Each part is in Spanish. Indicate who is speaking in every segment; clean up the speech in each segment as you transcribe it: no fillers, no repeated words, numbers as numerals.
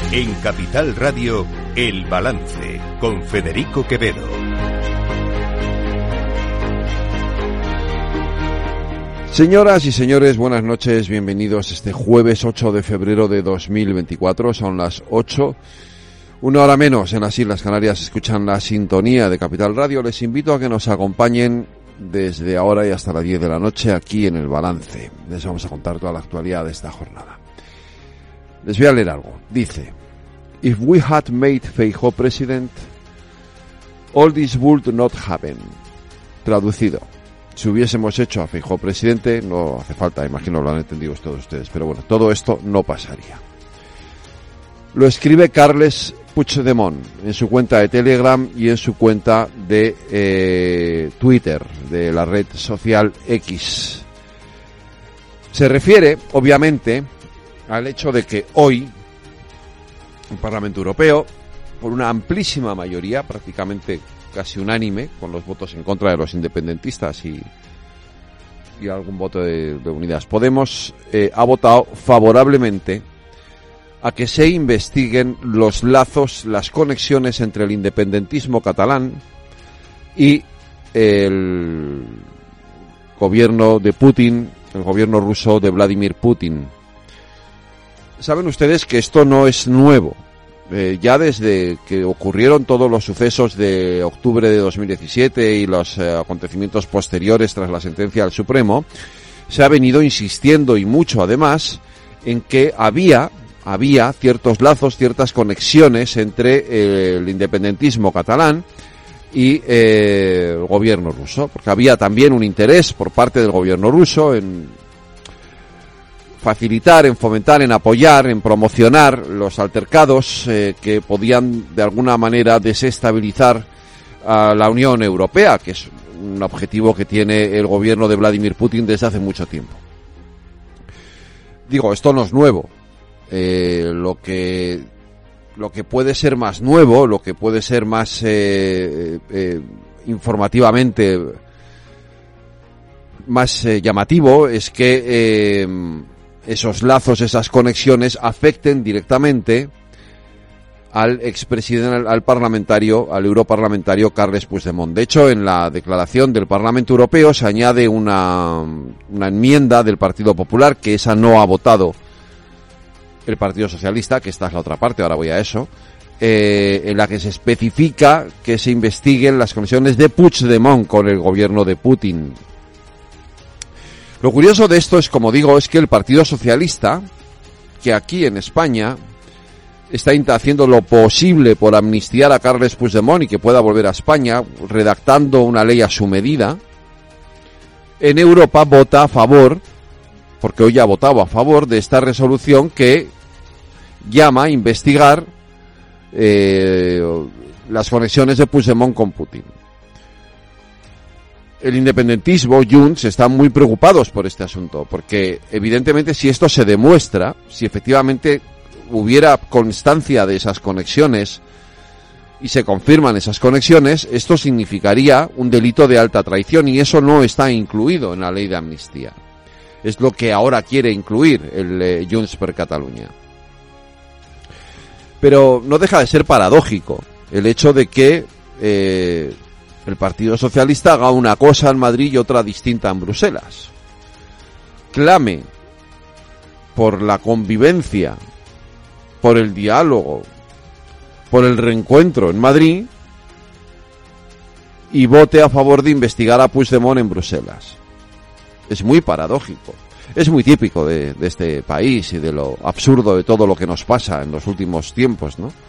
Speaker 1: En Capital Radio, El Balance, con Federico Quevedo.
Speaker 2: Señoras y señores, buenas noches, bienvenidos este jueves 8 de febrero de 2024, son las 8, una hora menos en las Islas Canarias, escuchan la sintonía de Capital Radio. Les invito a que nos acompañen desde ahora y hasta las 10 de la noche aquí en El Balance. Les vamos a contar toda la actualidad de esta jornada. Les voy a leer algo. Dice: If we had made Feijóo president, all this would not happen. Traducido: si hubiésemos hecho a Feijóo presidente, no hace falta, imagino lo han entendido todos ustedes, pero bueno, todo esto no pasaría. Lo escribe Carles Puigdemont en su cuenta de Telegram y en su cuenta de Twitter, de la red social X. Se refiere, obviamente, al hecho de que hoy el Parlamento Europeo, por una amplísima mayoría, prácticamente casi unánime, con los votos en contra de los independentistas y algún voto de Unidas Podemos, ha votado favorablemente a que se investiguen los lazos, las conexiones entre el independentismo catalán y el gobierno de Putin, el gobierno ruso de Vladimir Putin. Saben ustedes que esto no es nuevo. Ya desde que ocurrieron todos los sucesos de octubre de 2017 y los acontecimientos posteriores tras la sentencia del Supremo, se ha venido insistiendo, y mucho además, en que había ciertos lazos, ciertas conexiones entre el independentismo catalán y el gobierno ruso, porque había también un interés por parte del gobierno ruso en facilitar, en fomentar, en apoyar, en promocionar los altercados que podían de alguna manera desestabilizar a la Unión Europea, que es un objetivo que tiene el gobierno de Vladimir Putin desde hace mucho tiempo. Digo, esto no es nuevo. Lo que puede ser más nuevo, lo que puede ser más informativamente más llamativo es que esos lazos, esas conexiones afecten directamente al expresidente, al parlamentario, al europarlamentario Carles Puigdemont. De hecho, en la declaración del Parlamento Europeo se añade una enmienda del Partido Popular, que esa no ha votado el Partido Socialista, que esta es la otra parte, ahora voy a eso, en la que se especifica que se investiguen las conexiones de Puigdemont con el gobierno de Putin. Lo curioso de esto es, como digo, es que el Partido Socialista, que aquí en España está haciendo lo posible por amnistiar a Carles Puigdemont y que pueda volver a España, redactando una ley a su medida, en Europa vota a favor, porque hoy ha votado a favor de esta resolución que llama a investigar las conexiones de Puigdemont con Putin. El independentismo, Junts, están muy preocupados por este asunto, porque evidentemente si esto se demuestra, si efectivamente hubiera constancia de esas conexiones y se confirman esas conexiones, esto significaría un delito de alta traición y eso no está incluido en la ley de amnistía. Es lo que ahora quiere incluir el Junts per Catalunya. Pero no deja de ser paradójico el hecho de que el Partido Socialista haga una cosa en Madrid y otra distinta en Bruselas. Clame por la convivencia, por el diálogo, por el reencuentro en Madrid y vote a favor de investigar a Puigdemont en Bruselas. Es muy paradójico. Es muy típico de este país y de lo absurdo de todo lo que nos pasa en los últimos tiempos, ¿no?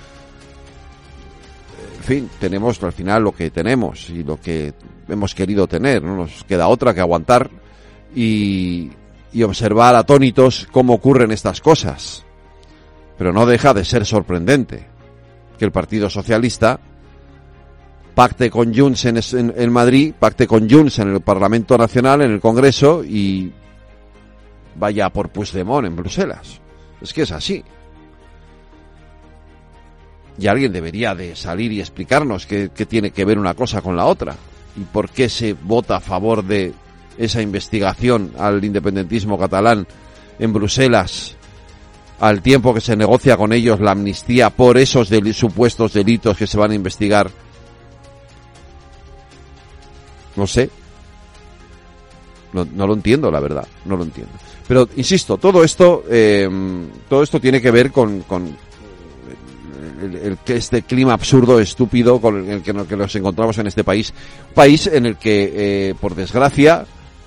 Speaker 2: En fin, tenemos al final lo que tenemos y lo que hemos querido tener. No nos queda otra que aguantar y observar atónitos cómo ocurren estas cosas. Pero no deja de ser sorprendente que el Partido Socialista pacte con Junts en Madrid, pacte con Junts en el Parlamento Nacional, en el Congreso, y vaya por Puigdemont en Bruselas. Es que es así. Y alguien debería de salir y explicarnos qué tiene que ver una cosa con la otra y por qué se vota a favor de esa investigación al independentismo catalán en Bruselas al tiempo que se negocia con ellos la amnistía por esos supuestos delitos que se van a investigar. No sé. No lo entiendo, la verdad. No lo entiendo. Pero, insisto, todo esto tiene que ver con este clima absurdo, estúpido con el que nos encontramos en este país. Un país en el que, por desgracia,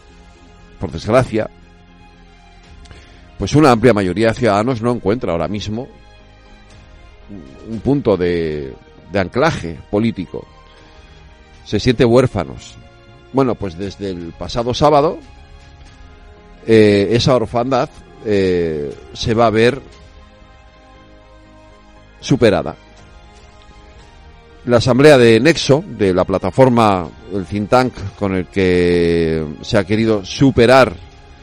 Speaker 2: pues una amplia mayoría de ciudadanos no encuentra ahora mismo un punto de anclaje político. Se siente huérfanos. Bueno, pues desde el pasado sábado esa orfandad se va a ver superada. La asamblea de Nexo, de la plataforma, el think tank con el que se ha querido superar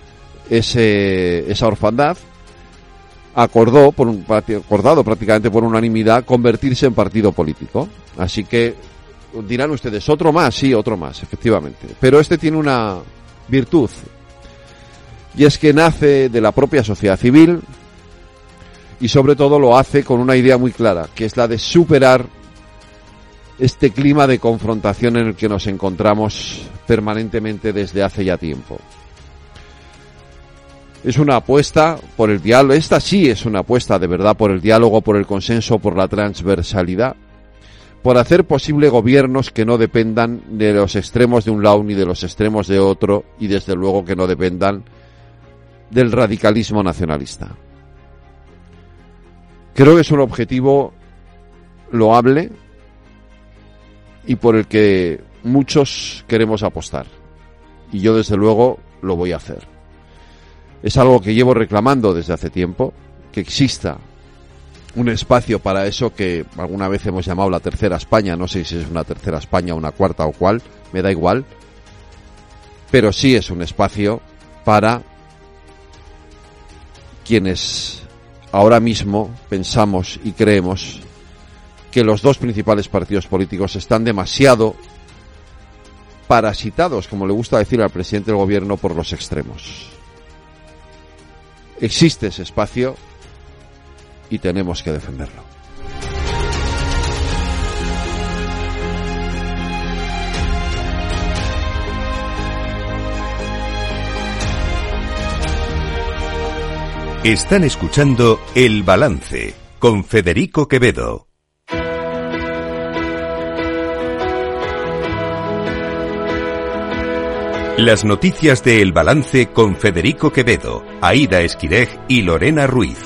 Speaker 2: esa orfandad, acordado prácticamente por unanimidad convertirse en partido político. Así que dirán ustedes, ¿otro más? Sí, otro más, efectivamente. Pero este tiene una virtud, y es que nace de la propia sociedad civil y sobre todo lo hace con una idea muy clara, que es la de superar este clima de confrontación en el que nos encontramos permanentemente desde hace ya tiempo. Es una apuesta por el diálogo, esta sí es una apuesta de verdad por el diálogo, por el consenso, por la transversalidad, por hacer posible gobiernos que no dependan de los extremos de un lado ni de los extremos de otro, y desde luego que no dependan del radicalismo nacionalista. Creo que es un objetivo loable y por el que muchos queremos apostar, y yo desde luego lo voy a hacer. Es algo que llevo reclamando desde hace tiempo, que exista un espacio para eso que alguna vez hemos llamado la tercera España. No sé si es una tercera España, una cuarta o cuál, me da igual, pero sí es un espacio para quienes ahora mismo pensamos y creemos que los dos principales partidos políticos están demasiado parasitados, como le gusta decir al presidente del gobierno, por los extremos. Existe ese espacio y tenemos que defenderlo.
Speaker 1: Están escuchando El Balance con Federico Quevedo. Las noticias de El Balance con Federico Quevedo, Aída Esquirej y Lorena Ruiz.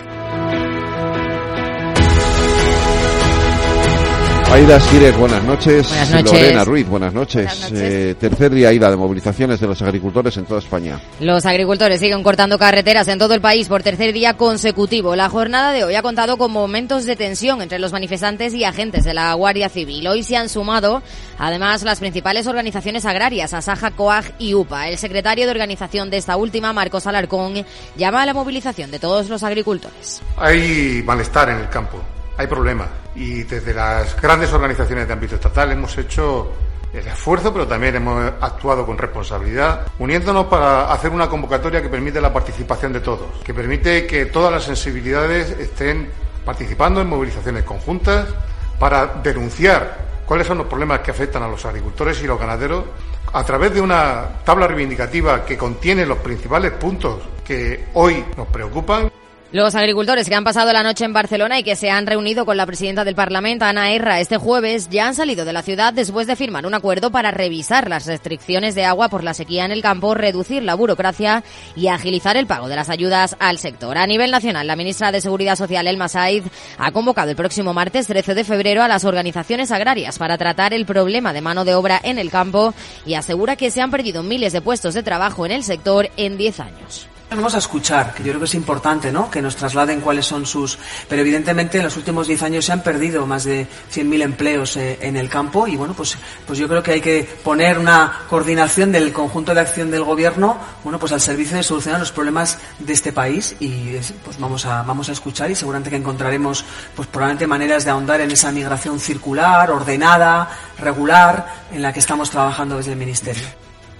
Speaker 2: Aída Esquirej, buenas noches.
Speaker 3: Buenas noches.
Speaker 2: Lorena Ruiz, buenas noches.
Speaker 3: Buenas noches.
Speaker 2: Tercer día, Aída, de movilizaciones de los agricultores en toda España.
Speaker 3: Los agricultores siguen cortando carreteras en todo el país por tercer día consecutivo. La jornada de hoy ha contado con momentos de tensión entre los manifestantes y agentes de la Guardia Civil. Hoy se han sumado, además, las principales organizaciones agrarias, Asaja, COAG y UPA. El secretario de organización de esta última, Marcos Alarcón, llama a la movilización de todos los agricultores.
Speaker 4: Hay malestar en el campo, hay problemas, y desde las grandes organizaciones de ámbito estatal hemos hecho el esfuerzo, pero también hemos actuado con responsabilidad, uniéndonos para hacer una convocatoria que permite la participación de todos, que permite que todas las sensibilidades estén participando en movilizaciones conjuntas para denunciar cuáles son los problemas que afectan a los agricultores y los ganaderos a través de una tabla reivindicativa que contiene los principales puntos que hoy nos preocupan.
Speaker 3: Los agricultores que han pasado la noche en Barcelona y que se han reunido con la presidenta del Parlamento, Ana Erra, este jueves, ya han salido de la ciudad después de firmar un acuerdo para revisar las restricciones de agua por la sequía en el campo, reducir la burocracia y agilizar el pago de las ayudas al sector. A nivel nacional, la ministra de Seguridad Social, Elma Said, ha convocado el próximo martes 13 de febrero a las organizaciones agrarias para tratar el problema de mano de obra en el campo y asegura que se han perdido miles de puestos de trabajo en el sector en 10 años.
Speaker 5: Vamos a escuchar, que yo creo que es importante, ¿no?, que nos trasladen cuáles son sus... Pero evidentemente en los últimos 10 años se han perdido más de 100.000 empleos en el campo y bueno, pues yo creo que hay que poner una coordinación del conjunto de acción del gobierno, bueno, pues al servicio de solucionar los problemas de este país y pues vamos a escuchar y seguramente que encontraremos pues probablemente maneras de ahondar en esa migración circular, ordenada, regular, en la que estamos trabajando desde el Ministerio.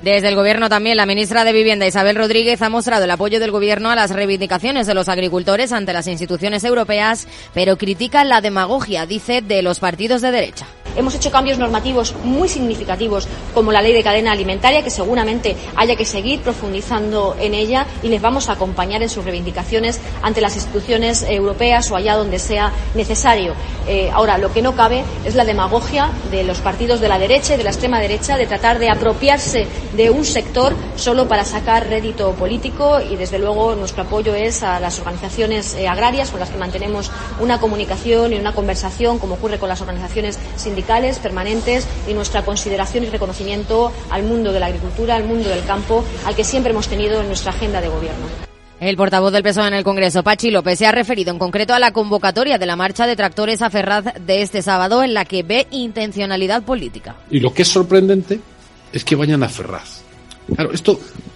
Speaker 3: Desde el Gobierno también, la ministra de Vivienda, Isabel Rodríguez, ha mostrado el apoyo del Gobierno a las reivindicaciones de los agricultores ante las instituciones europeas, pero critica la demagogia, dice, de los partidos de derecha.
Speaker 6: Hemos hecho cambios normativos muy significativos, como la ley de cadena alimentaria, que seguramente haya que seguir profundizando en ella, y les vamos a acompañar en sus reivindicaciones ante las instituciones europeas o allá donde sea necesario. Ahora, lo que no cabe es la demagogia de los partidos de la derecha y de la extrema derecha de tratar de apropiarse de un sector solo para sacar rédito político, y desde luego nuestro apoyo es a las organizaciones agrarias con las que mantenemos una comunicación y una conversación, como ocurre con las organizaciones sindicales permanentes, y nuestra consideración y reconocimiento al mundo de la agricultura, al mundo del campo, al que siempre hemos tenido en nuestra agenda de gobierno.
Speaker 3: El portavoz del PSOE en el Congreso, Patxi López, se ha referido en concreto a la convocatoria de la marcha de tractores a Ferraz de este sábado, en la que ve intencionalidad política.
Speaker 7: Y lo que es sorprendente es que vayan a Ferraz. Claro, esto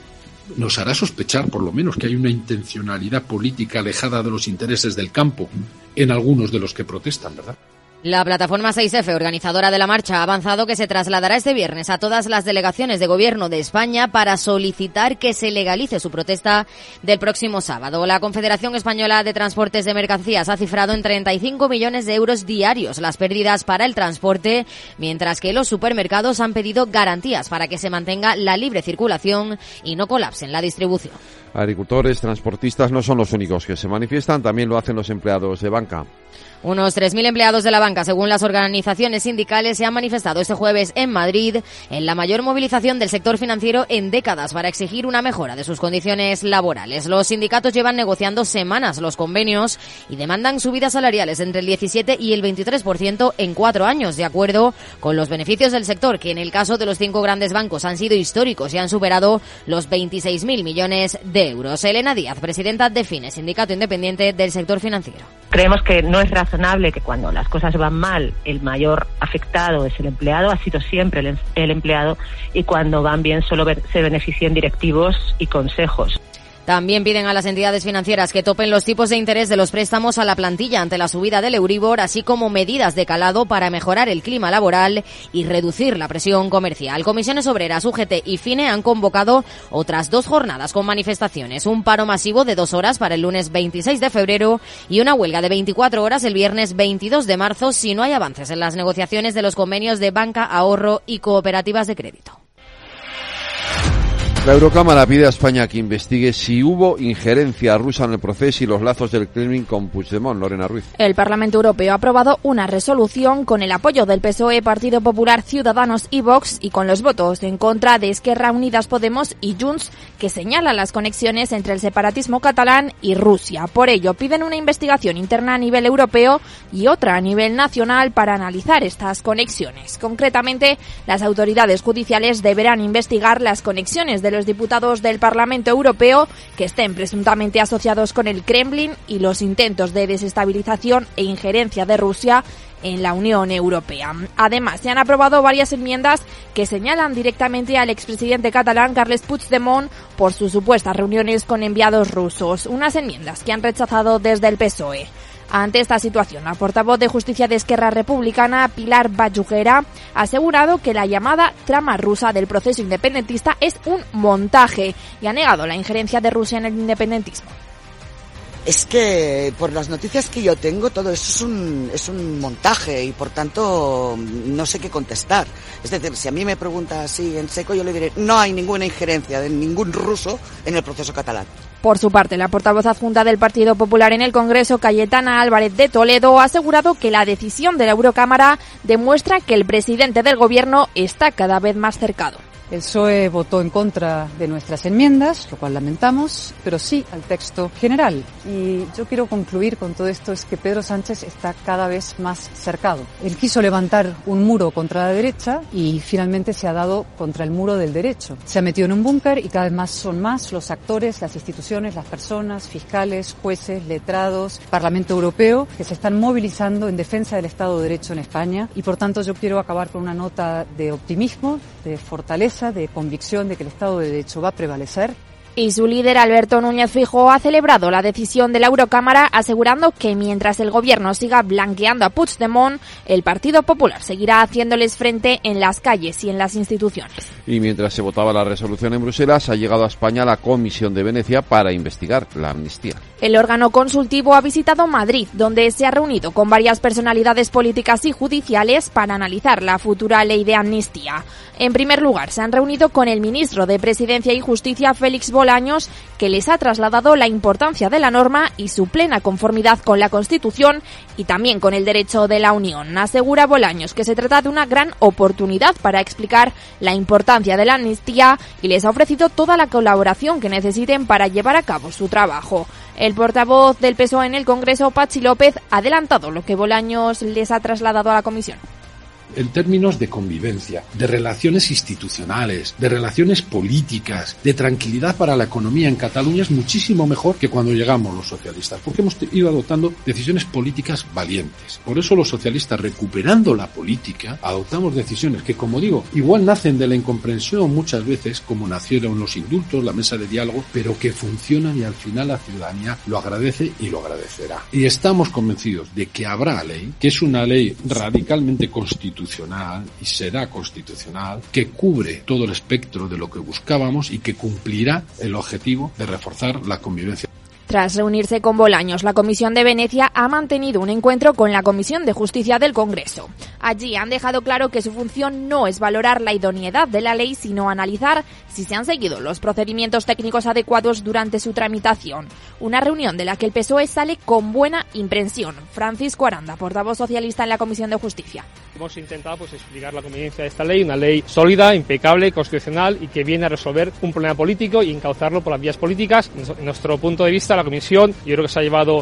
Speaker 7: nos hará sospechar, por lo menos, que hay una intencionalidad política alejada de los intereses del campo en algunos de los que protestan, ¿verdad?
Speaker 3: La plataforma 6F, organizadora de la marcha, ha avanzado que se trasladará este viernes a todas las delegaciones de gobierno de España para solicitar que se legalice su protesta del próximo sábado. La Confederación Española de Transportes de Mercancías ha cifrado en 35 millones de euros diarios las pérdidas para el transporte, mientras que los supermercados han pedido garantías para que se mantenga la libre circulación y no colapse la distribución.
Speaker 2: Agricultores, transportistas no son los únicos que se manifiestan, también lo hacen los empleados de banca.
Speaker 3: Unos 3.000 empleados de la banca, según las organizaciones sindicales, se han manifestado este jueves en Madrid en la mayor movilización del sector financiero en décadas para exigir una mejora de sus condiciones laborales. Los sindicatos llevan negociando semanas los convenios y demandan subidas salariales entre el 17 y el 23% en 4 años, de acuerdo con los beneficios del sector, que en el caso de los 5 grandes bancos han sido históricos y han superado los 26.000 millones de euros. Elena Díaz, presidenta de FINE, sindicato independiente del sector financiero.
Speaker 8: Creemos que no es razonable que cuando las cosas van mal el mayor afectado es el empleado, ha sido siempre el empleado, y cuando van bien solo se benefician directivos y consejos.
Speaker 3: También piden a las entidades financieras que topen los tipos de interés de los préstamos a la plantilla ante la subida del Euribor, así como medidas de calado para mejorar el clima laboral y reducir la presión comercial. Comisiones Obreras, UGT y FINE han convocado otras 2 jornadas con manifestaciones, un paro masivo de 2 horas para el lunes 26 de febrero y una huelga de 24 horas el viernes 22 de marzo si no hay avances en las negociaciones de los convenios de banca, ahorro y cooperativas de crédito.
Speaker 2: La Eurocámara pide a España que investigue si hubo injerencia rusa en el proceso y los lazos del Kremlin con Puigdemont. Lorena Ruiz.
Speaker 9: El Parlamento Europeo ha aprobado una resolución con el apoyo del PSOE, Partido Popular, Ciudadanos y Vox, y con los votos en contra de Esquerra, Unidas Podemos y Junts, que señalan las conexiones entre el separatismo catalán y Rusia. Por ello, piden una investigación interna a nivel europeo y otra a nivel nacional para analizar estas conexiones. Concretamente, las autoridades judiciales deberán investigar las conexiones de los diputados del Parlamento Europeo que estén presuntamente asociados con el Kremlin y los intentos de desestabilización e injerencia de Rusia en la Unión Europea. Además, se han aprobado varias enmiendas que señalan directamente al expresidente catalán Carles Puigdemont por sus supuestas reuniones con enviados rusos, unas enmiendas que han rechazado desde el PSOE. Ante esta situación, la portavoz de Justicia de Esquerra Republicana, Pilar Vallugera, ha asegurado que la llamada trama rusa del proceso independentista es un montaje y ha negado la injerencia de Rusia en el independentismo.
Speaker 10: Es que por las noticias que yo tengo todo eso es un montaje y por tanto no sé qué contestar. Es decir, si a mí me pregunta así en seco, yo le diré no hay ninguna injerencia de ningún ruso en el proceso catalán.
Speaker 9: Por su parte, la portavoz adjunta del Partido Popular en el Congreso, Cayetana Álvarez de Toledo, ha asegurado que la decisión de la Eurocámara demuestra que el presidente del Gobierno está cada vez más cercado.
Speaker 11: El PSOE votó en contra de nuestras enmiendas, lo cual lamentamos, pero sí al texto general. Y yo quiero concluir con todo esto, es que Pedro Sánchez está cada vez más cercado. Él quiso levantar un muro contra la derecha y finalmente se ha dado contra el muro del derecho. Se ha metido en un búnker y cada vez más son más los actores, las instituciones, las personas, fiscales, jueces, letrados, Parlamento Europeo, que se están movilizando en defensa del Estado de Derecho en España. Y por tanto yo quiero acabar con una nota de optimismo, de fortaleza, de convicción de que el Estado de Derecho va a prevalecer.
Speaker 9: Y su líder, Alberto Núñez Feijóo, ha celebrado la decisión de la Eurocámara, asegurando que mientras el gobierno siga blanqueando a Puigdemont, el Partido Popular seguirá haciéndoles frente en las calles y en las instituciones.
Speaker 2: Y mientras se votaba la resolución en Bruselas, ha llegado a España la Comisión de Venecia para investigar la amnistía.
Speaker 9: El órgano consultivo ha visitado Madrid, donde se ha reunido con varias personalidades políticas y judiciales para analizar la futura ley de amnistía. En primer lugar, se han reunido con el ministro de Presidencia y Justicia, Félix Bolaños, que les ha trasladado la importancia de la norma y su plena conformidad con la Constitución y también con el derecho de la Unión. Asegura Bolaños que se trata de una gran oportunidad para explicar la importancia de la amnistía y les ha ofrecido toda la colaboración que necesiten para llevar a cabo su trabajo. El portavoz del PSOE en el Congreso, Patxi López, ha adelantado lo que Bolaños les ha trasladado a la comisión.
Speaker 7: En términos de convivencia, de relaciones institucionales, de relaciones políticas, de tranquilidad para la economía en Cataluña es muchísimo mejor que cuando llegamos los socialistas, porque hemos ido adoptando decisiones políticas valientes. Por eso los socialistas, recuperando la política, adoptamos decisiones que, como digo, igual nacen de la incomprensión muchas veces, como nacieron los indultos, la mesa de diálogo, pero que funcionan y al final la ciudadanía lo agradece y lo agradecerá. Y estamos convencidos de que habrá ley, que es una ley radicalmente constitucional y será constitucional, que cubre todo el espectro de lo que buscábamos y que cumplirá el objetivo de reforzar la convivencia.
Speaker 9: Tras reunirse con Bolaños, la Comisión de Venecia ha mantenido un encuentro con la Comisión de Justicia del Congreso. Allí han dejado claro que su función no es valorar la idoneidad de la ley, sino analizar si se han seguido los procedimientos técnicos adecuados durante su tramitación. Una reunión de la que el PSOE sale con buena impresión. Francisco Aranda, portavoz socialista en la Comisión de Justicia.
Speaker 12: Hemos intentado explicar la conveniencia de esta ley, una ley sólida, impecable, constitucional y que viene a resolver un problema político y encauzarlo por las vías políticas. En nuestro punto de vista, la Comisión, yo creo que se ha llevado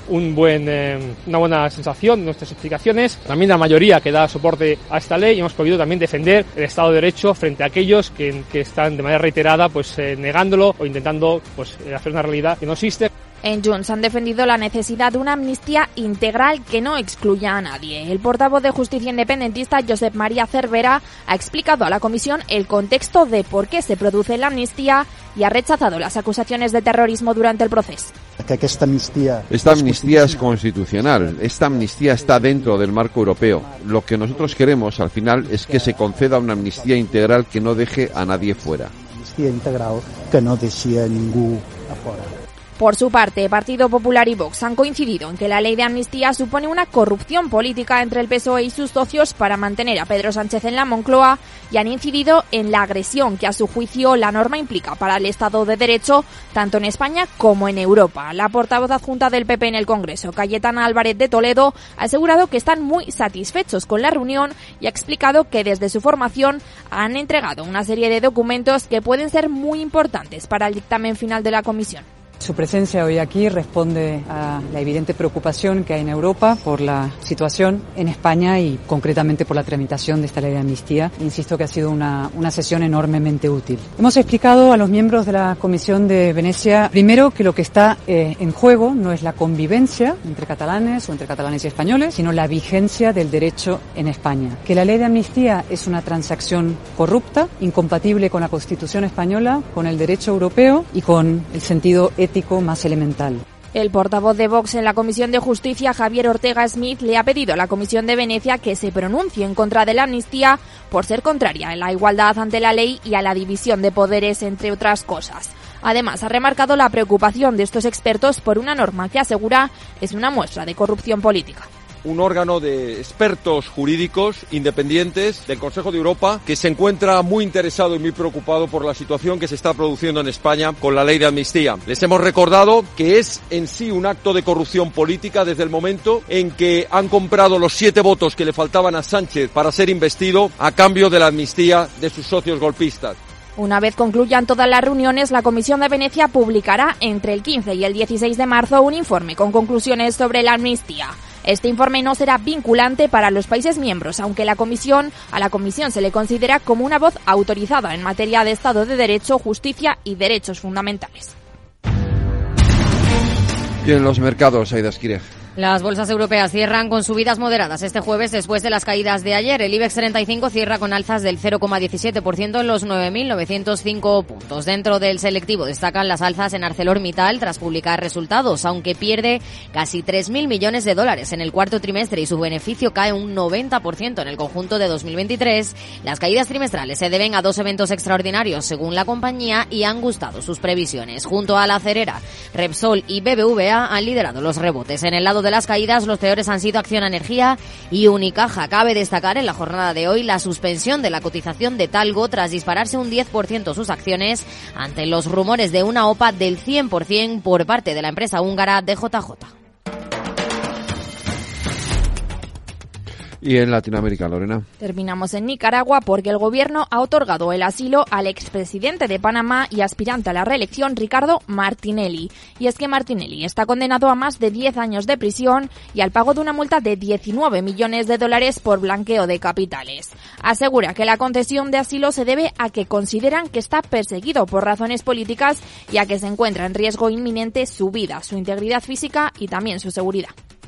Speaker 12: una buena sensación de nuestras explicaciones. También la mayoría que da soporte a esta ley y hemos podido también defender el Estado de Derecho frente a aquellos que están de manera reiterada negándolo o intentando hacer una realidad que no existe.
Speaker 9: En Junts han defendido la necesidad de una amnistía integral que no excluya a nadie. El portavoz de Justicia independentista, Josep María Cervera, ha explicado a la comisión el contexto de por qué se produce la amnistía y ha rechazado las acusaciones de terrorismo durante el proceso.
Speaker 2: Esta amnistía es constitucional. Esta amnistía está dentro del marco europeo. Lo que nosotros queremos al final es que se conceda una amnistía integral que no deje a nadie fuera.
Speaker 13: Amnistía integral que no deixi a ningú a fora.
Speaker 9: Por su parte, Partido Popular y Vox han coincidido en que la ley de amnistía supone una corrupción política entre el PSOE y sus socios para mantener a Pedro Sánchez en la Moncloa y han incidido en la agresión que a su juicio la norma implica para el Estado de Derecho, tanto en España como en Europa. La portavoz adjunta del PP en el Congreso, Cayetana Álvarez de Toledo, ha asegurado que están muy satisfechos con la reunión y ha explicado que desde su formación han entregado una serie de documentos que pueden ser muy importantes para el dictamen final de la comisión.
Speaker 11: Su presencia hoy aquí responde a la evidente preocupación que hay en Europa por la situación en España y concretamente por la tramitación de esta ley de amnistía. Insisto que ha sido una sesión enormemente útil. Hemos explicado a los miembros de la Comisión de Venecia, primero, que lo que está en juego no es la convivencia entre catalanes o entre catalanes y españoles, sino la vigencia del derecho en España. Que la ley de amnistía es una transacción corrupta, incompatible con la Constitución española, con el derecho europeo y con el sentido ético más elemental.
Speaker 9: El portavoz de Vox en la Comisión de Justicia, Javier Ortega Smith, le ha pedido a la Comisión de Venecia que se pronuncie en contra de la amnistía por ser contraria a la igualdad ante la ley y a la división de poderes, entre otras cosas. Además, ha remarcado la preocupación de estos expertos por una norma que asegura es una muestra de corrupción política.
Speaker 14: Un órgano de expertos jurídicos independientes del Consejo de Europa que se encuentra muy interesado y muy preocupado por la situación que se está produciendo en España con la ley de amnistía. Les hemos recordado que es en sí un acto de corrupción política desde el momento en que han comprado los 7 votos que le faltaban a Sánchez para ser investido a cambio de la amnistía de sus socios golpistas.
Speaker 9: Una vez concluyan todas las reuniones, la Comisión de Venecia publicará entre el 15 y el 16 de marzo un informe con conclusiones sobre la amnistía. Este informe no será vinculante para los países miembros, aunque a la Comisión se le considera como una voz autorizada en materia de Estado de Derecho, justicia y derechos fundamentales.
Speaker 2: Y en los mercados, Aida Esquireg.
Speaker 3: Las bolsas europeas cierran con subidas moderadas este jueves después de las caídas de ayer. El IBEX 35 cierra con alzas del 0,17% en los 9.905 puntos. Dentro del selectivo destacan las alzas en ArcelorMittal tras publicar resultados, aunque pierde casi 3.000 millones de dólares en el cuarto trimestre y su beneficio cae un 90% en el conjunto de 2023. Las caídas trimestrales se deben a 2 eventos extraordinarios según la compañía y han gustado sus previsiones. Junto a la acerera, Repsol y BBVA han liderado los rebotes. En el lado de las caídas, los peores han sido Acciona Energía y Unicaja. Cabe destacar en la jornada de hoy la suspensión de la cotización de Talgo tras dispararse un 10% sus acciones ante los rumores de una OPA del 100% por parte de la empresa húngara DJJ.
Speaker 2: ¿Y en Latinoamérica, Lorena?
Speaker 9: Terminamos en Nicaragua porque el gobierno ha otorgado el asilo al expresidente de Panamá y aspirante a la reelección, Ricardo Martinelli. Y es que Martinelli está condenado a más de 10 años de prisión y al pago de una multa de 19 millones de dólares por blanqueo de capitales. Asegura que la concesión de asilo se debe a que consideran que está perseguido por razones políticas y a que se encuentra en riesgo inminente su vida, su integridad física y también su seguridad.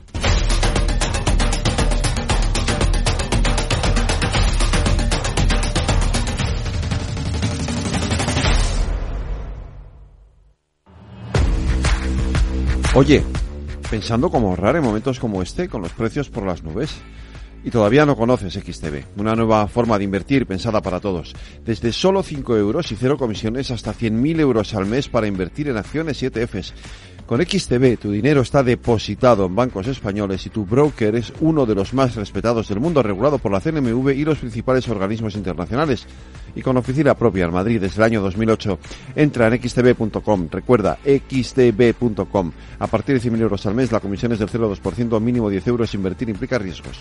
Speaker 2: Oye, pensando cómo ahorrar en momentos como este, con los precios por las nubes. Y todavía no conoces XTB, una nueva forma de invertir pensada para todos. Desde solo 5 euros y 0 comisiones hasta 100.000 euros al mes para invertir en acciones y ETFs. Con XTB tu dinero está depositado en bancos españoles y tu broker es uno de los más respetados del mundo, regulado por la CNMV y los principales organismos internacionales. Y con oficina propia en Madrid desde el año 2008. Entra en xtb.com, recuerda, xtb.com. A partir de 100.000 euros al mes la comisión es del 0,2%, mínimo 10 euros, invertir implica riesgos.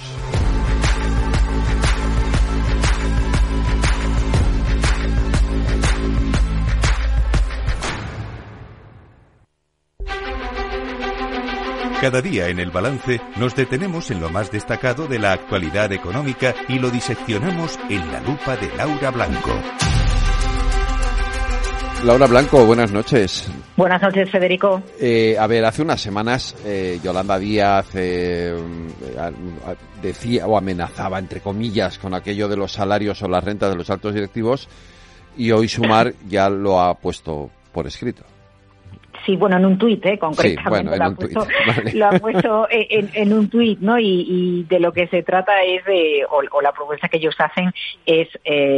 Speaker 1: Cada día en El Balance nos detenemos en lo más destacado de la actualidad económica y lo diseccionamos en la lupa de Laura Blanco.
Speaker 2: Laura Blanco, buenas noches.
Speaker 15: Buenas noches, Federico.
Speaker 2: A ver, hace unas semanas Yolanda Díaz decía o amenazaba, entre comillas, con aquello de los salarios o las rentas de los altos directivos, y hoy Sumar ya lo ha puesto por escrito.
Speaker 15: Sí, bueno, en un tuit, concretamente.
Speaker 2: Sí, bueno,
Speaker 15: lo ha puesto en un tuit, ¿no? Y de lo que se trata es o la propuesta que ellos hacen es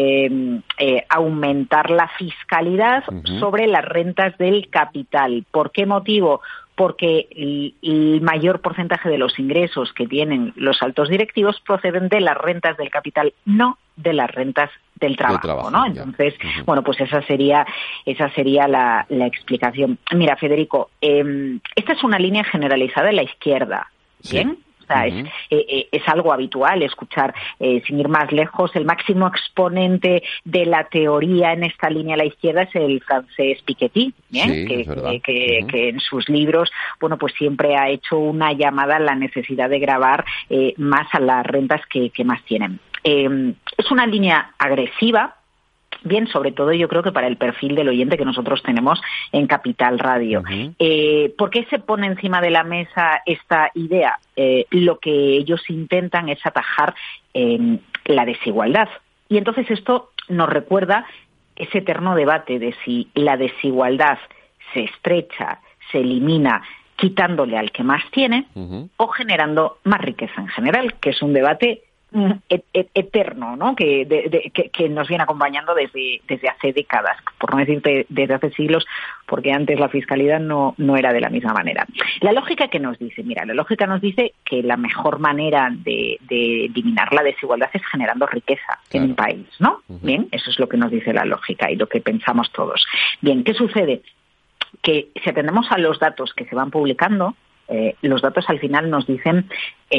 Speaker 15: aumentar la fiscalidad sobre las rentas del capital. ¿Por qué motivo? Porque el mayor porcentaje de los ingresos que tienen los altos directivos proceden de las rentas del capital, no de las rentas del trabajo, ¿no? Entonces, bueno, pues esa sería la explicación. Mira, Federico, esta es una línea generalizada en la izquierda, ¿bien? O sea, es algo habitual escuchar, sin ir más lejos, el máximo exponente de la teoría en esta línea a la izquierda es el francés Piketty, ¿bien? Sí, que en sus libros, bueno, pues siempre ha hecho una llamada a la necesidad de gravar más a las rentas que más tienen. Es una línea agresiva, bien, sobre todo yo creo que para el perfil del oyente que nosotros tenemos en Capital Radio. ¿Por qué se pone encima de la mesa esta idea? Lo que ellos intentan es atajar la desigualdad. Y entonces esto nos recuerda ese eterno debate de si la desigualdad se estrecha, se elimina quitándole al que más tiene o generando más riqueza en general, que es un debate eterno, ¿no? Que nos viene acompañando desde hace décadas, por no decir desde hace siglos, porque antes la fiscalidad no era de la misma manera. La lógica que nos dice, mira, la lógica nos dice que la mejor manera de eliminar la desigualdad es generando riqueza en un país, ¿no? Bien, eso es lo que nos dice la lógica y lo que pensamos todos. Bien, ¿qué sucede? Que si atendemos a los datos que se van publicando, los datos al final nos dicen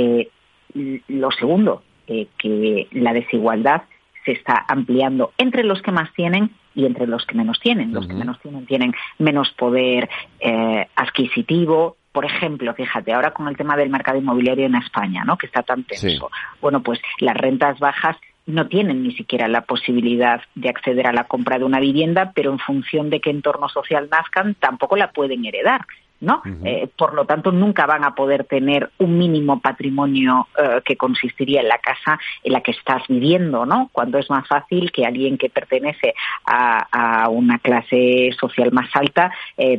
Speaker 15: lo segundo, que la desigualdad se está ampliando entre los que más tienen y entre los que menos tienen. Los que menos tienen menos poder adquisitivo. Por ejemplo, fíjate, ahora con el tema del mercado inmobiliario en España, ¿no? Que está tan tenso. Sí. Bueno, pues las rentas bajas no tienen ni siquiera la posibilidad de acceder a la compra de una vivienda, pero en función de qué entorno social nazcan, tampoco la pueden heredar. ¿no? Por lo tanto, nunca van a poder tener un mínimo patrimonio que consistiría en la casa en la que estás viviendo, ¿no? Cuando es más fácil que alguien que pertenece a una clase social más alta,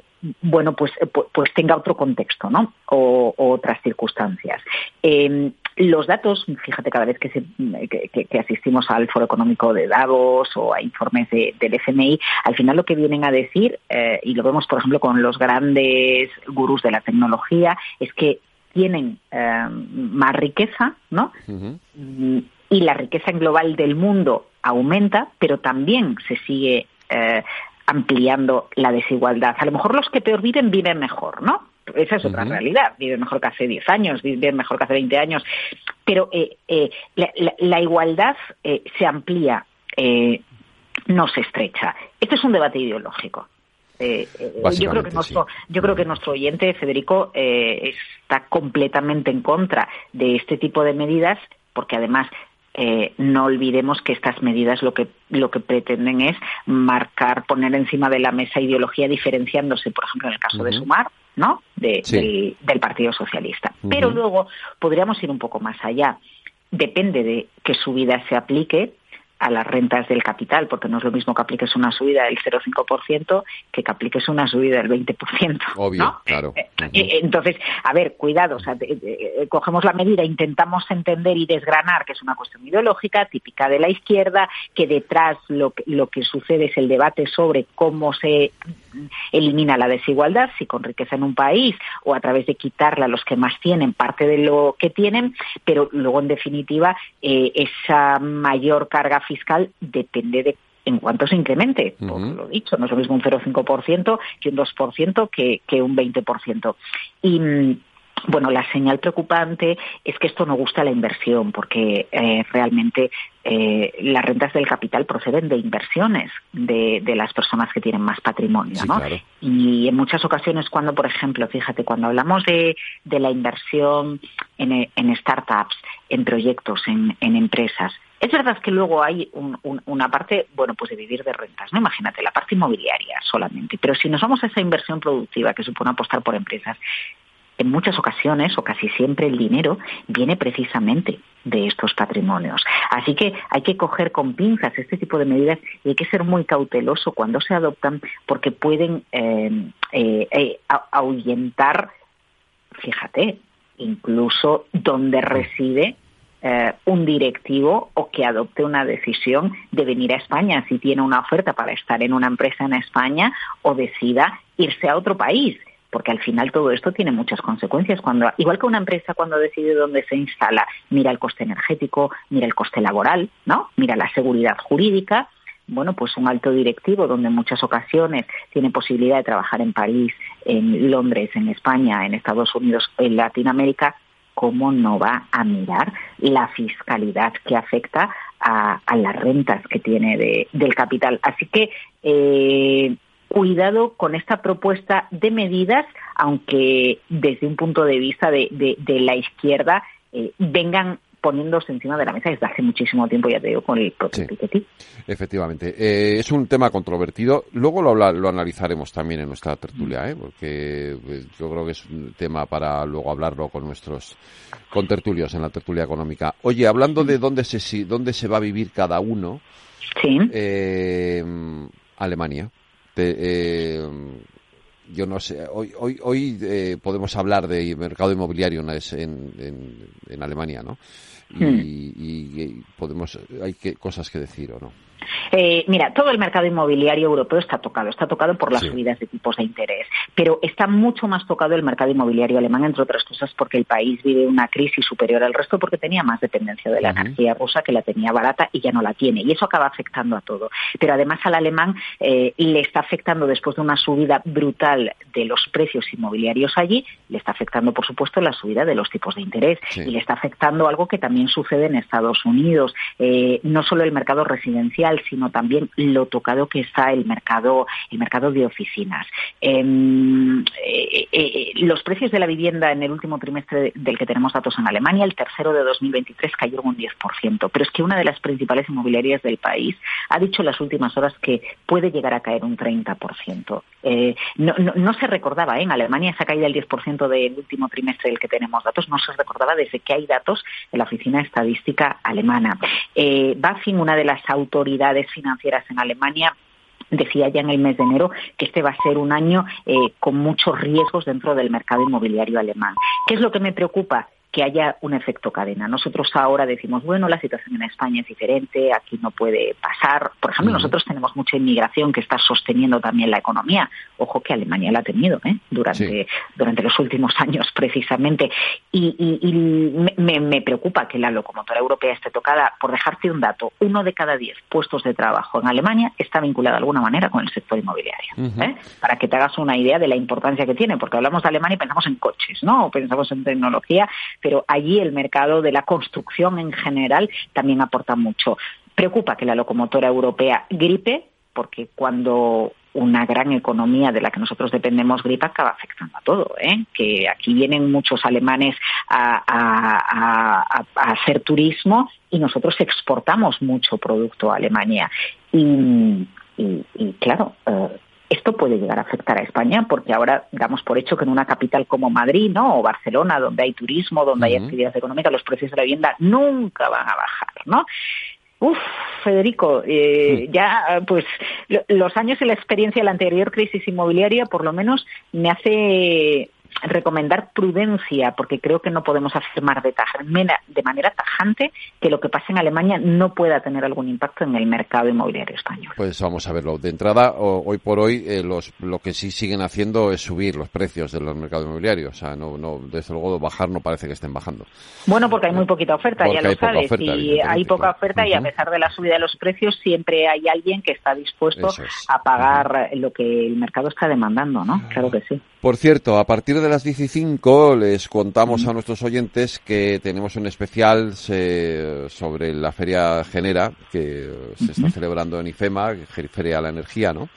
Speaker 15: pues tenga otro contexto, ¿no? O otras circunstancias. Los datos, fíjate, cada vez que asistimos al Foro Económico de Davos o a informes del FMI, al final lo que vienen a decir, y lo vemos, por ejemplo, con los grandes gurús de la tecnología, es que tienen más riqueza, ¿no? Uh-huh. Y la riqueza global del mundo aumenta, pero también se sigue ampliando la desigualdad. A lo mejor los que peor viven mejor, ¿no? Esa es otra realidad. Viven mejor que hace 10 años, viven mejor que hace 20 años. Pero la igualdad se amplía, no se estrecha. Este es un debate ideológico. Yo creo que nuestro oyente, Federico, está completamente en contra de este tipo de medidas, porque además no olvidemos que estas medidas lo que pretenden es poner encima de la mesa ideología diferenciándose, por ejemplo, en el caso de Sumar, ¿no? Del Partido Socialista. Pero luego podríamos ir un poco más allá. Depende de qué subida se aplique a las rentas del capital, porque no es lo mismo que apliques una subida del 0,5% que apliques una subida del 20%.
Speaker 2: Obvio,
Speaker 15: ¿no?
Speaker 2: Claro.
Speaker 15: Entonces, a ver, cuidado, o sea, cogemos la medida, intentamos entender y desgranar que es una cuestión ideológica típica de la izquierda, que detrás lo que sucede es el debate sobre cómo se elimina la desigualdad, si con riqueza en un país o a través de quitarla a los que más tienen parte de lo que tienen, pero luego, en definitiva, esa mayor carga fiscal depende de en cuanto se incremente. Por lo dicho, no es lo mismo un 0,5% que un 2% que un 20%. Y bueno, la señal preocupante es que esto no gusta a la inversión, porque realmente las rentas del capital proceden de inversiones de las personas que tienen más patrimonio, sí, ¿no? Claro. Y en muchas ocasiones, cuando, por ejemplo, fíjate, cuando hablamos de la inversión en startups, en proyectos, en empresas, es verdad que luego hay una parte, bueno, pues de vivir de rentas, ¿no? Imagínate, la parte inmobiliaria solamente. Pero si nos vamos a esa inversión productiva que supone apostar por empresas, en muchas ocasiones, o casi siempre, el dinero viene precisamente de estos patrimonios. Así que hay que coger con pinzas este tipo de medidas y hay que ser muy cauteloso cuando se adoptan, porque pueden ahuyentar, fíjate, incluso donde reside un directivo o que adopte una decisión de venir a España si tiene una oferta para estar en una empresa en España, o decida irse a otro país. Porque al final todo esto tiene muchas consecuencias. Igual que una empresa, cuando decide dónde se instala, mira el coste energético, mira el coste laboral, ¿no? Mira la seguridad jurídica. Bueno, pues un alto directivo, donde en muchas ocasiones tiene posibilidad de trabajar en París, en Londres, en España, en Estados Unidos, en Latinoamérica, ¿cómo no va a mirar la fiscalidad que afecta a las rentas que tiene del capital? Así que cuidado con esta propuesta de medidas, aunque desde un punto de vista de la izquierda vengan poniéndose encima de la mesa desde hace muchísimo tiempo, ya te digo, con el propio Piketty.
Speaker 2: Efectivamente. Es un tema controvertido. Luego lo analizaremos también en nuestra tertulia, porque yo creo que es un tema para luego hablarlo con nuestros contertulios en la tertulia económica. Oye, hablando de dónde se va a vivir cada uno,
Speaker 15: sí.
Speaker 2: Alemania. Yo no sé, hoy podemos hablar de mercado inmobiliario en Alemania, ¿no? Y hay cosas que decir, ¿o no?
Speaker 15: Mira, todo el mercado inmobiliario europeo está tocado por las subidas de tipos de interés, pero está mucho más tocado el mercado inmobiliario alemán, entre otras cosas porque el país vive una crisis superior al resto, porque tenía más dependencia de la energía rusa, que la tenía barata y ya no la tiene, y eso acaba afectando a todo. Pero además al alemán le está afectando, después de una subida brutal de los precios inmobiliarios allí, le está afectando, por supuesto, la subida de los tipos de interés, y le está afectando algo que también sucede en Estados Unidos, no solo el mercado residencial, empresarial, sino también lo tocado que está el mercado de oficinas. Los precios de la vivienda en el último trimestre del que tenemos datos en Alemania, el tercero de 2023, cayeron un 10%, pero es que una de las principales inmobiliarias del país ha dicho en las últimas horas que puede llegar a caer un 30%. No se recordaba, en Alemania esa caída del 10% del último trimestre del que tenemos datos, no se recordaba desde que hay datos en la Oficina Estadística Alemana. BaFin, una de las autoridades financieras en Alemania, decía ya en el mes de enero que este va a ser un año con muchos riesgos dentro del mercado inmobiliario alemán. ¿Qué es lo que me preocupa? Que haya un efecto cadena. Nosotros ahora decimos, bueno, la situación en España es diferente, aquí no puede pasar. Por ejemplo, nosotros tenemos mucha inmigración que está sosteniendo también la economía. Ojo que Alemania la ha tenido durante los últimos años, precisamente. Y me preocupa que la locomotora europea esté tocada. Por dejarte un dato, 1 de cada 10 puestos de trabajo en Alemania está vinculado de alguna manera con el sector inmobiliario. Para que te hagas una idea de la importancia que tiene, porque hablamos de Alemania y pensamos en coches, ¿no? O pensamos en tecnología, pero allí el mercado de la construcción en general también aporta mucho. Preocupa que la locomotora europea gripe, porque cuando una gran economía de la que nosotros dependemos gripa, acaba afectando a todo, que aquí vienen muchos alemanes a hacer turismo y nosotros exportamos mucho producto a Alemania. Y claro, esto puede llegar a afectar a España porque ahora damos por hecho que en una capital como Madrid, ¿no?, o Barcelona, donde hay turismo, donde hay actividad económica, los precios de la vivienda nunca van a bajar, ¿no? Federico, ya pues los años y la experiencia de la anterior crisis inmobiliaria por lo menos me hace recomendar prudencia, porque creo que no podemos afirmar de manera tajante que lo que pasa en Alemania no pueda tener algún impacto en el mercado inmobiliario español.
Speaker 2: Pues vamos a verlo. De entrada, hoy por hoy, lo que sí siguen haciendo es subir los precios de los mercados inmobiliarios. O sea, no, desde luego bajar no parece que estén bajando.
Speaker 15: Bueno, porque hay muy poquita oferta, ya lo sabes. Y hay poca oferta y a pesar de la subida de los precios siempre hay alguien que está dispuesto a pagar lo que el mercado está demandando, ¿no? Claro que sí.
Speaker 2: Por cierto, a partir de las 15 les contamos a nuestros oyentes que tenemos un especial sobre la Feria Genera que se está celebrando en IFEMA, Feria a la Energía, ¿no?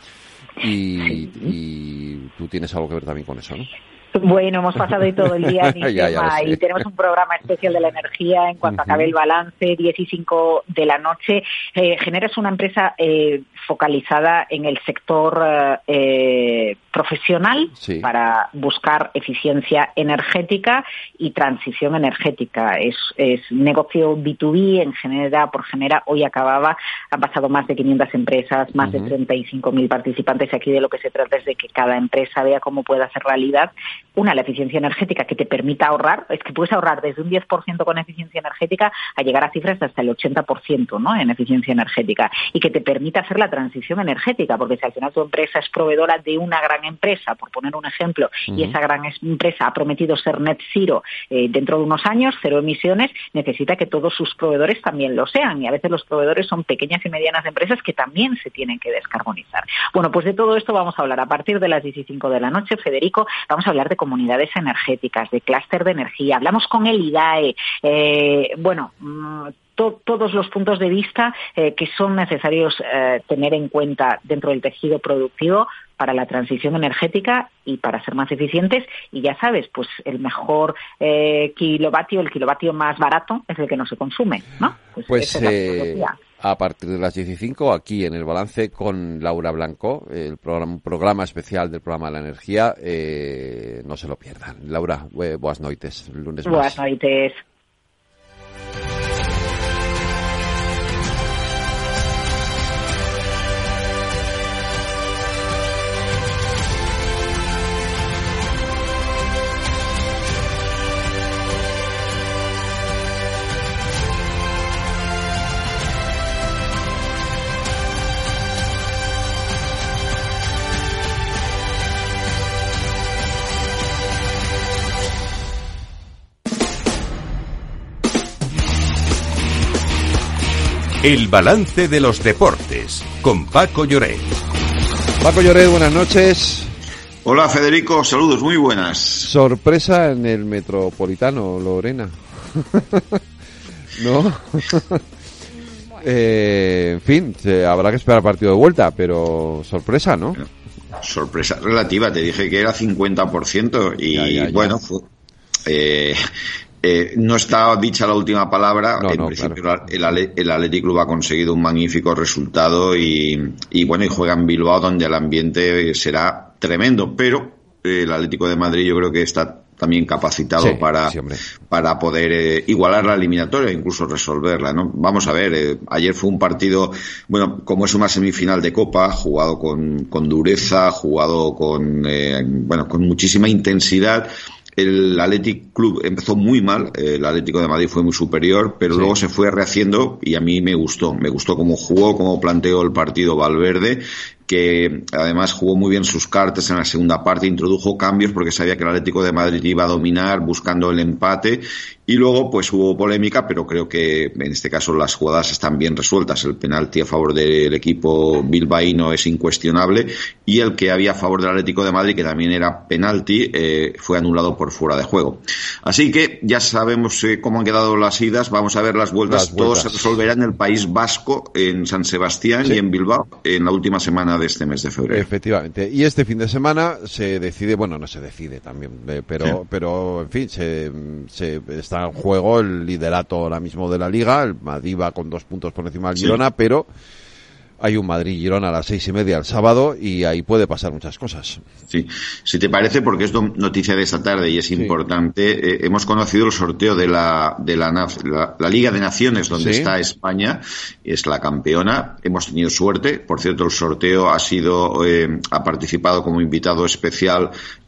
Speaker 2: Y tú tienes algo que ver también con eso, ¿no?
Speaker 15: Bueno, hemos pasado hoy todo el día en IFEMA y tenemos un programa especial de la energía en cuanto acabe el balance, 10 y 5 de la noche. Genera es una empresa focalizada en el sector profesional para buscar eficiencia energética y transición energética. Es negocio B2B en Genera. Por Genera hoy han pasado más de 500 empresas, más de 35.000 participantes y aquí de lo que se trata es de que cada empresa vea cómo puede hacer realidad la eficiencia energética que te permita ahorrar. Es que puedes ahorrar desde un 10% con eficiencia energética a llegar a cifras de hasta el 80%, ¿no?, en eficiencia energética y que te permita hacer la transición energética, porque si al final tu empresa es proveedora de una gran empresa, por poner un ejemplo, y esa gran empresa ha prometido ser net zero dentro de unos años, 0 emisiones, necesita que todos sus proveedores también lo sean y a veces los proveedores son pequeñas y medianas empresas que también se tienen que descarbonizar. Bueno, pues de todo esto vamos a hablar a partir de las 15 de la noche, Federico. Vamos a hablar de comunidades energéticas, de clúster de energía. Hablamos con el IDAE, todos los puntos de vista que son necesarios tener en cuenta dentro del tejido productivo para la transición energética y para ser más eficientes. Y ya sabes, pues el mejor el kilovatio más barato es el que no se consume, ¿no? Pues esa es la filosofía.
Speaker 2: A partir de las 15, aquí en el balance con Laura Blanco, el programa especial del programa de la energía, no se lo pierdan. Laura, buenas noites, lunes más.
Speaker 15: Buenas noites.
Speaker 1: El balance de los deportes con Paco Lloret.
Speaker 2: Paco Lloret, buenas noches.
Speaker 16: Hola Federico, saludos, muy buenas.
Speaker 2: Sorpresa en el Metropolitano, Lorena. ¿No? En fin, habrá que esperar partido de vuelta, pero sorpresa, ¿no?
Speaker 16: Sorpresa relativa, te dije que era 50% y bueno, no está dicha la última palabra. En principio, claro. El Athletic Club ha conseguido un magnífico resultado y bueno, y juega en Bilbao, donde el ambiente será tremendo, pero el Atlético de Madrid yo creo que está también capacitado para poder igualar la eliminatoria, incluso resolverla, ¿no? Vamos a ver, ayer fue un partido, bueno, como es una semifinal de Copa, jugado con dureza, jugado con muchísima intensidad. El Athletic Club empezó muy mal, el Atlético de Madrid fue muy superior, pero luego se fue rehaciendo y a mí me gustó cómo jugó, cómo planteó el partido Valverde, que además jugó muy bien sus cartas en la segunda parte, introdujo cambios porque sabía que el Atlético de Madrid iba a dominar buscando el empate, y luego pues hubo polémica, pero creo que en este caso las jugadas están bien resueltas. El penalti a favor del equipo bilbaíno es incuestionable y el que había a favor del Atlético de Madrid, que también era penalti, fue anulado por fuera de juego. Así que ya sabemos cómo han quedado las idas, vamos a ver las vueltas. Todo se resolverá en el País Vasco, en San Sebastián y en Bilbao en la última semana de este mes de febrero.
Speaker 2: Efectivamente. Y este fin de semana se decide, bueno, no se decide también, pero en fin, se está en juego el liderato ahora mismo de la Liga. El Madrid va con 2 puntos por encima del Girona, pero hay un Madrid-Girona a las 6:30 el sábado y ahí puede pasar muchas cosas.
Speaker 16: Sí, si te parece, porque es noticia de esta tarde y es importante, hemos conocido el sorteo de la Liga de Naciones, donde está España, es la campeona. Hemos tenido suerte, por cierto, el sorteo ha participado como invitado especial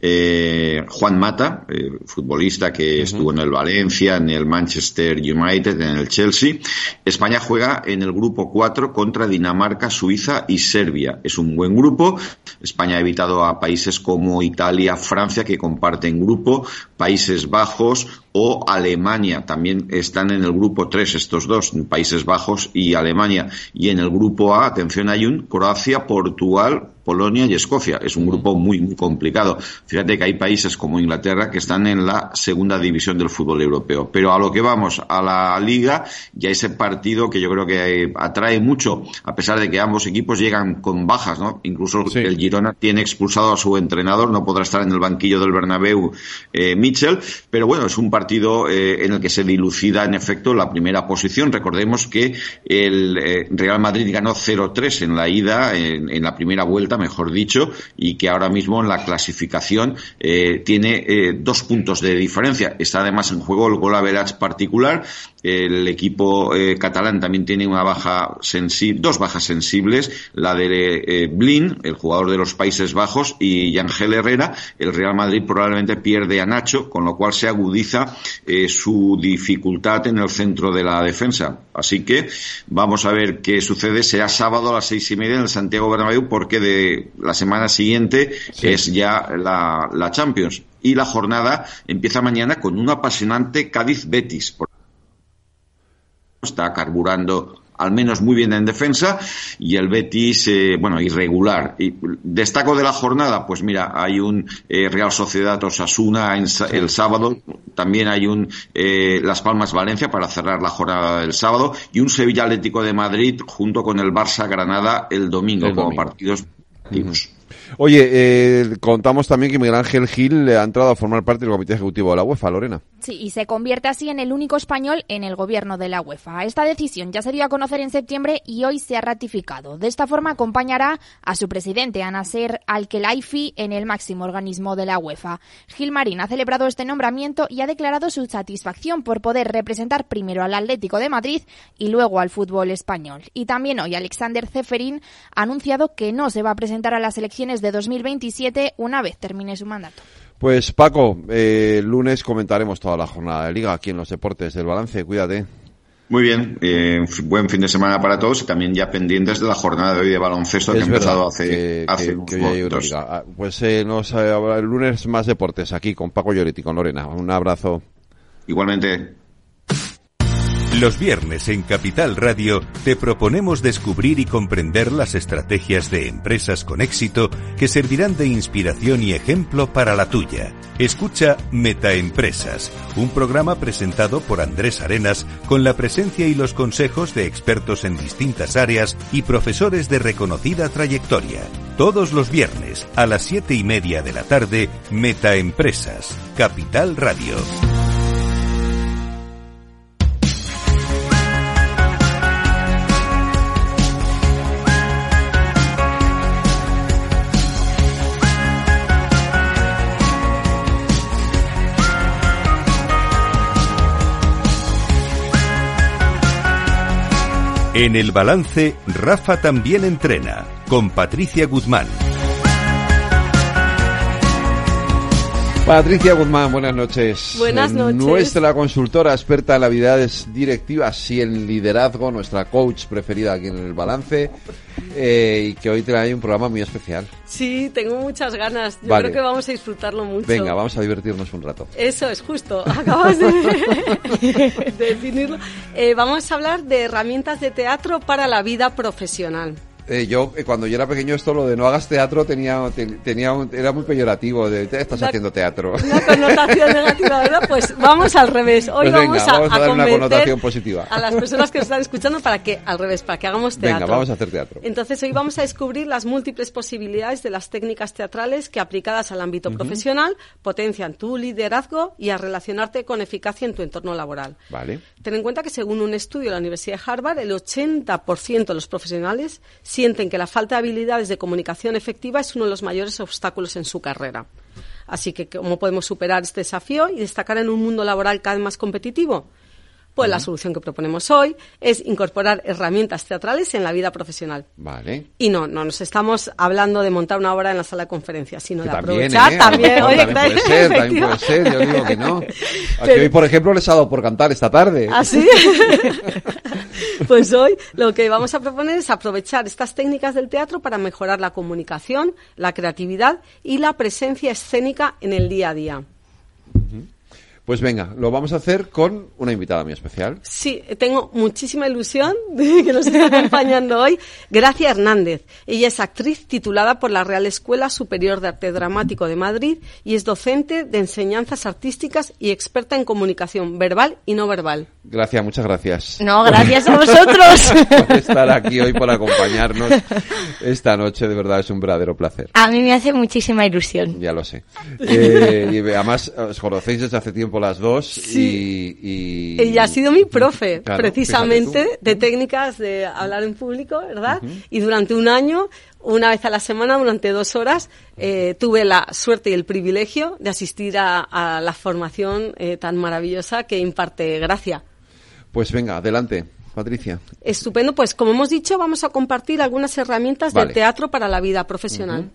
Speaker 16: Juan Mata, futbolista que estuvo en el Valencia, en el Manchester United, en el Chelsea. España juega en el grupo 4 contra Dinamarca, Suiza y Serbia. Es un buen grupo. España ha evitado a países como Italia, Francia, que comparten grupo, Países Bajos o Alemania. También están en el grupo 3 estos dos, Países Bajos y Alemania. Y en el grupo A, atención, hay Croacia, Portugal, Polonia y Escocia. Es un grupo muy, muy complicado. Fíjate que hay países como Inglaterra que están en la segunda división del fútbol europeo. Pero a lo que vamos, a la Liga, ya ese partido que yo creo que atrae mucho, a pesar de que ambos equipos llegan con bajas, ¿no? Incluso el Girona tiene expulsado a su entrenador, no podrá estar en el banquillo del Bernabéu, Mitchell, pero bueno, es un partido en el que se dilucida en efecto la primera posición. Recordemos que el Real Madrid ganó 0-3 en la ida, en la primera vuelta, mejor dicho, y que ahora mismo en la clasificación tiene 2 puntos de diferencia. Está además en juego el goal average particular. El equipo catalán también tiene dos bajas sensibles, la de Blin, el jugador de los Países Bajos, y Yangel Herrera. El Real Madrid probablemente pierde a Nacho, con lo cual se agudiza su dificultad en el centro de la defensa. Así que vamos a ver qué sucede. Será sábado a las 6:30 en el Santiago Bernabéu, porque de la semana siguiente es ya la Champions. Y la jornada empieza mañana con un apasionante Cádiz-Betis. Está carburando al menos muy bien en defensa, y el Betis, irregular. Y destaco de la jornada, pues mira, hay un Real Sociedad Osasuna el sábado, también hay un Las Palmas Valencia para cerrar la jornada del sábado, y un Sevilla Atlético de Madrid junto con el Barça Granada el domingo como partidos activos.
Speaker 2: Oye, contamos también que Miguel Ángel Gil ha entrado a formar parte del Comité Ejecutivo de la UEFA, Lorena.
Speaker 9: Sí, y se convierte así en el único español en el gobierno de la UEFA. Esta decisión ya se dio a conocer en septiembre y hoy se ha ratificado. De esta forma acompañará a su presidente, a Nasser Al-Khelaifi, en el máximo organismo de la UEFA. Gil Marín ha celebrado este nombramiento y ha declarado su satisfacción por poder representar primero al Atlético de Madrid y luego al fútbol español. Y también hoy Alexander Ceferin ha anunciado que no se va a presentar a las elecciones de 2027 una vez termine su mandato.
Speaker 2: Pues Paco, el lunes comentaremos toda la jornada de Liga aquí en los Deportes del Balance. Cuídate.
Speaker 16: Muy bien, buen fin de semana para todos y también ya pendientes de la jornada de hoy de baloncesto que ha empezado hace unos momentos.
Speaker 2: Pues el lunes más deportes aquí con Paco Lloret y con Lorena. Un abrazo.
Speaker 16: Igualmente.
Speaker 1: Los viernes en Capital Radio te proponemos descubrir y comprender las estrategias de empresas con éxito que servirán de inspiración y ejemplo para la tuya. Escucha Metaempresas, un programa presentado por Andrés Arenas con la presencia y los consejos de expertos en distintas áreas y profesores de reconocida trayectoria. Todos los viernes a las 7:30 de la tarde, Metaempresas, Capital Radio. En El Balance, Rafa también entrena, con Patricia Guzmán.
Speaker 2: Patricia Guzmán, buenas noches.
Speaker 17: Buenas noches.
Speaker 2: Nuestra consultora experta en habilidades directivas y en liderazgo, nuestra coach preferida aquí en El Balance, y que hoy trae un programa muy especial.
Speaker 17: Sí, tengo muchas ganas. Yo
Speaker 2: Vale.
Speaker 17: creo que vamos a disfrutarlo mucho.
Speaker 2: Venga, vamos a divertirnos un rato.
Speaker 17: Eso es justo. Acabas de definirlo. Vamos a hablar de herramientas de teatro para la vida profesional.
Speaker 2: Cuando yo era pequeño, esto lo de no hagas teatro era muy peyorativo, de estás haciendo teatro.
Speaker 17: Una connotación negativa, ¿verdad? Pues vamos al revés. Hoy
Speaker 2: Pues venga, vamos a dar una connotación positiva
Speaker 17: a las personas que nos están escuchando para que hagamos teatro.
Speaker 2: Venga, vamos a hacer teatro.
Speaker 17: Entonces hoy vamos a descubrir las múltiples posibilidades de las técnicas teatrales que, aplicadas al ámbito profesional, potencian tu liderazgo y a relacionarte con eficacia en tu entorno laboral.
Speaker 2: Vale.
Speaker 17: Ten en cuenta que, según un estudio de la Universidad de Harvard, el 80% de los profesionales sienten que la falta de habilidades de comunicación efectiva es uno de los mayores obstáculos en su carrera. Así que, ¿cómo podemos superar este desafío y destacar en un mundo laboral cada vez más competitivo? Pues la solución que proponemos hoy es incorporar herramientas teatrales en la vida profesional.
Speaker 2: Vale.
Speaker 17: Y no nos estamos hablando de montar una obra en la sala de conferencias, sino
Speaker 2: que
Speaker 17: de
Speaker 2: también,
Speaker 17: aprovechar también.
Speaker 2: No,
Speaker 17: Oye,
Speaker 2: también puede ser, yo digo que no. Aquí hoy, por ejemplo, les ha dado por cantar esta tarde.
Speaker 17: ¿Ah, sí? Pues hoy lo que vamos a proponer es aprovechar estas técnicas del teatro para mejorar la comunicación, la creatividad y la presencia escénica en el día a día.
Speaker 2: Pues venga, lo vamos a hacer con una invitada muy especial.
Speaker 17: Sí, tengo muchísima ilusión de que nos esté acompañando hoy Gracia Hernández. Ella es actriz titulada por la Real Escuela Superior de Arte Dramático de Madrid y es docente de enseñanzas artísticas y experta en comunicación verbal y no verbal.
Speaker 2: Gracias, muchas gracias.
Speaker 3: No, gracias a vosotros.
Speaker 2: Por estar aquí hoy, por acompañarnos esta noche, de verdad es un verdadero placer.
Speaker 3: A mí me hace muchísima ilusión.
Speaker 2: Ya lo sé. Y además os conocéis desde hace tiempo las dos.
Speaker 17: Sí.
Speaker 2: Y
Speaker 17: ella ha sido mi profe,
Speaker 2: claro,
Speaker 17: precisamente, de técnicas de hablar en público, ¿verdad? Y durante un año, una vez a la semana, durante 2 horas, tuve la suerte y el privilegio de asistir a la formación tan maravillosa que imparte Gracia.
Speaker 2: Pues venga, adelante, Patricia.
Speaker 17: Estupendo, pues como hemos dicho, vamos a compartir algunas herramientas del teatro para la vida profesional.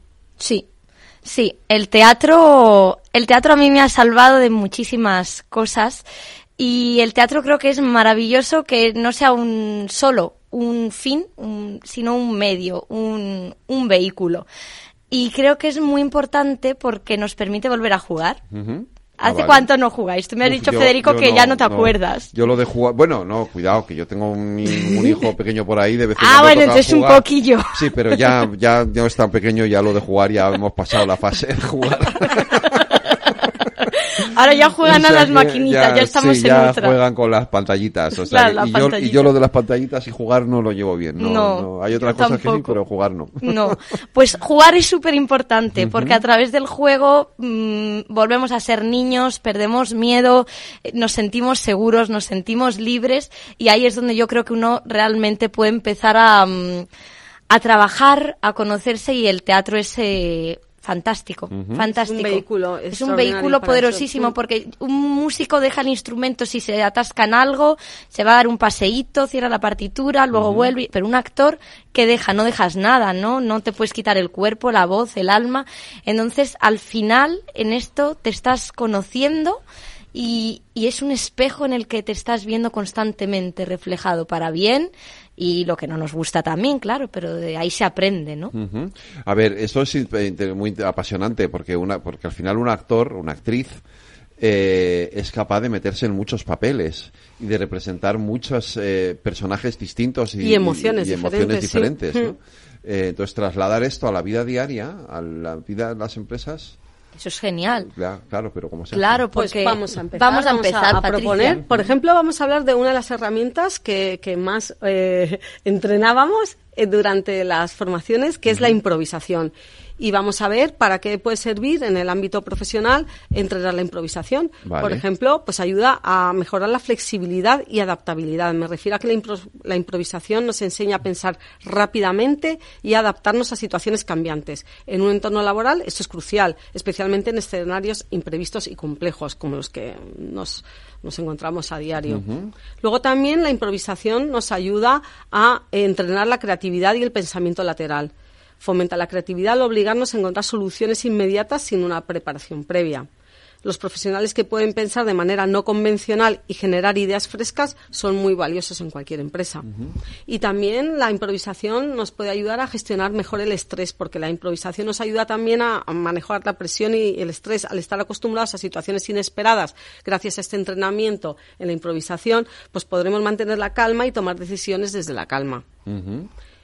Speaker 3: Sí, el teatro a mí me ha salvado de muchísimas cosas y el teatro creo que es maravilloso que no sea un fin, sino un medio, un vehículo. Y creo que es muy importante porque nos permite volver a jugar. ¿Hace cuánto no jugáis? Tú me has dicho, Federico, que ya no te acuerdas.
Speaker 2: Yo lo de jugar... Bueno, no, cuidado, que yo tengo un hijo pequeño por ahí, de vez en cuando
Speaker 3: bueno, entonces
Speaker 2: jugar.
Speaker 3: Un poquillo.
Speaker 2: Sí, pero ya no es tan pequeño, ya lo de jugar, ya hemos pasado la fase de jugar.
Speaker 3: Ahora ya juegan a las maquinitas, ya estamos en
Speaker 2: ya
Speaker 3: otra.
Speaker 2: Juegan con las pantallitas, o sea,
Speaker 3: Claro,
Speaker 2: y yo lo de las pantallitas y jugar no lo llevo bien. No. Hay otras cosas
Speaker 3: tampoco.
Speaker 2: que sí, pero jugar no.
Speaker 3: No, pues jugar es súper importante porque a través del juego volvemos a ser niños, perdemos miedo, nos sentimos seguros, nos sentimos libres y ahí es donde yo creo que uno realmente puede empezar a trabajar, a conocerse y el teatro es... fantástico. Es un vehículo poderosísimo porque un músico deja el instrumento, si se atasca en algo, se va a dar un paseíto, cierra la partitura, luego vuelve, pero un actor que no dejas nada, no te puedes quitar el cuerpo, la voz, el alma. Entonces, al final, en esto te estás conociendo y es un espejo en el que te estás viendo constantemente reflejado para bien y lo que no nos gusta también, claro, pero de ahí se aprende, ¿no?
Speaker 2: A ver, eso es muy apasionante porque al final un actor, una actriz, es capaz de meterse en muchos papeles y de representar muchos personajes distintos y emociones diferentes,
Speaker 17: sí.
Speaker 2: ¿no? Entonces, trasladar esto a la vida diaria, a la vida de las empresas...
Speaker 3: Eso es genial.
Speaker 2: Claro, pero ¿cómo se hace?
Speaker 3: Claro, porque
Speaker 17: pues vamos a empezar a proponer. Por ejemplo, vamos a hablar de una de las herramientas que más entrenábamos durante las formaciones, que es la improvisación. Y vamos a ver para qué puede servir en el ámbito profesional entrenar la improvisación.
Speaker 2: Vale.
Speaker 17: Por ejemplo, pues ayuda a mejorar la flexibilidad y adaptabilidad. Me refiero a que la improvisación nos enseña a pensar rápidamente y a adaptarnos a situaciones cambiantes. En un entorno laboral esto es crucial, especialmente en escenarios imprevistos y complejos como los que nos encontramos a diario.
Speaker 2: Uh-huh.
Speaker 17: Luego también la improvisación nos ayuda a entrenar la creatividad y el pensamiento lateral. Fomenta la creatividad al obligarnos a encontrar soluciones inmediatas sin una preparación previa. Los profesionales que pueden pensar de manera no convencional y generar ideas frescas son muy valiosos en cualquier empresa.
Speaker 2: Uh-huh.
Speaker 17: Y también la improvisación nos puede ayudar a gestionar mejor el estrés, porque la improvisación nos ayuda también a manejar la presión y el estrés. Al estar acostumbrados a situaciones inesperadas, gracias a este entrenamiento en la improvisación, pues podremos mantener la calma y tomar decisiones desde la calma.
Speaker 2: Uh-huh.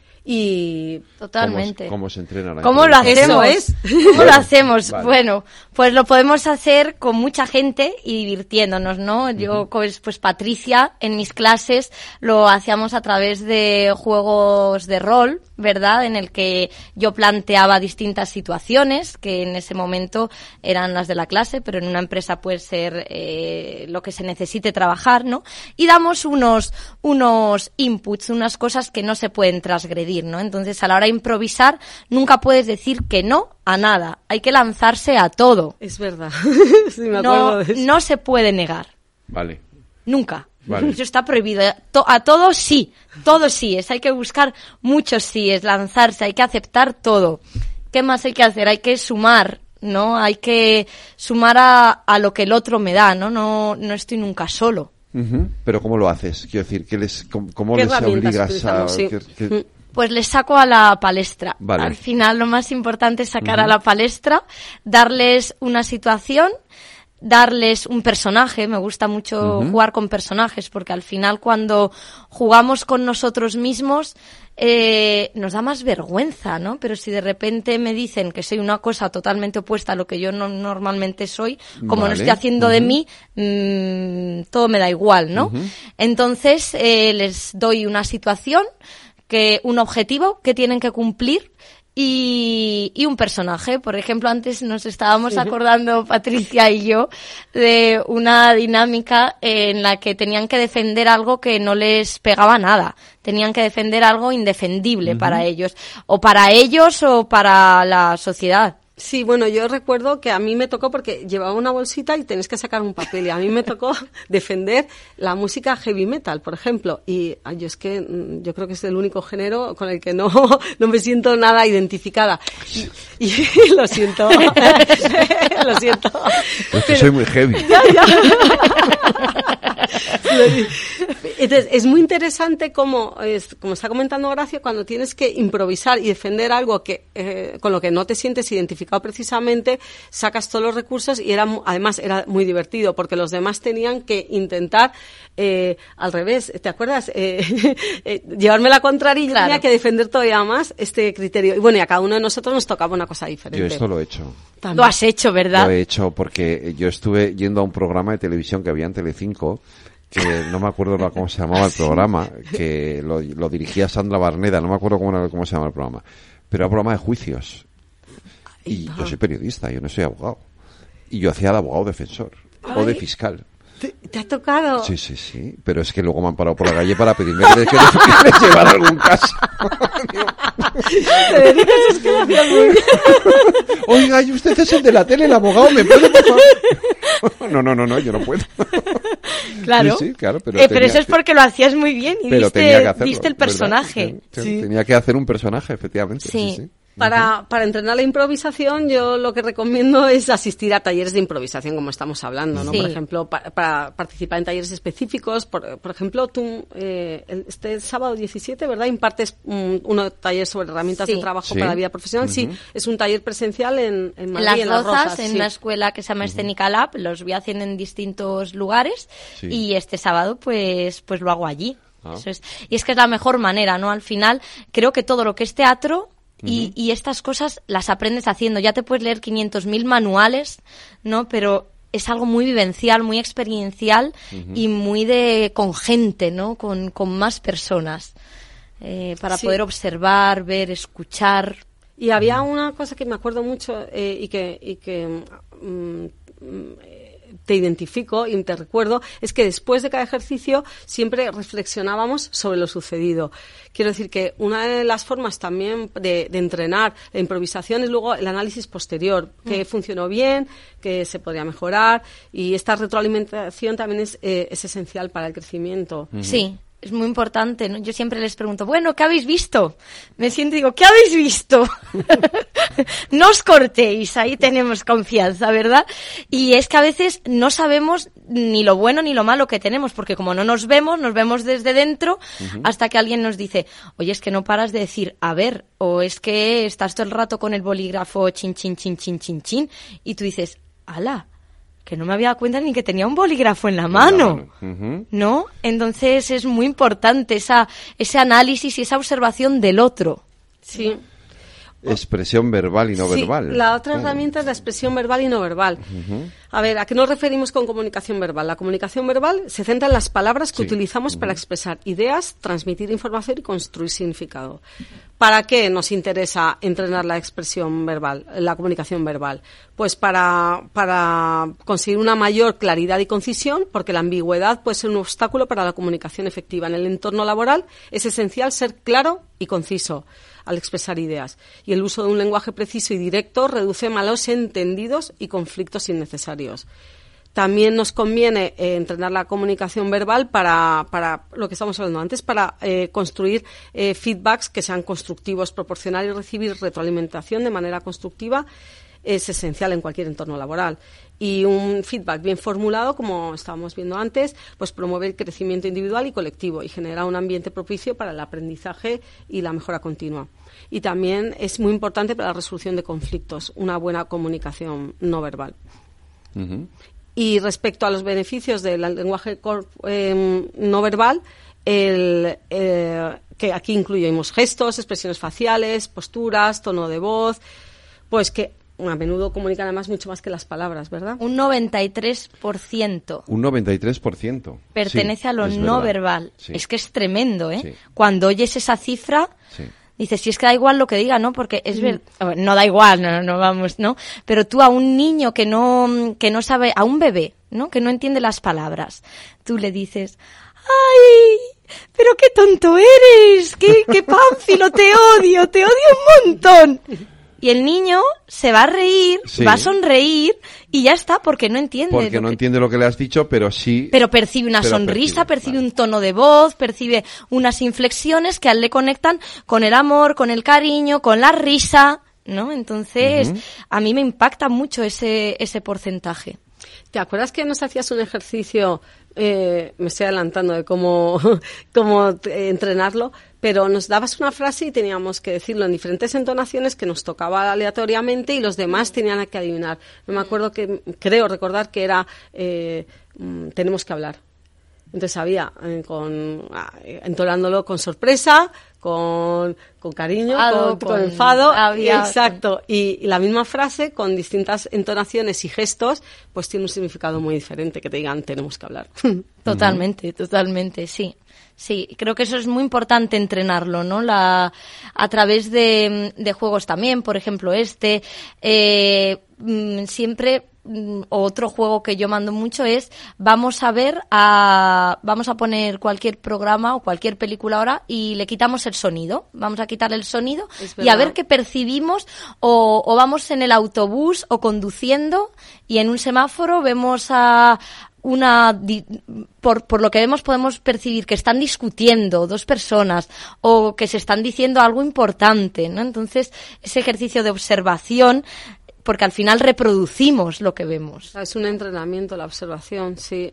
Speaker 3: Y totalmente.
Speaker 2: ¿Cómo se entrena la
Speaker 3: ¿Cómo lo hacemos? ¿Cómo lo hacemos?
Speaker 2: Vale.
Speaker 3: Bueno, pues lo podemos hacer con mucha gente y divirtiéndonos, ¿no? Yo, pues Patricia, en mis clases lo hacíamos a través de juegos de rol, ¿verdad? En el que yo planteaba distintas situaciones que en ese momento eran las de la clase, pero en una empresa puede ser lo que se necesite trabajar, ¿no? Y damos unos inputs, unas cosas que no se pueden transgredir, ¿no? Entonces, a la hora de improvisar, nunca puedes decir que no a nada. Hay que lanzarse a todo.
Speaker 17: Es verdad. Sí, me acuerdo de eso.
Speaker 3: No se puede negar.
Speaker 2: Vale.
Speaker 3: Nunca.
Speaker 2: Vale.
Speaker 3: Eso está prohibido. A todo sí. Todo sí. Hay que buscar muchos sí. Es lanzarse. Hay que aceptar todo. ¿Qué más hay que hacer? Hay que sumar, ¿no? Hay que sumar a lo que el otro me da, ¿no? No estoy nunca solo.
Speaker 2: Uh-huh. Pero ¿cómo lo haces? Quiero decir, ¿cómo les obligas a...?
Speaker 17: Sí.
Speaker 3: Pues les saco a la palestra.
Speaker 2: Vale.
Speaker 3: Al final lo más importante es sacar a la palestra, darles una situación, darles un personaje. Me gusta mucho jugar con personajes porque al final cuando jugamos con nosotros mismos nos da más vergüenza, ¿no? Pero si de repente me dicen que soy una cosa totalmente opuesta a lo que yo normalmente soy, como no estoy haciendo de mí, todo me da igual, ¿no? Entonces les doy una situación, un objetivo que tienen que cumplir y un personaje. Por ejemplo, antes nos estábamos acordando, Patricia y yo, de una dinámica en la que tenían que defender algo que no les pegaba nada. Tenían que defender algo indefendible para ellos o para la sociedad.
Speaker 17: Sí, bueno, yo recuerdo que a mí me tocó, porque llevaba una bolsita y tenés que sacar un papel, y a mí me tocó defender la música heavy metal, por ejemplo, y yo creo que es el único género con el que no me siento nada identificada. Y lo siento. Lo siento.
Speaker 2: Es que soy muy heavy.
Speaker 17: Entonces, es muy interesante como está comentando Horacio, cuando tienes que improvisar y defender algo que con lo que no te sientes identificado precisamente, sacas todos los recursos y además era muy divertido porque los demás tenían que intentar al revés, ¿te acuerdas? Llevarme la contraria y yo tenía que defender todavía más este criterio. Y bueno, y a cada uno de nosotros nos tocaba una cosa diferente.
Speaker 2: Yo esto lo he hecho.
Speaker 3: Lo has hecho, ¿verdad?
Speaker 2: Lo he hecho porque yo estuve yendo a un programa de televisión que había en Telecinco, que no me acuerdo cómo se llamaba el programa, que lo dirigía Sandra Barneda, no me acuerdo cómo se llama el programa, pero era un programa de juicios. Y yo soy periodista, yo no soy abogado. Y yo hacía de abogado defensor o de fiscal.
Speaker 17: ¿Te ha tocado?
Speaker 2: Sí, pero es que luego me han parado por la calle para pedirme que les llevara algún caso. Oiga, ¿y usted es el de la tele, el abogado? ¿Me puede, por favor? No, yo no puedo.
Speaker 3: Claro,
Speaker 2: sí, claro, pero
Speaker 3: eso es porque lo hacías muy bien y diste el personaje.
Speaker 2: Tenía que hacer un personaje, efectivamente.
Speaker 3: Sí.
Speaker 17: Para entrenar la improvisación, yo lo que recomiendo es asistir a talleres de improvisación, como estamos hablando, ¿no?
Speaker 3: Sí.
Speaker 17: Por ejemplo, para participar en talleres específicos. Por ejemplo, tú este sábado 17, ¿verdad? Impartes un taller sobre herramientas de trabajo para la vida profesional. Sí, es un taller presencial en Madrid,
Speaker 18: en Las Rozas,
Speaker 17: en
Speaker 18: una escuela que se llama Escénica Lab. Los voy haciendo en distintos lugares y este sábado pues lo hago allí. Eso es. Y es que es la mejor manera, ¿no? Al final, creo que todo lo que es teatro y estas cosas las aprendes haciendo. Ya te puedes leer 500.000 manuales, ¿no? Pero es algo muy vivencial, muy experiencial y muy con gente, ¿no? Con más personas. Para poder observar, ver, escuchar.
Speaker 17: Y había una cosa que me acuerdo mucho y que te identifico y te recuerdo, es que después de cada ejercicio siempre reflexionábamos sobre lo sucedido. Quiero decir que una de las formas también de entrenar la improvisación es luego el análisis posterior, que funcionó bien, que se podría mejorar, y esta retroalimentación también es esencial para el crecimiento.
Speaker 18: Sí. Es muy importante, ¿no? Yo siempre les pregunto, bueno, ¿qué habéis visto? Me siento y digo, ¿qué habéis visto? No os cortéis, ahí tenemos confianza, ¿verdad? Y es que a veces no sabemos ni lo bueno ni lo malo que tenemos, porque como no nos vemos desde dentro, hasta que alguien nos dice, oye, es que no paras de decir, a ver, o es que estás todo el rato con el bolígrafo chin, chin, chin, chin, chin, chin, y tú dices, ¡hala! Que no me había dado cuenta ni que tenía un bolígrafo en la mano, ¿no? Entonces es muy importante ese análisis y esa observación del otro.
Speaker 17: Sí.
Speaker 2: Expresión verbal y no verbal.
Speaker 17: La otra herramienta es la expresión verbal y no verbal. A ver, ¿a qué nos referimos con comunicación verbal? La comunicación verbal se centra en las palabras que utilizamos para expresar ideas, transmitir información y construir significado. ¿Para qué nos interesa entrenar la expresión verbal, la comunicación verbal? Pues para conseguir una mayor claridad y concisión, porque la ambigüedad puede ser un obstáculo para la comunicación efectiva. En el entorno laboral es esencial ser claro y conciso al expresar ideas. Y el uso de un lenguaje preciso y directo reduce malos entendidos y conflictos innecesarios. También nos conviene entrenar la comunicación verbal para lo que estamos hablando antes, para construir feedbacks que sean constructivos, proporcionar y recibir retroalimentación de manera constructiva es esencial en cualquier entorno laboral. Y un feedback bien formulado, como estábamos viendo antes, pues promueve el crecimiento individual y colectivo y genera un ambiente propicio para el aprendizaje y la mejora continua. Y también es muy importante para la resolución de conflictos, una buena comunicación no verbal. Y respecto a los beneficios del lenguaje no verbal, que aquí incluimos gestos, expresiones faciales, posturas, tono de voz, pues que a menudo comunican además mucho más que las palabras, ¿verdad?
Speaker 18: Un 93%.
Speaker 2: Un 93%.
Speaker 18: Pertenece a lo no verbal.
Speaker 2: Sí.
Speaker 18: Es que es tremendo, ¿eh?
Speaker 2: Sí.
Speaker 18: Cuando oyes esa cifra, dices, si es que da igual lo que diga, ¿no? Porque es verdad, no da igual, no vamos, ¿no? Pero tú a un niño que no sabe, a un bebé, ¿no? Que no entiende las palabras, tú le dices, ¡ay! ¡Pero qué tonto eres! ¡Qué pánfilo! ¡Te odio un montón! Y el niño se va a reír, va a sonreír y ya está, porque no entiende.
Speaker 2: Porque no entiende lo que le has dicho, pero sí.
Speaker 18: Pero percibe una sonrisa, percibe un tono de voz, percibe unas inflexiones que a él le conectan con el amor, con el cariño, con la risa, ¿no? Entonces, a mí me impacta mucho ese porcentaje.
Speaker 17: ¿Te acuerdas que nos hacías un ejercicio, me estoy adelantando de cómo entrenarlo, pero nos dabas una frase y teníamos que decirlo en diferentes entonaciones que nos tocaba aleatoriamente y los demás tenían que adivinar? No me acuerdo, creo recordar que era tenemos que hablar. Entonces había entonándolo con sorpresa, con cariño, con enfado, exacto. Y la misma frase con distintas entonaciones y gestos, pues tiene un significado muy diferente, que te digan tenemos que hablar.
Speaker 18: Totalmente, sí. Sí, creo que eso es muy importante entrenarlo, ¿no? A través de juegos también, por ejemplo siempre otro juego que yo mando mucho es vamos a poner cualquier programa o cualquier película ahora y le quitamos el sonido, vamos a quitarle el sonido y a ver qué percibimos o vamos en el autobús o conduciendo y en un semáforo vemos a por lo que vemos podemos percibir que están discutiendo dos personas o que se están diciendo algo importante, ¿no? Entonces, ese ejercicio de observación, porque al final reproducimos lo que vemos.
Speaker 17: Es un entrenamiento, la observación, sí,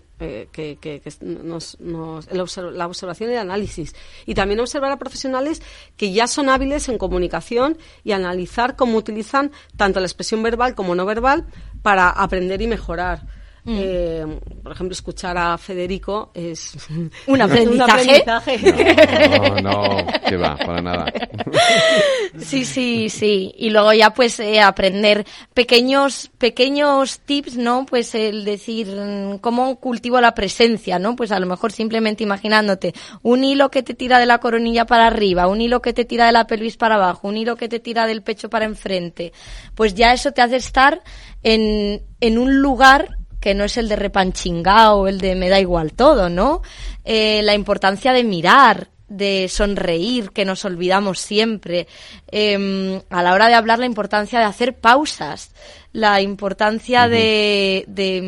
Speaker 17: la observación y el análisis. Y también observar a profesionales que ya son hábiles en comunicación y analizar cómo utilizan tanto la expresión verbal como no verbal para aprender y mejorar. Por ejemplo, escuchar a Federico es
Speaker 18: un aprendizaje.
Speaker 2: No, que va, para nada.
Speaker 18: Sí. Y luego ya pues aprender pequeños tips, ¿no? Pues el decir cómo cultivo la presencia, ¿no? Pues a lo mejor simplemente imaginándote un hilo que te tira de la coronilla para arriba, un hilo que te tira de la pelvis para abajo, un hilo que te tira del pecho para enfrente. Pues ya eso te hace estar en un lugar que no es el de repanchingao o el de me da igual todo, ¿no? La importancia de mirar, de sonreír, que nos olvidamos siempre. A la hora de hablar, la importancia de hacer pausas, la importancia de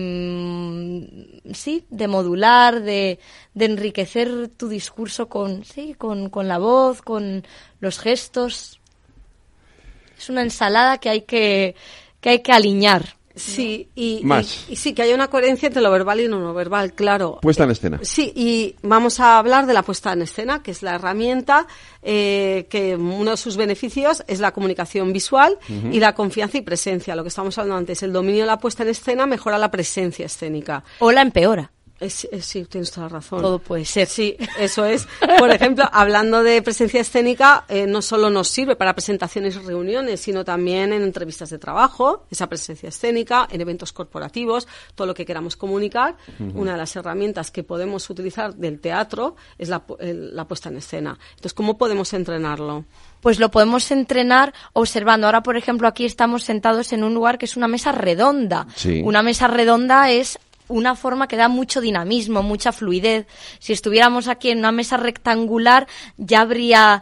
Speaker 18: modular, de enriquecer tu discurso con la voz, con los gestos. Es una ensalada que hay que alinear.
Speaker 17: Sí, y sí, que haya una coherencia entre lo verbal y lo no verbal, claro.
Speaker 2: Puesta en escena.
Speaker 17: Sí, y vamos a hablar de la puesta en escena, que es la herramienta que uno de sus beneficios es la comunicación visual y la confianza y presencia. Lo que estábamos hablando antes, el dominio de la puesta en escena mejora la presencia escénica.
Speaker 18: O la empeora.
Speaker 17: Sí, tienes toda la razón.
Speaker 18: Todo puede ser.
Speaker 17: Sí, eso es. Por ejemplo, hablando de presencia escénica, no solo nos sirve para presentaciones y reuniones, sino también en entrevistas de trabajo, esa presencia escénica, en eventos corporativos, todo lo que queramos comunicar. Una de las herramientas que podemos utilizar del teatro es la puesta en escena. Entonces, ¿cómo podemos entrenarlo?
Speaker 18: Pues lo podemos entrenar observando. Ahora, por ejemplo, aquí estamos sentados en un lugar que es una mesa redonda. Sí. Una mesa redonda es una forma que da mucho dinamismo, mucha fluidez. Si estuviéramos aquí en una mesa rectangular, ya habría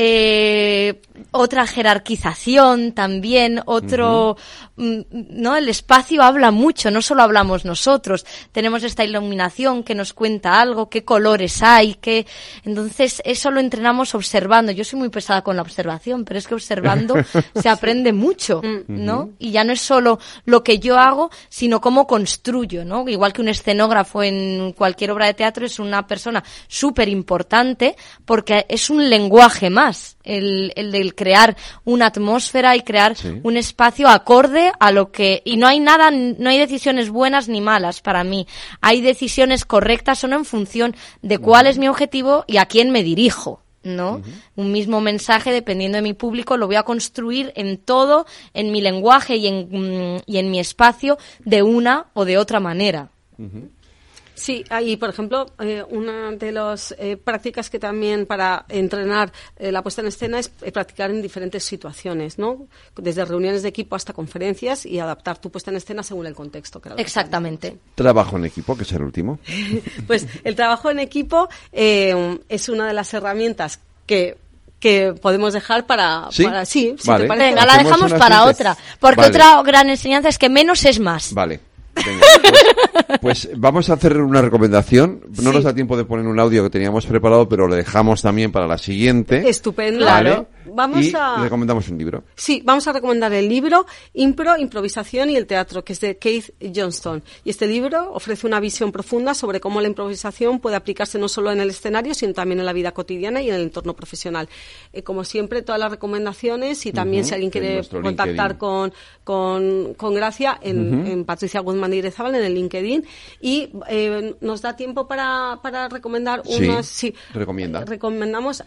Speaker 18: otra jerarquización también, ¿no? El espacio habla mucho, no solo hablamos nosotros. Tenemos esta iluminación que nos cuenta algo, qué colores hay, entonces eso lo entrenamos observando. Yo soy muy pesada con la observación, pero es que observando se aprende mucho, ¿no? Y ya no es solo lo que yo hago, sino cómo construyo, ¿no? Igual que un escenógrafo en cualquier obra de teatro es una persona súper importante porque es un lenguaje más. El del crear una atmósfera y crear un espacio acorde a lo que... Y no hay decisiones buenas ni malas para mí. Hay decisiones correctas solo en función de cuál es mi objetivo y a quién me dirijo, ¿no? Un mismo mensaje, dependiendo de mi público, lo voy a construir en todo, en mi lenguaje y en mi espacio de una o de otra manera.
Speaker 17: Sí, y por ejemplo, una de las prácticas que también para entrenar la puesta en escena es practicar en diferentes situaciones, ¿no? Desde reuniones de equipo hasta conferencias y adaptar tu puesta en escena según el contexto.
Speaker 18: Exactamente.
Speaker 2: Trabajo en equipo, que es el último.
Speaker 17: Pues el trabajo en equipo es una de las herramientas que podemos dejar para
Speaker 2: ¿Sí?
Speaker 17: Vale.
Speaker 18: ¿Te parece? Venga, la dejamos para otra. Porque otra gran enseñanza es que menos es más.
Speaker 2: Vale. Venga, pues vamos a hacer una recomendación. No nos da tiempo de poner un audio que teníamos preparado, pero lo dejamos también para la siguiente.
Speaker 17: Estupendo.
Speaker 2: ¿Vale?
Speaker 17: Claro.
Speaker 2: Recomendamos un libro.
Speaker 17: Sí, vamos a recomendar el libro Improvisación y el teatro, que es de Keith Johnston. Y este libro ofrece una visión profunda sobre cómo la improvisación puede aplicarse no solo en el escenario, sino también en la vida cotidiana y en el entorno profesional. Como siempre, todas las recomendaciones y también si alguien quiere contactar con Gracia en Patricia Guzmán de Irezábal en el LinkedIn. Y nos da tiempo para recomendar unos...
Speaker 2: Sí, recomienda.
Speaker 17: Recomendamos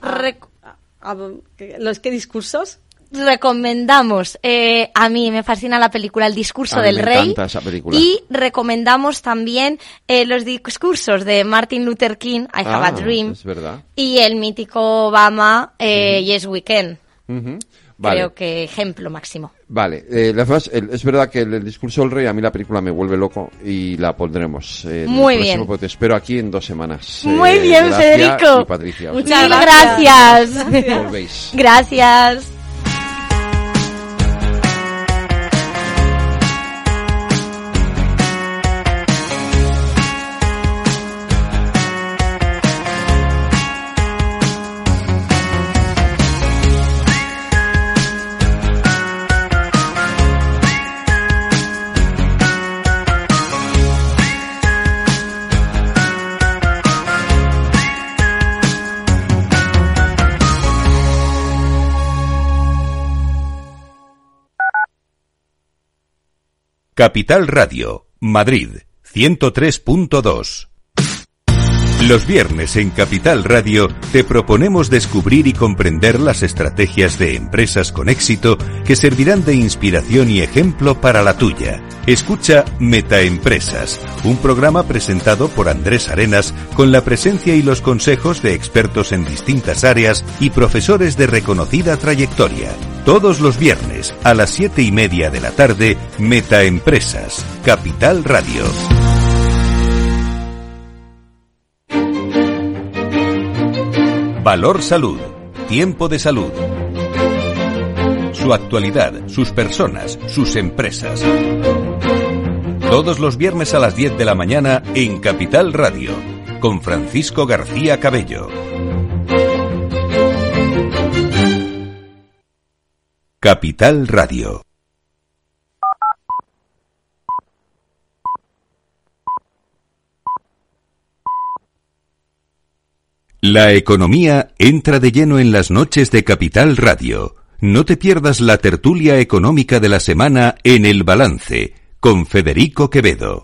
Speaker 17: ¿Qué discursos?
Speaker 18: Recomendamos, a mí me fascina la película El discurso del rey. Me
Speaker 2: encanta esa película.
Speaker 18: Y recomendamos también los discursos de Martin Luther King, I Have a Dream.
Speaker 2: Es verdad.
Speaker 18: Y el mítico Obama, Yes We Can.
Speaker 2: Vale.
Speaker 18: Creo que ejemplo máximo.
Speaker 2: Vale, es verdad que el discurso del rey, a mí la película me vuelve loco y la pondremos.
Speaker 18: Muy bien.
Speaker 2: Te espero aquí en 2 semanas.
Speaker 18: Muy bien,
Speaker 2: Gracia
Speaker 18: Federico.
Speaker 2: Y Patricia.
Speaker 18: Muchas gracias.
Speaker 2: Volvéis.
Speaker 18: Gracias.
Speaker 1: Capital Radio, Madrid, 103.2. Los viernes en Capital Radio te proponemos descubrir y comprender las estrategias de empresas con éxito que servirán de inspiración y ejemplo para la tuya. Escucha Metaempresas, un programa presentado por Andrés Arenas con la presencia y los consejos de expertos en distintas áreas y profesores de reconocida trayectoria. Todos los viernes a las 7:30 de la tarde, Metaempresas, Capital Radio. Valor Salud. Tiempo de salud. Su actualidad, sus personas, sus empresas. Todos los viernes a las 10 de la mañana en Capital Radio, con Francisco García Cabello. Capital Radio. La economía entra de lleno en las noches de Capital Radio. No te pierdas la tertulia económica de la semana en El Balance, con Federico Quevedo.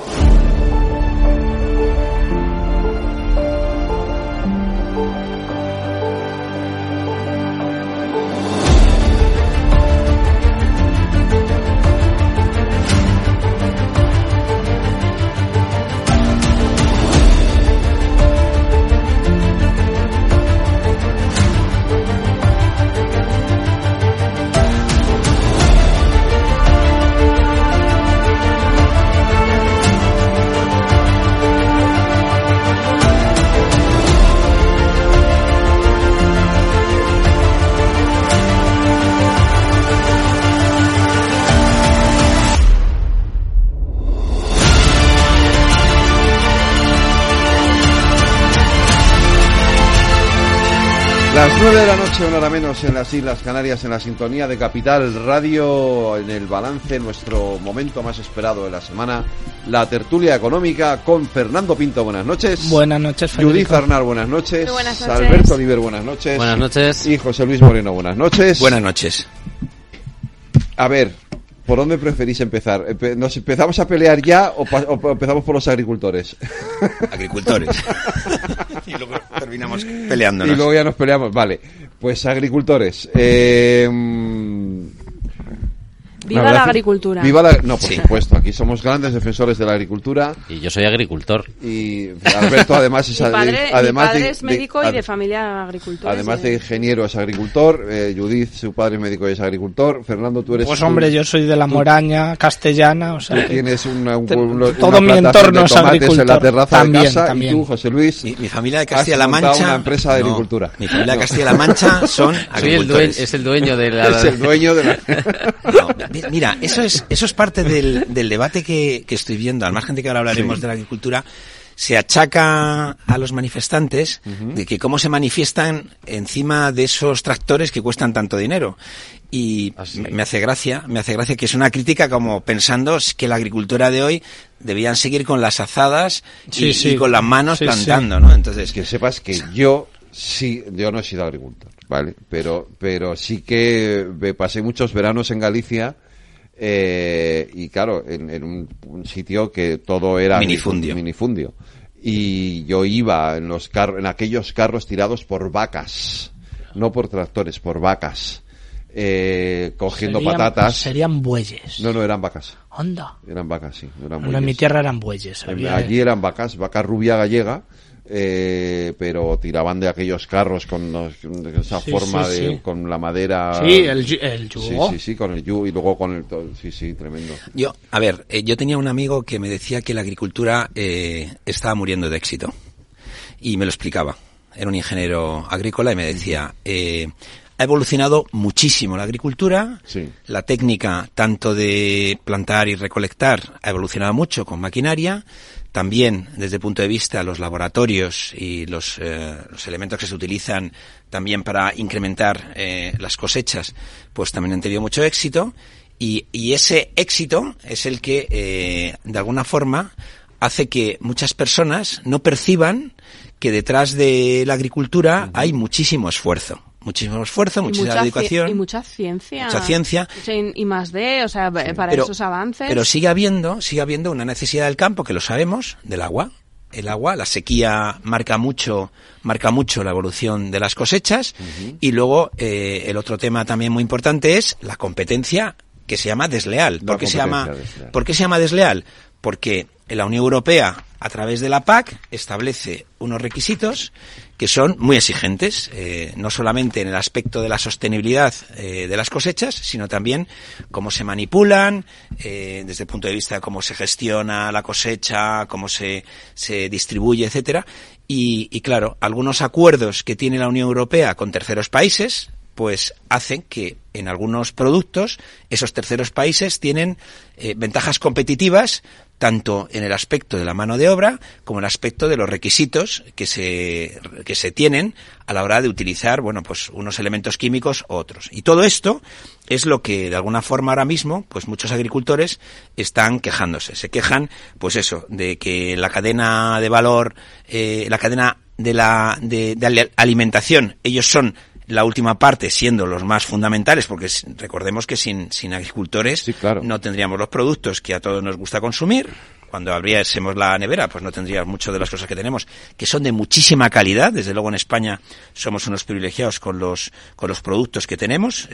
Speaker 2: Las 9 de la noche, una hora menos en las Islas Canarias, en la sintonía de Capital Radio, en El Balance, nuestro momento más esperado de la semana, la tertulia económica con Fernando Pinto, buenas noches.
Speaker 19: Buenas noches, Federico.
Speaker 2: Judith Arnal, buenas noches.
Speaker 19: Muy buenas noches.
Speaker 2: Alberto Oliver, buenas noches.
Speaker 20: Buenas noches.
Speaker 2: Y José Luis Moreno, buenas noches.
Speaker 20: Buenas noches.
Speaker 2: A ver, ¿por dónde preferís empezar? ¿Nos empezamos a pelear ya o empezamos por los agricultores?
Speaker 20: Agricultores. Y luego terminamos peleándonos.
Speaker 2: Y luego ya nos peleamos. Vale, pues agricultores.
Speaker 21: Viva la agricultura.
Speaker 2: No, por supuesto, aquí somos grandes defensores de la agricultura.
Speaker 20: Y yo soy agricultor.
Speaker 2: Y Alberto además es...
Speaker 21: mi padre es médico y de familia agricultora.
Speaker 2: Además de ingeniero es agricultor. Judith, su padre es médico y es agricultor. Fernando, tú eres...
Speaker 19: Pues hombre, yo soy de la Moraña castellana, o sea...
Speaker 2: Tú tienes
Speaker 19: todo mi entorno es agricultor.
Speaker 2: En la terraza
Speaker 19: también,
Speaker 2: de casa.
Speaker 19: También.
Speaker 2: Y tú, José Luis...
Speaker 20: Mi familia de Castilla-La Mancha...
Speaker 2: una empresa de agricultura.
Speaker 20: Mi familia de Castilla-La Mancha son agricultores.
Speaker 21: Es el dueño de la...
Speaker 2: Es el dueño de la...
Speaker 20: Mira, eso es parte del debate que estoy viendo, al margen de que ahora hablaremos de la agricultura. Se achaca a los manifestantes de que cómo se manifiestan encima de esos tractores que cuestan tanto dinero. Y me hace gracia que es una crítica como pensando que la agricultura de hoy debían seguir con las azadas y con las manos plantando, ¿no? Entonces,
Speaker 2: que sepas que yo no he sido agricultor, ¿vale? Pero sí que pasé muchos veranos en Galicia. Y claro, en un sitio que todo era minifundio. Y yo iba en aquellos carros tirados por vacas, no por tractores, por vacas, cogiendo patatas.
Speaker 19: Serían bueyes.
Speaker 2: No, eran vacas.
Speaker 19: Anda.
Speaker 2: Eran vacas, sí.
Speaker 19: En mi tierra eran bueyes.
Speaker 2: Allí eran vaca rubia gallega. Pero tiraban de aquellos carros con esa forma con la madera.
Speaker 19: Sí, el yugo.
Speaker 2: Sí, con el yugo y luego con el... Sí, tremendo.
Speaker 20: Yo tenía un amigo que me decía que la agricultura estaba muriendo de éxito. Y me lo explicaba. Era un ingeniero agrícola y me decía... ha evolucionado muchísimo la agricultura, la técnica tanto de plantar y recolectar ha evolucionado mucho con maquinaria, también desde el punto de vista los laboratorios y los elementos que se utilizan también para incrementar las cosechas, pues también han tenido mucho éxito y ese éxito es el que de alguna forma hace que muchas personas no perciban que detrás de la agricultura hay muchísimo esfuerzo. muchísimo esfuerzo, muchísima dedicación.
Speaker 21: Y mucha ciencia.
Speaker 20: Mucha ciencia.
Speaker 21: Y más de, o sea, para esos avances.
Speaker 20: Pero sigue habiendo una necesidad del campo, que lo sabemos, del agua. El agua, la sequía marca mucho la evolución de las cosechas. Y luego el otro tema también muy importante es la competencia, que se llama desleal. ¿Por qué se llama desleal? Porque la Unión Europea, a través de la PAC, establece unos requisitos que son muy exigentes, no solamente en el aspecto de la sostenibilidad de las cosechas, sino también cómo se manipulan, desde el punto de vista de cómo se gestiona la cosecha, cómo se distribuye, etcétera. Y claro, algunos acuerdos que tiene la Unión Europea con terceros países, pues hacen que en algunos productos esos terceros países tienen ventajas competitivas, tanto en el aspecto de la mano de obra como en el aspecto de los requisitos que se tienen a la hora de utilizar, pues unos elementos químicos u otros. Y todo esto es lo que de alguna forma ahora mismo, pues muchos agricultores están quejándose. Se quejan, pues eso, de que la cadena de valor, la cadena de la alimentación, ellos son la última parte, siendo los más fundamentales, porque recordemos que sin agricultores no tendríamos los productos que a todos nos gusta consumir. Cuando abriésemos la nevera, pues no tendríamos muchas de las cosas que tenemos, que son de muchísima calidad. Desde luego en España somos unos privilegiados con los productos que tenemos.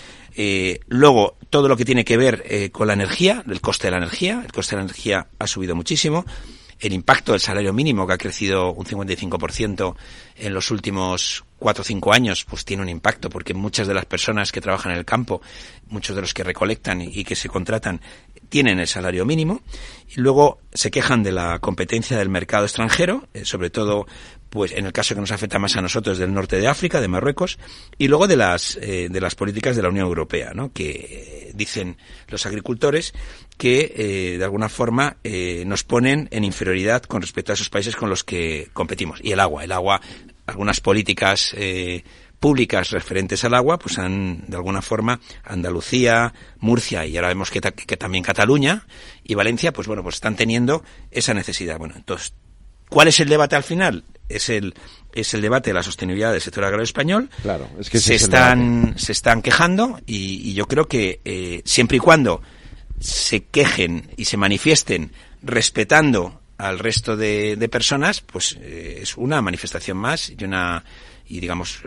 Speaker 20: Luego, todo lo que tiene que ver con la energía, el coste de la energía. El coste de la energía ha subido muchísimo. El impacto del salario mínimo, que ha crecido un 55% en los últimos 4 o 5 años, pues tiene un impacto, porque muchas de las personas que trabajan en el campo, muchos de los que recolectan y que se contratan, tienen el salario mínimo. Y luego se quejan de la competencia del mercado extranjero, sobre todo pues en el caso que nos afecta más a nosotros, del norte de África, de Marruecos, y luego de las políticas de la Unión Europea, ¿no? Que dicen los agricultores que de alguna forma nos ponen en inferioridad con respecto a esos países con los que competimos. Y el agua, algunas políticas públicas referentes al agua, pues han, de alguna forma, Andalucía, Murcia y ahora vemos que también Cataluña y Valencia, pues están teniendo esa necesidad. Entonces, ¿cuál es el debate al final? Es el debate de la sostenibilidad del sector agrario español.
Speaker 2: Claro, es que
Speaker 20: se están quejando y yo creo que siempre y cuando se quejen y se manifiesten respetando al resto de personas, pues es una manifestación más y digamos,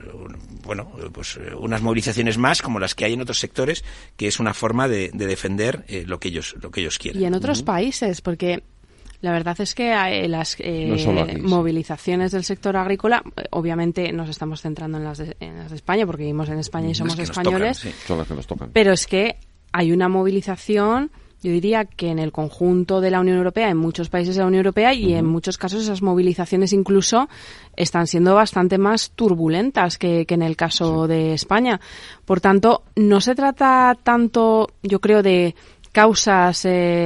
Speaker 20: unas movilizaciones más como las que hay en otros sectores, que es una forma de defender lo que ellos quieren.
Speaker 21: Y en otros países, porque la verdad es que las movilizaciones del sector agrícola, obviamente nos estamos centrando en las de España, porque vivimos en España y somos españoles,
Speaker 2: son las que nos tocan.
Speaker 21: Pero es que hay una movilización, yo diría que en el conjunto de la Unión Europea, en muchos países de la Unión Europea, y en muchos casos esas movilizaciones incluso están siendo bastante más turbulentas que en el caso de España. Por tanto, no se trata tanto, yo creo, de causas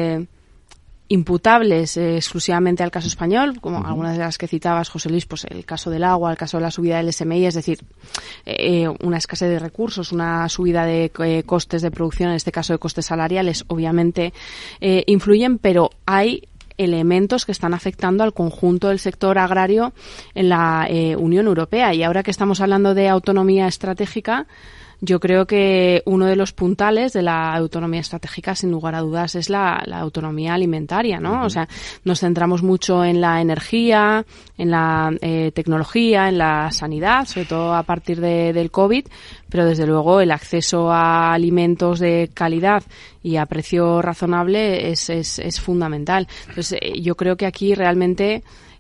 Speaker 21: imputables exclusivamente al caso español, como algunas de las que citabas, José Luis, pues el caso del agua, el caso de la subida del SMI, es decir, una escasez de recursos, una subida de costes de producción, en este caso de costes salariales, obviamente influyen, pero hay elementos que están afectando al conjunto del sector agrario en la Unión Europea. Y ahora que estamos hablando de autonomía estratégica, yo creo que uno de los puntales de la autonomía estratégica, sin lugar a dudas, es la autonomía alimentaria, ¿no? O sea, nos centramos mucho en la energía, en la tecnología, en la sanidad, sobre todo a partir del COVID, pero desde luego el acceso a alimentos de calidad y a precio razonable es fundamental. Entonces, yo creo que aquí realmente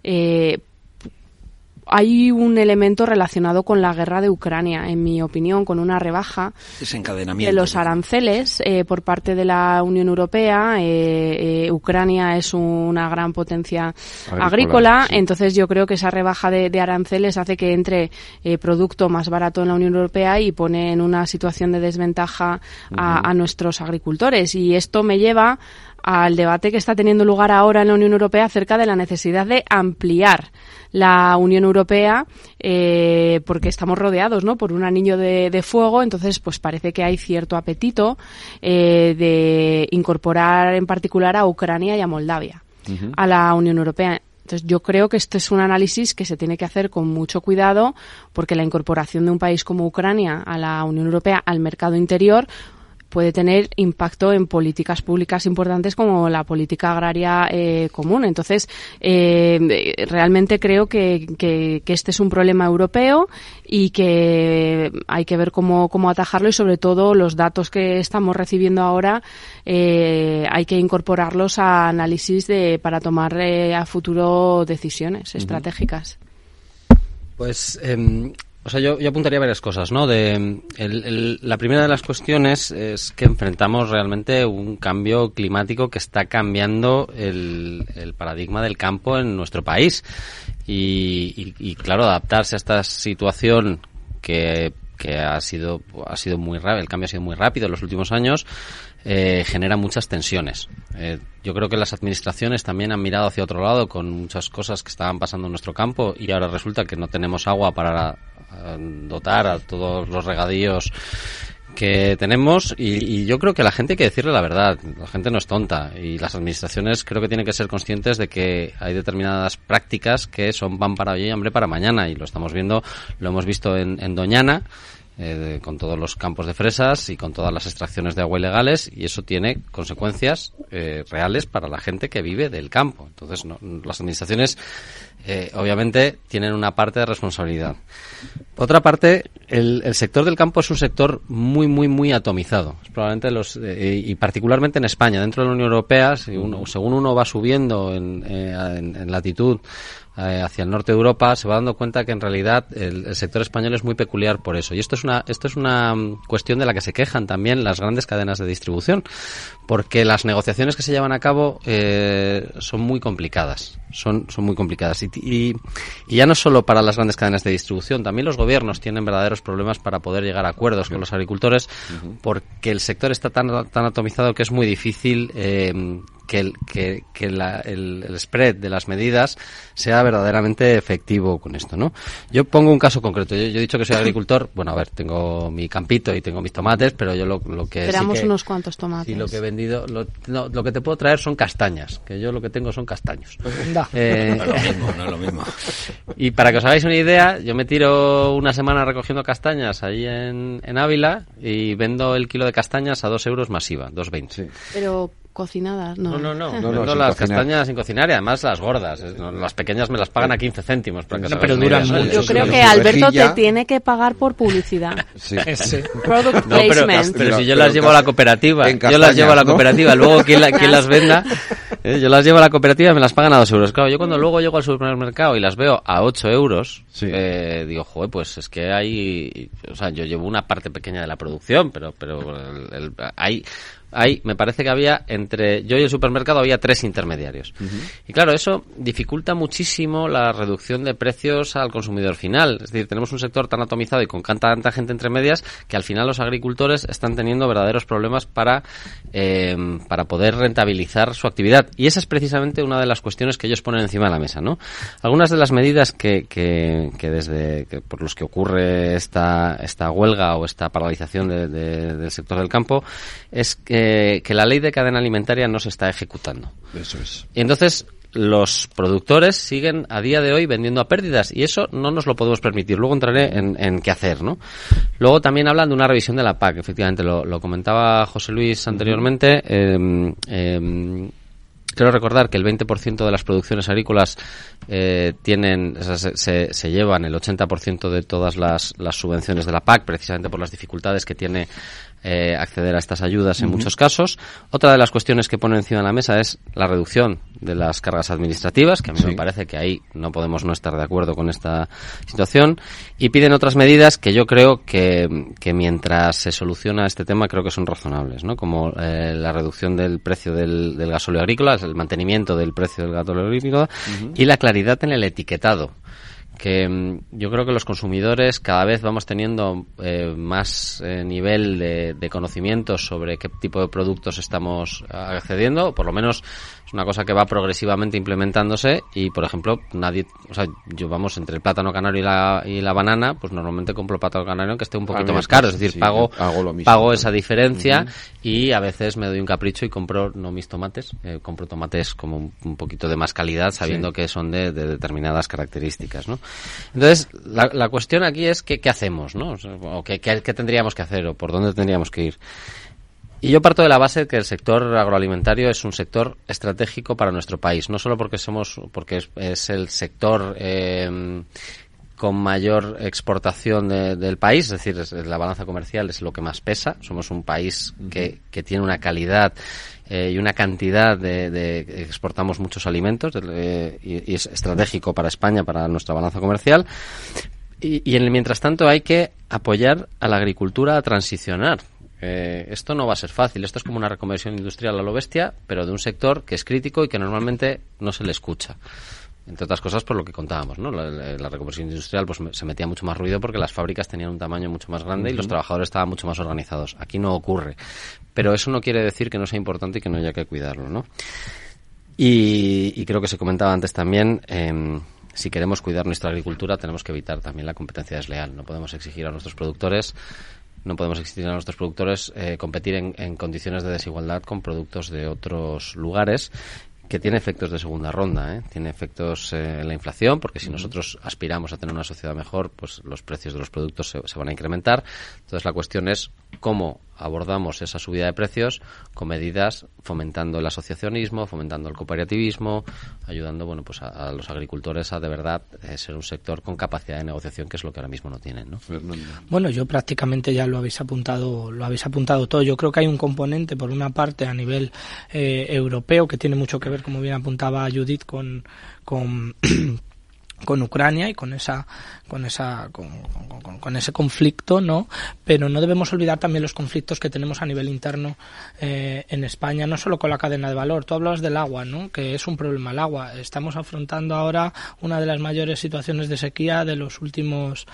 Speaker 21: hay un elemento relacionado con la guerra de Ucrania, en mi opinión, con una rebaja de los aranceles por parte de la Unión Europea. Ucrania es una gran potencia agrícola, sí. Entonces yo creo que esa rebaja de aranceles hace que entre producto más barato en la Unión Europea y pone en una situación de desventaja a nuestros agricultores. Y esto me lleva al debate que está teniendo lugar ahora en la Unión Europea acerca de la necesidad de ampliar la Unión Europea, porque estamos rodeados, ¿no?, por un anillo de fuego. Entonces, pues parece que hay cierto apetito de incorporar en particular a Ucrania y a Moldavia a la Unión Europea. Entonces, yo creo que este es un análisis que se tiene que hacer con mucho cuidado, porque la incorporación de un país como Ucrania a la Unión Europea, al mercado interior, puede tener impacto en políticas públicas importantes como la política agraria común. Entonces, realmente creo que este es un problema europeo y que hay que ver cómo atajarlo, y sobre todo los datos que estamos recibiendo ahora hay que incorporarlos a análisis para tomar a futuro decisiones estratégicas.
Speaker 4: Pues o sea, yo apuntaría varias cosas, ¿no? La primera de las cuestiones es que enfrentamos realmente un cambio climático que está cambiando el paradigma del campo en nuestro país. Y claro, adaptarse a esta situación que ha sido muy rápido, el cambio ha sido muy rápido en los últimos años, genera muchas tensiones. Yo creo que las administraciones también han mirado hacia otro lado con muchas cosas que estaban pasando en nuestro campo, y ahora resulta que no tenemos agua para dotar a todos los regadíos que tenemos, y yo creo que a la gente hay que decirle la verdad. La gente no es tonta, y las administraciones creo que tienen que ser conscientes de que hay determinadas prácticas que son pan para hoy y hambre para mañana, y lo estamos viendo, lo hemos visto en Doñana, con todos los campos de fresas y con todas las extracciones de agua ilegales, y eso tiene consecuencias reales para la gente que vive del campo. Entonces, las administraciones obviamente tienen una parte de responsabilidad. Por otra parte, el sector del campo es un sector muy, muy, muy atomizado. Es probablemente y particularmente en España, dentro de la Unión Europea, según uno va subiendo en latitud hacia el norte de Europa, se va dando cuenta que en realidad el sector español es muy peculiar por eso. Y esto es una cuestión de la que se quejan también las grandes cadenas de distribución, porque las negociaciones que se llevan a cabo son muy complicadas. Son muy complicadas. Y ya no solo para las grandes cadenas de distribución, también los gobiernos tienen verdaderos problemas para poder llegar a acuerdos con los agricultores, porque el sector está tan atomizado que es muy difícil que el spread de las medidas sea verdaderamente efectivo con esto, ¿no? Yo pongo un caso concreto. Yo he dicho que soy agricultor. Bueno, a ver, tengo mi campito y tengo mis tomates, pero yo lo que
Speaker 21: esperamos unos cuantos tomates.
Speaker 4: Y lo que he vendido, lo que te puedo traer son castañas, que yo lo que tengo son castaños.
Speaker 20: No es lo mismo.
Speaker 4: Y para que os hagáis una idea, yo me tiro una semana recogiendo castañas ahí en Ávila y vendo el kilo de castañas a 2 euros más IVA, 2,20. Sí.
Speaker 21: Pero cocinadas, no.
Speaker 4: No, las castañas sin cocinar, y además las gordas. Las pequeñas me las pagan a 15 céntimos.
Speaker 19: Pero duran mucho.
Speaker 21: Yo creo que Alberto te tiene que pagar por publicidad.
Speaker 4: Sí.
Speaker 21: Product placement.
Speaker 4: Pero si yo las llevo a la cooperativa, luego quien las venda, yo las llevo a la cooperativa y me las pagan a 2 euros. Claro, yo cuando luego llego al supermercado y las veo a 8 euros, digo, joder, pues es que hay... O sea, yo llevo una parte pequeña de la producción, pero me parece que había entre yo y el supermercado había 3 intermediarios. Y claro, eso dificulta muchísimo la reducción de precios al consumidor final. Es decir, tenemos un sector tan atomizado y con tanta gente entre medias que al final los agricultores están teniendo verdaderos problemas para poder rentabilizar su actividad. Y esa es precisamente una de las cuestiones que ellos ponen encima de la mesa, ¿no? Algunas de las medidas que por los que ocurre esta huelga o esta paralización del sector del campo es que la ley de cadena alimentaria no se está ejecutando.
Speaker 2: Eso es.
Speaker 4: Y entonces los productores siguen a día de hoy vendiendo a pérdidas, y eso no nos lo podemos permitir. Luego entraré en qué hacer, ¿no? Luego también hablan de una revisión de la PAC. Efectivamente, lo comentaba José Luis anteriormente. Quiero recordar que el 20% de las producciones agrícolas se llevan el 80% de todas las subvenciones de la PAC, precisamente por las dificultades que tiene acceder a estas ayudas en muchos casos. Otra de las cuestiones que pone encima de la mesa es la reducción de las cargas administrativas, que a mí me parece que ahí no podemos no estar de acuerdo con esta situación, y piden otras medidas que yo creo que mientras se soluciona este tema creo que son razonables, ¿no? Como la reducción del precio del gasóleo agrícola, el mantenimiento del precio del gasóleo agrícola y la claridad en el etiquetado, que yo creo que los consumidores cada vez vamos teniendo más nivel de conocimiento sobre qué tipo de productos estamos accediendo, por lo menos es una cosa que va progresivamente implementándose y, por ejemplo, yo vamos entre el plátano canario y la banana, pues normalmente compro plátano canario aunque esté un poquito más caro, es decir, pago esa diferencia y a veces me doy un capricho y compro no mis tomates, compro tomates como un poquito de más calidad sabiendo que son de determinadas características, ¿no? Entonces, la cuestión aquí es qué hacemos, ¿no? O qué tendríamos que hacer o por dónde tendríamos que ir. Y yo parto de la base de que el sector agroalimentario es un sector estratégico para nuestro país, no solo porque es el sector con mayor exportación del país, es decir, la balanza comercial es lo que más pesa. Somos un país que tiene una calidad y una cantidad exportamos muchos alimentos y es estratégico para España, para nuestra balanza comercial. Y mientras tanto hay que apoyar a la agricultura a transicionar. Esto no va a ser fácil, esto es como una reconversión industrial a lo bestia, pero de un sector que es crítico y que normalmente no se le escucha. Entre otras cosas por lo que contábamos, ¿no? La reconversión industrial pues se metía mucho más ruido porque las fábricas tenían un tamaño mucho más grande y los trabajadores estaban mucho más organizados. Aquí no ocurre. Pero eso no quiere decir que no sea importante y que no haya que cuidarlo, ¿no? Y creo que se comentaba antes también, si queremos cuidar nuestra agricultura tenemos que evitar también la competencia desleal. No podemos exigir a nuestros productores competir en condiciones de desigualdad con productos de otros lugares, que tiene efectos de segunda ronda, tiene efectos en la inflación, porque si nosotros aspiramos a tener una sociedad mejor, pues los precios de los productos se van a incrementar. Entonces la cuestión es cómo abordamos esa subida de precios con medidas fomentando el asociacionismo, fomentando el cooperativismo, ayudando pues a los agricultores a de verdad ser un sector con capacidad de negociación, que es lo que ahora mismo no tienen, ¿no?
Speaker 19: Bueno, yo prácticamente ya lo habéis apuntado todo. Yo creo que hay un componente, por una parte, a nivel europeo, que tiene mucho que ver, como bien apuntaba Judith, con Ucrania y con ese conflicto, ¿no? Pero no debemos olvidar también los conflictos que tenemos a nivel interno en España, no solo con la cadena de valor. Tú hablabas del agua, ¿no? Que es un problema el agua. Estamos afrontando ahora una de las mayores situaciones de sequía de los últimos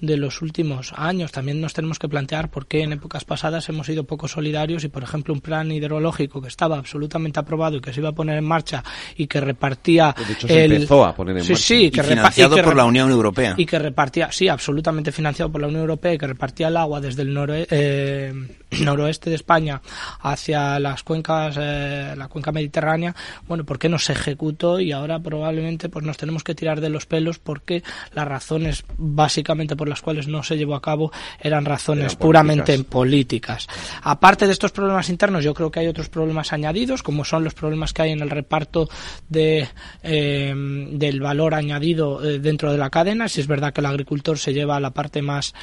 Speaker 19: años. También nos tenemos que plantear por qué en épocas pasadas hemos sido poco solidarios y, por ejemplo, un plan hidrológico que estaba absolutamente aprobado y que se iba a poner en marcha y que repartía...
Speaker 2: De hecho, se empezó a poner en marcha.
Speaker 20: Sí, financiado por la Unión Europea.
Speaker 19: Y que repartía, sí, absolutamente financiado por la Unión Europea, y que repartía el agua desde el noroeste de España hacia las cuencas, la cuenca mediterránea. Bueno, ¿por qué no se ejecutó? Y ahora probablemente pues nos tenemos que tirar de los pelos porque las razones básicamente por las cuales no se llevó a cabo eran razones puramente políticas. Aparte de estos problemas internos, yo creo que hay otros problemas añadidos, como son los problemas que hay en el reparto del valor añadido dentro de la cadena. Si es verdad que el agricultor se lleva a la parte más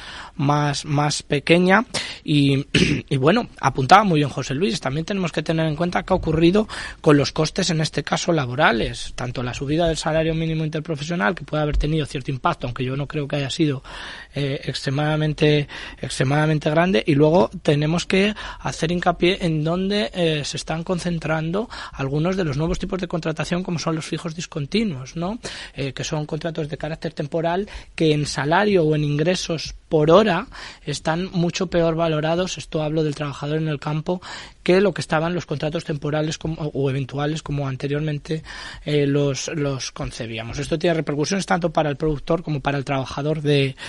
Speaker 19: pequeña y bueno, apuntaba muy bien José Luis, también tenemos que tener en cuenta qué ha ocurrido con los costes, en este caso laborales, tanto la subida del salario mínimo interprofesional, que puede haber tenido cierto impacto, aunque yo no creo que haya sido extremadamente grande, y luego tenemos que hacer hincapié en donde se están concentrando algunos de los nuevos tipos de contratación, como son los fijos discontinuos, ¿no? Que son contratos de carácter temporal que en salario o en ingresos por hora están mucho peor valorados, esto hablo del trabajador en el campo, que lo que estaban los contratos temporales o eventuales como anteriormente los concebíamos. Esto tiene repercusiones tanto para el productor como para el trabajador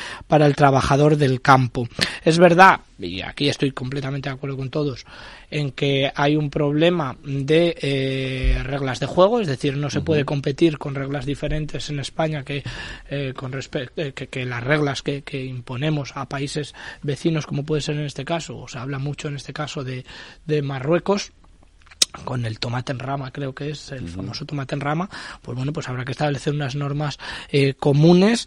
Speaker 19: del campo. Es verdad, y aquí estoy completamente de acuerdo con todos, en que hay un problema de reglas de juego, es decir, no se puede competir con reglas diferentes en España que las reglas que imponemos a países vecinos, como puede ser en este caso, o se habla mucho en este caso de Marruecos, con el tomate en rama, creo que es el famoso tomate en rama. Pues bueno, pues habrá que establecer unas normas comunes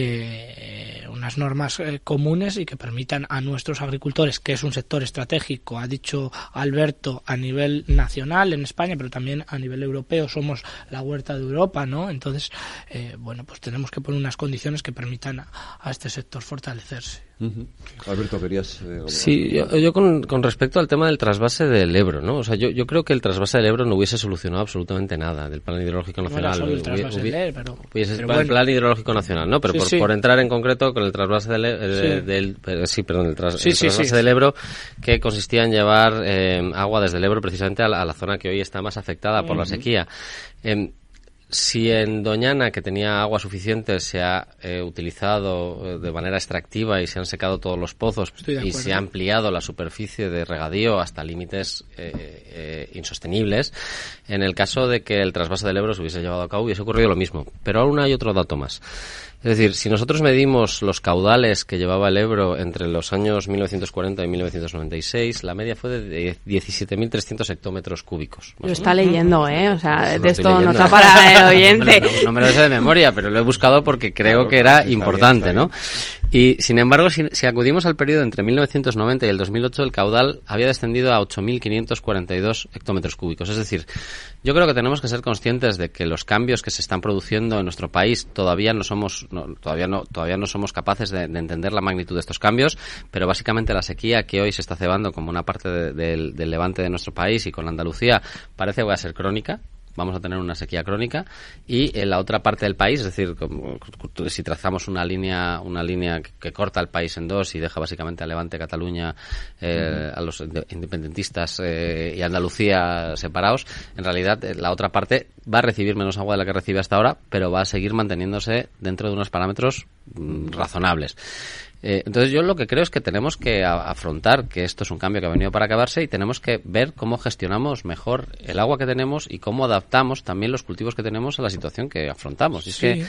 Speaker 19: y que permitan a nuestros agricultores, que es un sector estratégico, ha dicho Alberto, a nivel nacional en España, pero también a nivel europeo, somos la huerta de Europa, ¿no? Entonces, bueno, pues tenemos que poner unas condiciones que permitan a este sector fortalecerse.
Speaker 2: Alberto, querías...
Speaker 4: Sí, yo con respecto al tema del trasvase del Ebro, ¿no? O sea, yo creo que el trasvase del Ebro no hubiese solucionado absolutamente nada del Plan Hidrológico Nacional.
Speaker 19: No era solo el trasvase del Ebro.
Speaker 4: El Plan Hidrológico Nacional, ¿no? Pero por entrar en concreto con el trasvase del trasvase del Ebro, que consistía en llevar agua desde el Ebro precisamente a la zona que hoy está más afectada por la sequía. Si en Doñana, que tenía agua suficiente, se ha utilizado de manera extractiva y se han secado todos los pozos y se ha ampliado la superficie de regadío hasta límites insostenibles, en el caso de que el trasvase del Ebro se hubiese llevado a cabo hubiese ocurrido lo mismo. Pero aún hay otro dato más. Es decir, si nosotros medimos los caudales que llevaba el Ebro entre los años 1940 y 1996, la media fue de 17.300 hectómetros cúbicos.
Speaker 21: Lo está leyendo, O sea, de esto no está para el oyente.
Speaker 4: No me lo sé de memoria, pero lo he buscado porque creo que era importante, ¿no? Y, sin embargo, si acudimos al periodo entre 1990 y el 2008, el caudal había descendido a 8.542 hectómetros cúbicos. Es decir, yo creo que tenemos que ser conscientes de que los cambios que se están produciendo en nuestro país todavía no somos capaces de entender la magnitud de estos cambios, pero básicamente la sequía que hoy se está cebando como una parte del levante de nuestro país y con Andalucía parece que va a ser crónica. Vamos a tener una sequía crónica y en la otra parte del país, es decir, si trazamos una línea que corta el país en dos y deja básicamente a Levante, Cataluña, a los independentistas y Andalucía separados, en realidad la otra parte va a recibir menos agua de la que recibe hasta ahora, pero va a seguir manteniéndose dentro de unos parámetros razonables. Entonces yo lo que creo es que tenemos que afrontar que esto es un cambio que ha venido para acabarse y tenemos que ver cómo gestionamos mejor el agua que tenemos y cómo adaptamos también los cultivos que tenemos a la situación que afrontamos.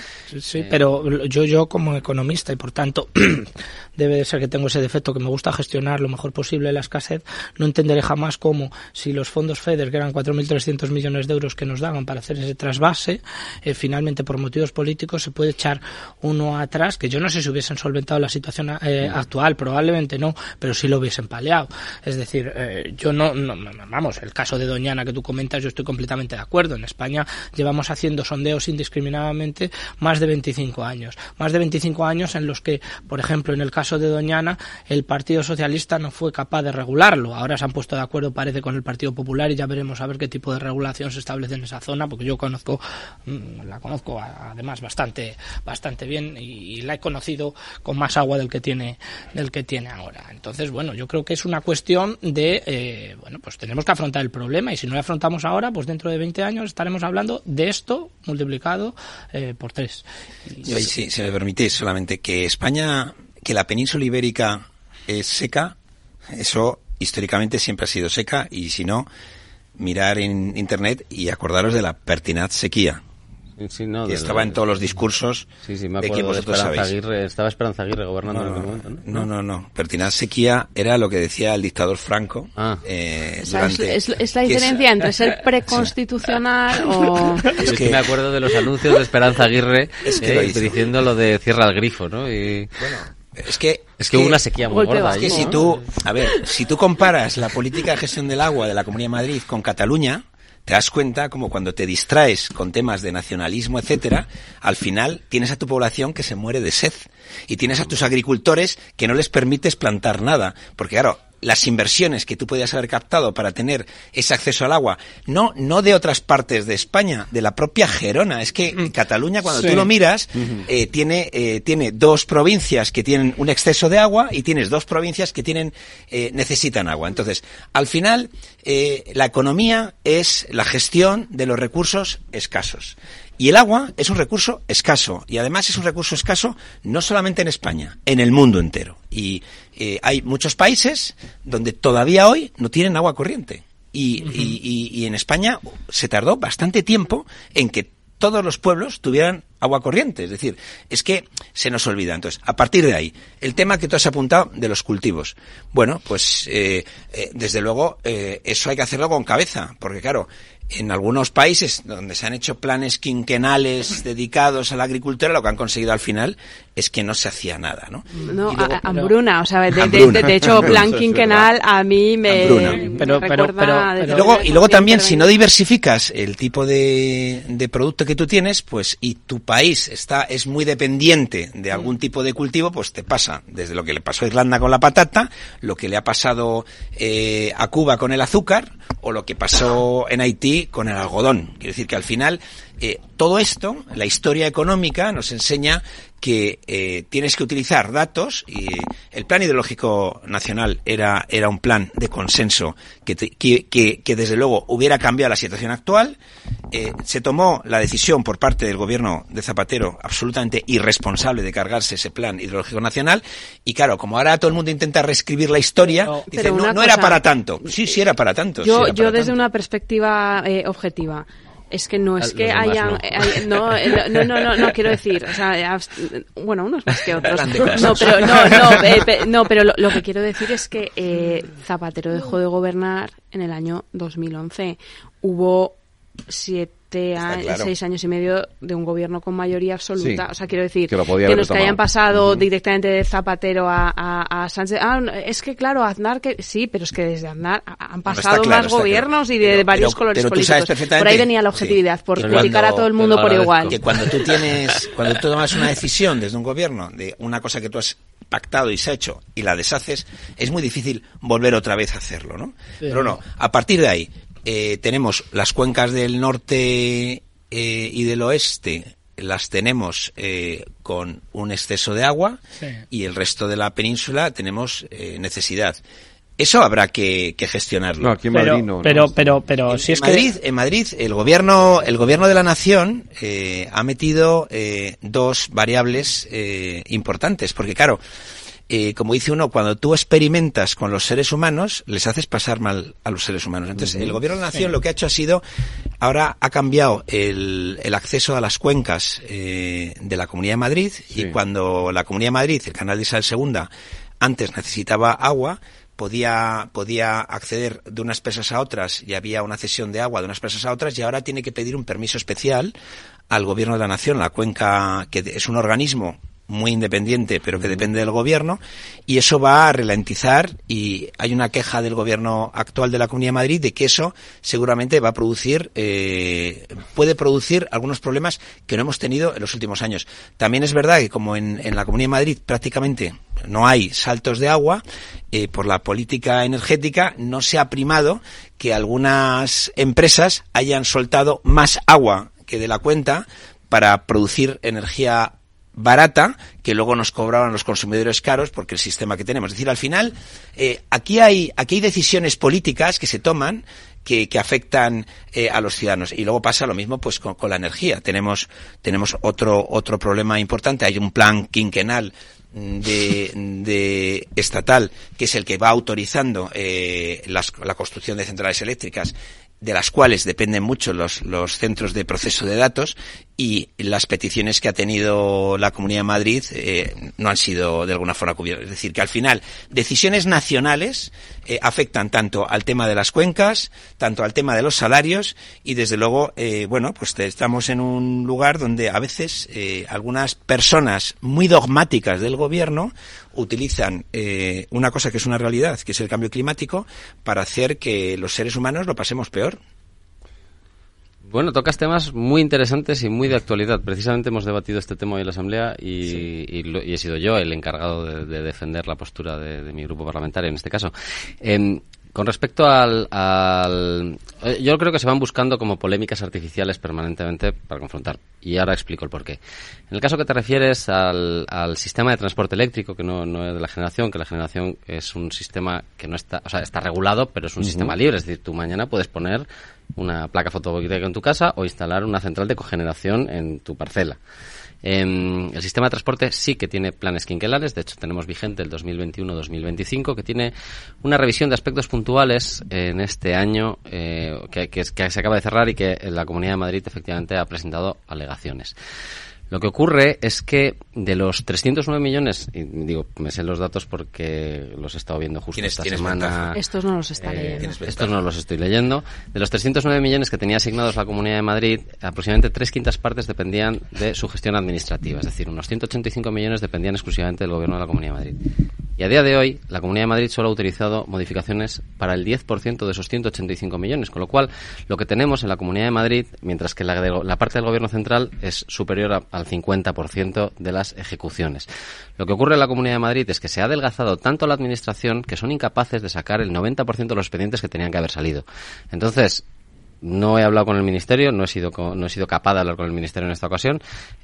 Speaker 19: Pero yo como economista y por tanto debe de ser que tengo ese defecto que me gusta gestionar lo mejor posible la escasez, no entenderé jamás cómo si los fondos FEDER, que eran 4.300 millones de euros que nos daban para hacer ese trasvase, finalmente por motivos políticos se puede echar uno atrás, que yo no sé si hubiesen solventado la situación actual, probablemente no, pero sí lo hubiesen paliado. Es decir, yo no, vamos, el caso de Doñana que tú comentas, yo estoy completamente de acuerdo. En España llevamos haciendo sondeos indiscriminadamente más de 25 años. Más de 25 años en los que, por ejemplo, en el caso de Doñana, el Partido Socialista no fue capaz de regularlo. Ahora se han puesto de acuerdo, parece, con el Partido Popular y ya veremos a ver qué tipo de regulación se establece en esa zona, porque yo la conozco además bastante bien y la he conocido con más agua del que tiene ahora. Entonces, bueno, yo creo que es una cuestión de, pues tenemos que afrontar el problema y si no lo afrontamos ahora, pues dentro de 20 años estaremos hablando de esto multiplicado por 3.
Speaker 20: Y sí, si me permitís, solamente que la península ibérica es seca, eso históricamente siempre ha sido seca y si no, mirar en internet y acordaros de la pertinaz sequía. Que estaba en todos los discursos
Speaker 4: me acuerdo de que vosotros sabéis. Estaba Esperanza Aguirre gobernando en aquel momento,
Speaker 20: ¿no? Pertinaz sequía era lo que decía el dictador Franco.
Speaker 21: Es la diferencia entre ser preconstitucional o...
Speaker 4: Es que me acuerdo de los anuncios de Esperanza Aguirre diciendo lo de cierra el grifo, ¿no? Y...
Speaker 20: Bueno, es que
Speaker 4: hubo una sequía muy gorda.
Speaker 20: Es que si tú comparas la política de gestión del agua de la Comunidad de Madrid con Cataluña, te das cuenta como cuando te distraes con temas de nacionalismo, etcétera, al final tienes a tu población que se muere de sed y tienes a tus agricultores que no les permites plantar nada, porque claro, las inversiones que tú podías haber captado para tener ese acceso al agua, no de otras partes de España, de la propia Gerona. Es que Cataluña, cuando tú lo miras, tiene dos provincias que tienen un exceso de agua y tienes dos provincias que necesitan agua. Entonces, al final, la economía es la gestión de los recursos escasos. Y el agua es un recurso escaso, y además es un recurso escaso no solamente en España, en el mundo entero. Y hay muchos países donde todavía hoy no tienen agua corriente. Y en España se tardó bastante tiempo en que todos los pueblos tuvieran agua corriente. Es decir, es que se nos olvida. Entonces, a partir de ahí, el tema que tú has apuntado de los cultivos. Bueno, pues desde luego eso hay que hacerlo con cabeza, porque claro, en algunos países donde se han hecho planes quinquenales dedicados a la agricultura, lo que han conseguido al final es que no se hacía nada, ¿no?
Speaker 21: No, hambruna, o sea, de hecho, plan quinquenal a mí me recuerda...
Speaker 20: Y luego también, si no diversificas el tipo de producto que tú tienes, pues, y tu país es muy dependiente de algún tipo de cultivo, pues te pasa desde lo que le pasó a Irlanda con la patata, lo que le ha pasado a Cuba con el azúcar, o lo que pasó en Haití con el algodón. Quiero decir que al final todo esto, la historia económica, nos enseña que tienes que utilizar datos, y el Plan Hidrológico Nacional era un plan de consenso que desde luego hubiera cambiado la situación actual. Se tomó la decisión por parte del gobierno de Zapatero absolutamente irresponsable de cargarse ese Plan Hidrológico Nacional, y claro, como ahora todo el mundo intenta reescribir la historia, dice, no era para tanto. Sí era para tanto.
Speaker 21: Yo desde una perspectiva objetiva, es que no es que hayan... No, quiero decir, o sea, bueno, unos más que otros. Pero lo que quiero decir es que Zapatero dejó de gobernar en el año 2011. Hubo 6 años y medio de un gobierno con mayoría absoluta. O sea, quiero decir, que los que hayan pasado directamente de Zapatero a Sánchez... es que claro, Aznar, sí, pero es que desde Aznar han pasado más gobiernos y de varios colores políticos. Por ahí venía la objetividad, por criticar a todo el mundo por igual.
Speaker 20: Que cuando tú tomas una decisión desde un gobierno de una cosa que tú has pactado y se ha hecho y la deshaces, es muy difícil volver otra vez a hacerlo, ¿no? Pero no, a partir de ahí, tenemos las cuencas del norte y del oeste, las tenemos con un exceso de agua, y el resto de la península tenemos necesidad. Eso habrá que gestionarlo.
Speaker 2: No, aquí en Madrid no.
Speaker 20: Pero si es que en Madrid el gobierno de la nación ha metido dos variables importantes, porque claro, como dice uno, cuando tú experimentas con los seres humanos, les haces pasar mal a los seres humanos. Entonces, el gobierno de la nación lo que ha hecho ha sido, ahora ha cambiado el acceso a las cuencas de la Comunidad de Madrid, y cuando la Comunidad de Madrid, el canal de Isabel II, antes necesitaba agua, podía acceder de unas presas a otras, y había una cesión de agua de unas presas a otras, y ahora tiene que pedir un permiso especial al gobierno de la nación, la cuenca, que es un organismo muy independiente, pero que depende del gobierno, y eso va a ralentizar, y hay una queja del gobierno actual de la Comunidad de Madrid de que eso seguramente va a producir, puede producir algunos problemas que no hemos tenido en los últimos años. También es verdad que como en la Comunidad de Madrid prácticamente no hay saltos de agua, por la política energética no se ha primado que algunas empresas hayan soltado más agua que de la cuenta para producir energía barata, que luego nos cobraban los consumidores caros porque el sistema que tenemos. Es decir, al final, aquí hay decisiones políticas que se toman que afectan a los ciudadanos. Y luego pasa lo mismo pues con la energía. Tenemos otro problema importante. Hay un plan quinquenal de estatal, que es el que va autorizando la construcción de centrales eléctricas, de las cuales dependen mucho los centros de proceso de datos, y las peticiones que ha tenido la Comunidad de Madrid no han sido de alguna forma cubiertas. Es decir, que al final decisiones nacionales afectan tanto al tema de las cuencas, tanto al tema de los salarios, y desde luego, pues estamos en un lugar donde a veces algunas personas muy dogmáticas del gobierno utilizan una cosa que es una realidad, que es el cambio climático, para hacer que los seres humanos lo pasemos peor.
Speaker 4: Bueno, tocas temas muy interesantes y muy de actualidad. Precisamente hemos debatido este tema hoy en la Asamblea y he sido yo el encargado de defender la postura de mi grupo parlamentario en este caso. Con respecto yo creo que se van buscando como polémicas artificiales permanentemente para confrontar. Y ahora explico el porqué. En el caso que te refieres al sistema de transporte eléctrico, que no es de la generación, que la generación es un sistema que no está, o sea, está regulado, pero es un sistema libre. Es decir, tú mañana puedes poner una placa fotovoltaica en tu casa o instalar una central de cogeneración en tu parcela. El sistema de transporte sí que tiene planes quinquenales. De hecho, tenemos vigente el 2021-2025, que tiene una revisión de aspectos puntuales en este año que se acaba de cerrar, y que la Comunidad de Madrid efectivamente ha presentado alegaciones. Lo que ocurre es que de los 309 millones, y digo, me sé los datos porque los he estado viendo justo esta semana.
Speaker 21: Estos no los está leyendo.
Speaker 4: Estos no los estoy leyendo. De los 309 millones que tenía asignados la Comunidad de Madrid, aproximadamente 3/5 partes dependían de su gestión administrativa. Es decir, unos 185 millones dependían exclusivamente del Gobierno de la Comunidad de Madrid. Y a día de hoy, la Comunidad de Madrid solo ha utilizado modificaciones para el 10% de esos 185 millones, con lo cual lo que tenemos en la Comunidad de Madrid, mientras que la parte del Gobierno central es superior al 50% de las ejecuciones. Lo que ocurre en la Comunidad de Madrid es que se ha adelgazado tanto la administración que son incapaces de sacar el 90% de los expedientes que tenían que haber salido. Entonces, no he hablado con el Ministerio, no he sido capaz de hablar con el Ministerio en esta ocasión.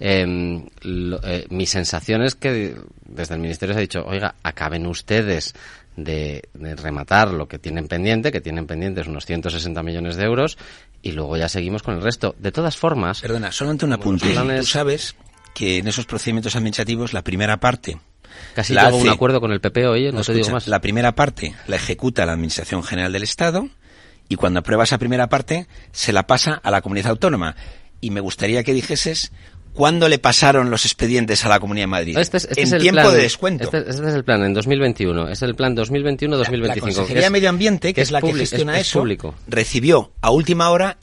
Speaker 4: Mi sensación es que desde el Ministerio se ha dicho, oiga, acaben ustedes de rematar lo que tienen pendiente, que tienen pendientes unos 160 millones de euros, y luego ya seguimos con el resto. De todas formas...
Speaker 20: Perdona, solamente un apunte. Tú sabes que en esos procedimientos administrativos la primera parte...
Speaker 4: Casi llego a un acuerdo con el PP hoy, no te digo más.
Speaker 20: La primera parte la ejecuta la Administración General del Estado, y cuando aprueba esa primera parte se la pasa a la comunidad autónoma. Y me gustaría que dijeses cuándo le pasaron los expedientes a la Comunidad de Madrid.
Speaker 4: Este es el
Speaker 20: tiempo
Speaker 4: plan,
Speaker 20: de descuento.
Speaker 4: Este es el plan en 2021. Es el plan 2021-2025.
Speaker 20: La Consejería de Medio Ambiente, que es la que gestiona eso,
Speaker 4: público,
Speaker 20: recibió a última hora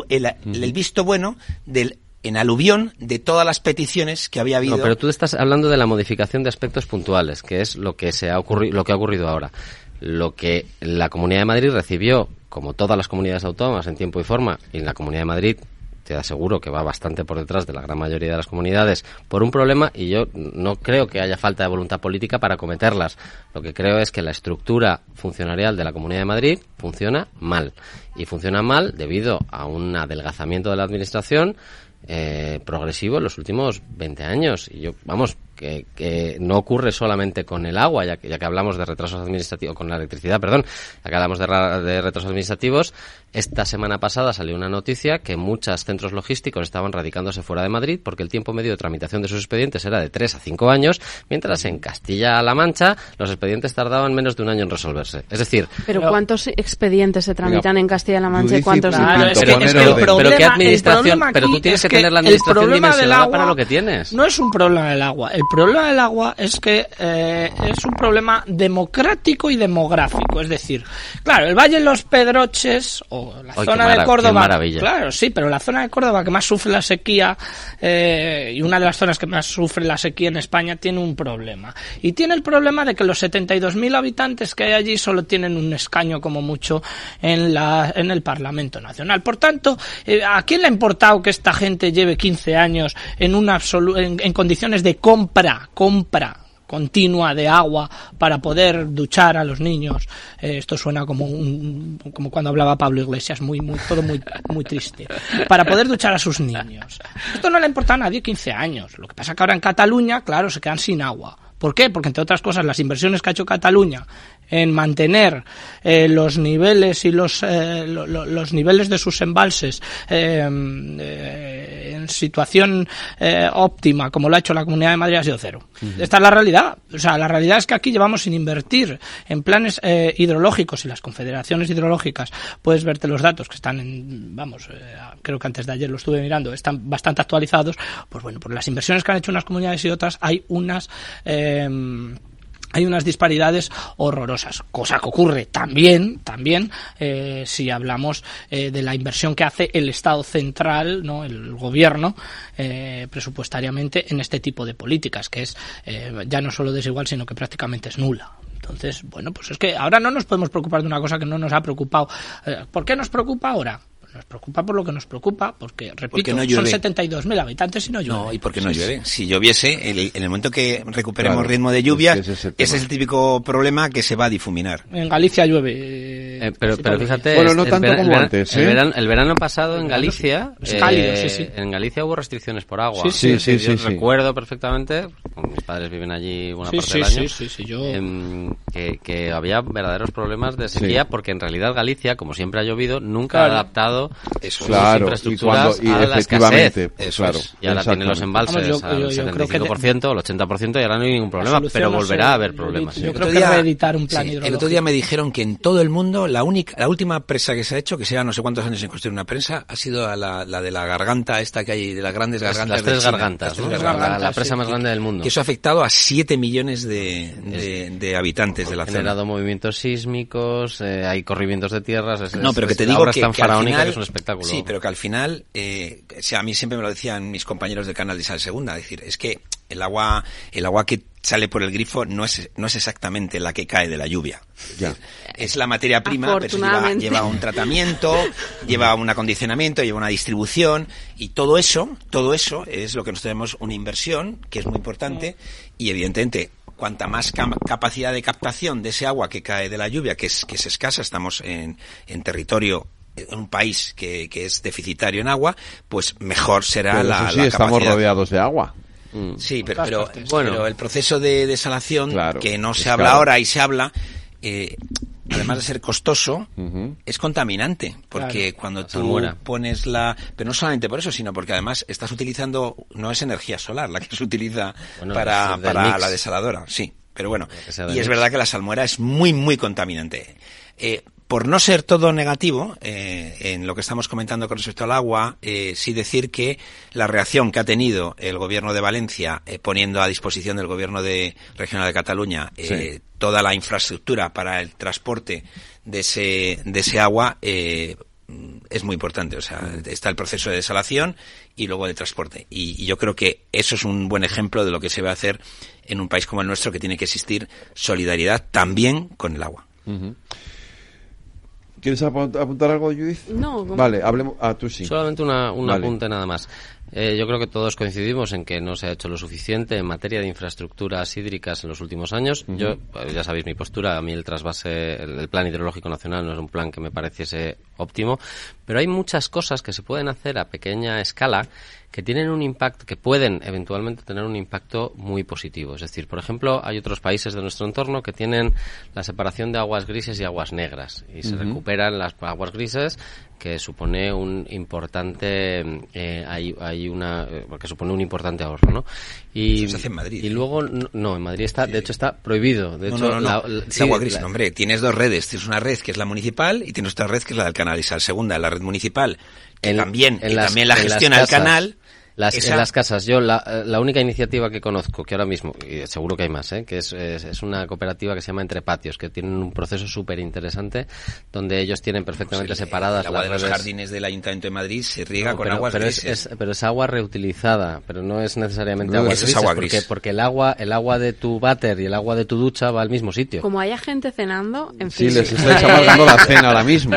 Speaker 20: el visto bueno en aluvión de todas las peticiones que había habido.
Speaker 4: No, pero tú estás hablando de la modificación de aspectos puntuales, que es lo que ha ocurrido ahora. Lo que la Comunidad de Madrid recibió, como todas las comunidades autónomas, en tiempo y forma, y en la Comunidad de Madrid te aseguro que va bastante por detrás de la gran mayoría de las comunidades por un problema, y yo no creo que haya falta de voluntad política para acometerlas. Lo que creo es que la estructura funcionarial de la Comunidad de Madrid funciona mal, y funciona mal debido a un adelgazamiento de la administración progresivo en los últimos 20 años. Y yo, vamos, que no ocurre solamente con el agua, ya que hablamos de retrasos administrativos, con la electricidad, perdón, ya que hablamos de retrasos administrativos. Esta semana pasada salió una noticia que muchos centros logísticos estaban radicándose fuera de Madrid porque el tiempo medio de tramitación de sus expedientes era de 3 a 5 años, mientras en Castilla-La Mancha los expedientes tardaban menos de un año en resolverse. Es decir...
Speaker 21: Pero ¿cuántos expedientes se tramitan en Castilla-La Mancha y cuántos en
Speaker 4: pero ¿qué administración? Pero tú tienes que tener la administración dimensionada para lo que tienes.
Speaker 19: No es un problema del agua. El problema del agua es que es un problema democrático y demográfico. Es decir, claro, el Valle de los Pedroches o la zona de Córdoba, claro, sí, pero la zona de Córdoba que más sufre la sequía y una de las zonas que más sufre la sequía en España tiene un problema. Y tiene el problema de que los 72.000 habitantes que hay allí solo tienen un escaño como mucho en el Parlamento Nacional. Por tanto, ¿a quién le ha importado que esta gente lleve 15 años en condiciones de compra continua de agua para poder duchar a los niños? Esto suena como cuando hablaba Pablo Iglesias, todo muy triste. Para poder duchar a sus niños. Esto no le importa a nadie 15 años. Lo que pasa es que ahora en Cataluña, claro, se quedan sin agua. ¿Por qué? Porque, entre otras cosas, las inversiones que ha hecho Cataluña en mantener los niveles y los niveles de sus embalses en situación óptima, como lo ha hecho la Comunidad de Madrid, ha sido cero. Esta es la realidad. O sea, la realidad es que aquí llevamos sin invertir en planes hidrológicos, y las confederaciones hidrológicas, puedes verte los datos que están creo que antes de ayer lo estuve mirando, están bastante actualizados. Pues bueno, por las inversiones que han hecho unas comunidades y otras hay unas disparidades horrorosas, cosa que ocurre también si hablamos de la inversión que hace el Estado central, no el gobierno, presupuestariamente en este tipo de políticas, que es ya no solo desigual, sino que prácticamente es nula. Entonces, bueno, pues es que ahora no nos podemos preocupar de una cosa que no nos ha preocupado. ¿Por qué nos preocupa ahora? Nos preocupa por lo que nos preocupa, porque, repito, no son 72.000 habitantes y no llueve.
Speaker 20: No, ¿y por qué no llueve? Si lloviese, en el momento que recuperemos ritmo de lluvia, ese es el típico problema que se va a difuminar.
Speaker 19: En Galicia llueve.
Speaker 4: Pero fíjate,
Speaker 2: bueno, no tanto como antes.
Speaker 4: El verano pasado en Galicia,
Speaker 19: es cálido, sí.
Speaker 4: En Galicia hubo restricciones por agua.
Speaker 2: Sí.
Speaker 4: Recuerdo perfectamente, mis padres viven allí buena parte del año.
Speaker 19: Sí, yo...
Speaker 4: que había verdaderos problemas de sequía, porque en realidad Galicia, como siempre ha llovido, nunca ha adaptado sus infraestructuras a la escasez. Y ahora tiene los embalses al 75%, al 80%, y ahora no hay ningún problema, pero volverá a haber problemas.
Speaker 19: Yo creo que reeditar un plan hidrológico.
Speaker 20: El otro día me dijeron que en todo el mundo la última presa que se ha hecho, que se lleva no sé cuántos años en construir una presa, ha sido la de la garganta esta que hay, de las grandes gargantas.
Speaker 4: Las tres gargantas, ¿no? La presa más grande del mundo.
Speaker 20: Que eso ha afectado a 7 millones de habitantes de la zona. Ha
Speaker 4: generado movimientos sísmicos, hay corrimientos de tierras.
Speaker 20: Pero que te digo que
Speaker 4: tan faraónica
Speaker 20: al final,
Speaker 4: que es un espectáculo.
Speaker 20: Sí, pero que al final, a mí siempre me lo decían mis compañeros del canal de Sal Segunda, es decir, es que el agua que sale por el grifo no es exactamente la que cae de la lluvia.
Speaker 2: Ya.
Speaker 20: Es la materia prima, pero lleva un tratamiento, lleva un acondicionamiento, lleva una distribución, y todo eso es lo que nos tenemos una inversión, que es muy importante, y evidentemente cuanta más capacidad de captación de ese agua que cae de la lluvia, que es escasa, estamos en territorio, en un país que es deficitario en agua, pues mejor será la capacidad.
Speaker 2: Estamos rodeados de agua.
Speaker 20: Sí, pero el proceso de desalación, que no se habla ahora y se habla, además de ser costoso, es contaminante, porque cuando tú pones pero no solamente por eso, sino porque además estás utilizando, no es energía solar la que se utiliza para la desaladora, sí, pero bueno, y es verdad que la salmuera es muy, muy contaminante. Por no ser todo negativo, en lo que estamos comentando con respecto al agua, sí decir que la reacción que ha tenido el Gobierno de Valencia, poniendo a disposición del Gobierno regional de Cataluña toda la infraestructura para el transporte de ese agua, es muy importante. O sea, está el proceso de desalación y luego de transporte. Y yo creo que eso es un buen ejemplo de lo que se va a hacer en un país como el nuestro, que tiene que existir solidaridad también con el agua.
Speaker 2: ¿Quieres apuntar algo, Judith?
Speaker 21: No.
Speaker 2: Vale, hablemos. Tú sí.
Speaker 4: Solamente un apunte nada más. Yo creo que todos coincidimos en que no se ha hecho lo suficiente en materia de infraestructuras hídricas en los últimos años. Yo, ya sabéis mi postura, a mí el trasvase, el Plan Hidrológico Nacional no es un plan que me pareciese óptimo, pero hay muchas cosas que se pueden hacer a pequeña escala que tienen un impacto, que pueden eventualmente tener un impacto muy positivo. Es decir, por ejemplo, hay otros países de nuestro entorno que tienen la separación de aguas grises y aguas negras, y se recuperan las aguas grises, que supone un importante porque supone un importante ahorro, ¿no?
Speaker 20: Y eso se hace en Madrid.
Speaker 4: Y luego no, en Madrid está, de hecho está prohibido. De hecho,
Speaker 20: es agua gris, hombre, tienes dos redes, tienes una red que es la municipal y tienes otra red que es la del canal, y la segunda, la red municipal, que también la gestiona el canal.
Speaker 4: En las casas, yo la única iniciativa que conozco, que ahora mismo, y seguro que hay más, que es una cooperativa que se llama Entre Patios, que tienen un proceso súper interesante, donde ellos tienen perfectamente separadas
Speaker 20: el agua
Speaker 4: las
Speaker 20: de los
Speaker 4: redes.
Speaker 20: Jardines del Ayuntamiento de Madrid se riega con aguas grises.
Speaker 4: Pero es agua reutilizada, pero no es necesariamente agua gris.
Speaker 20: Es agua gris.
Speaker 4: Porque el agua de tu váter y el agua de tu ducha va al mismo sitio.
Speaker 21: Como haya gente cenando, en fin.
Speaker 2: Sí, les estáis amargando la cena ahora mismo.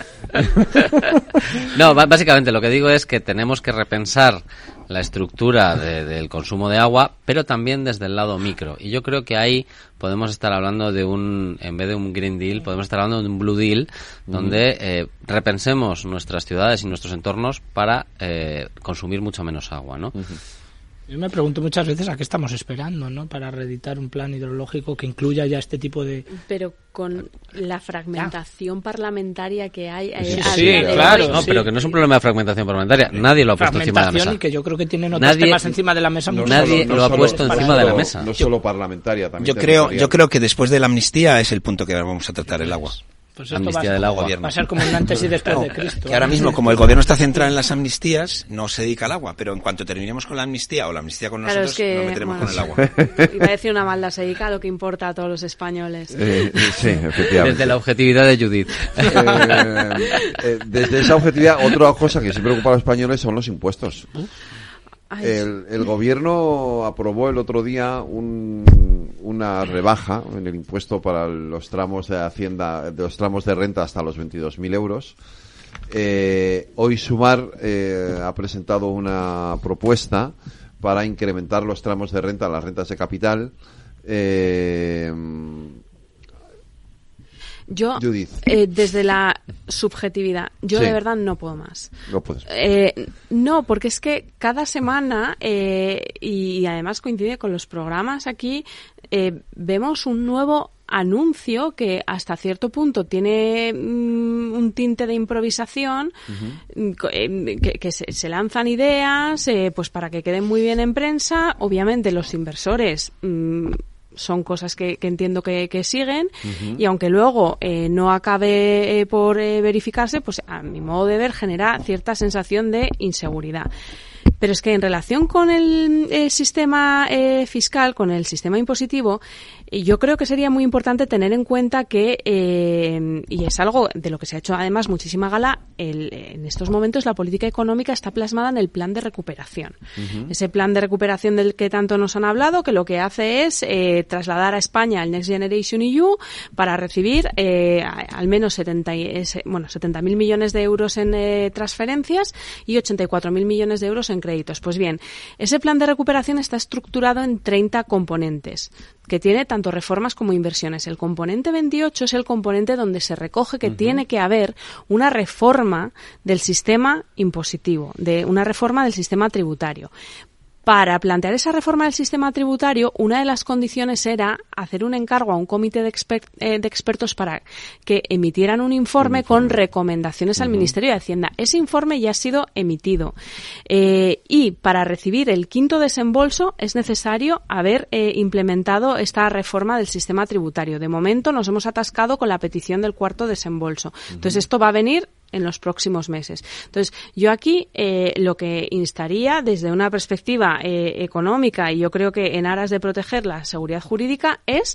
Speaker 4: No, básicamente lo que digo es que tenemos que repensar la estructura del consumo de agua, pero también desde el lado micro. Y yo creo que ahí podemos estar hablando en vez de un Green Deal, podemos estar hablando de un Blue Deal, donde repensemos nuestras ciudades y nuestros entornos para consumir mucho menos agua, ¿no?
Speaker 19: Yo me pregunto muchas veces a qué estamos esperando, ¿no? Para reeditar un plan hidrológico que incluya ya este tipo de...
Speaker 21: Pero con la fragmentación parlamentaria que hay...
Speaker 4: claro. No, pero que no es un problema de fragmentación parlamentaria. Nadie lo ha puesto encima de la mesa.
Speaker 19: Y que yo creo que tienen otros temas encima de la mesa.
Speaker 4: Nadie lo ha puesto encima de la mesa.
Speaker 2: No solo parlamentaria, también
Speaker 20: yo creo que después de la amnistía es el punto que vamos a tratar el agua.
Speaker 19: Pues
Speaker 4: amnistía del agua.
Speaker 19: Va a ser como un antes y después de Cristo.
Speaker 20: Que ahora mismo, como el gobierno está centrado en las amnistías, no se dedica al agua, pero en cuanto terminemos con la amnistía o la amnistía con nosotros, nos meteremos con el agua.
Speaker 21: Iba a decir una maldad, se dedica a lo que importa a todos los españoles.
Speaker 2: Sí, efectivamente.
Speaker 4: Desde la objetividad de Judith.
Speaker 2: Desde esa objetividad, otra cosa que sí preocupa a los españoles son los impuestos. El gobierno aprobó el otro día una rebaja en el impuesto para los tramos de Hacienda, de los tramos de renta hasta los 22.000 euros. Hoy Sumar ha presentado una propuesta para incrementar los tramos de renta, las rentas de capital.
Speaker 21: Yo,
Speaker 2: Judith.
Speaker 21: Desde la subjetividad, yo
Speaker 2: Sí.
Speaker 21: de verdad no puedo más.
Speaker 2: No puedes.
Speaker 21: No, porque es que cada semana, y además coincide con los programas aquí, vemos un nuevo anuncio que hasta cierto punto tiene un tinte de improvisación, que se lanzan ideas pues para que queden muy bien en prensa. Obviamente los inversores son cosas que entiendo que siguen, y aunque luego no acabe por verificarse, pues a mi modo de ver genera cierta sensación de inseguridad. Pero es que en relación con el sistema fiscal, con el sistema impositivo, yo creo que sería muy importante tener en cuenta que, y es algo de lo que se ha hecho además muchísima gala, en estos momentos la política económica está plasmada en el plan de recuperación. Ese plan de recuperación del que tanto nos han hablado, que lo que hace es trasladar a España el Next Generation EU para recibir al menos 70.000 millones de euros en transferencias y 84.000 millones de euros en créditos. Pues bien, ese plan de recuperación está estructurado en 30 componentes, que tiene tanto reformas como inversiones. El componente 28 es el componente donde se recoge que tiene que haber una reforma del sistema impositivo, de una reforma del sistema tributario. Para plantear esa reforma del sistema tributario, una de las condiciones era hacer un encargo a un comité de expertos para que emitieran un informe con recomendaciones al Ministerio de Hacienda. Ese informe ya ha sido emitido. Y para recibir el quinto desembolso es necesario haber implementado esta reforma del sistema tributario. De momento nos hemos atascado con la petición del cuarto desembolso. Entonces esto va a venir en los próximos meses. Entonces, yo aquí lo que instaría desde una perspectiva económica, y yo creo que en aras de proteger la seguridad jurídica, es,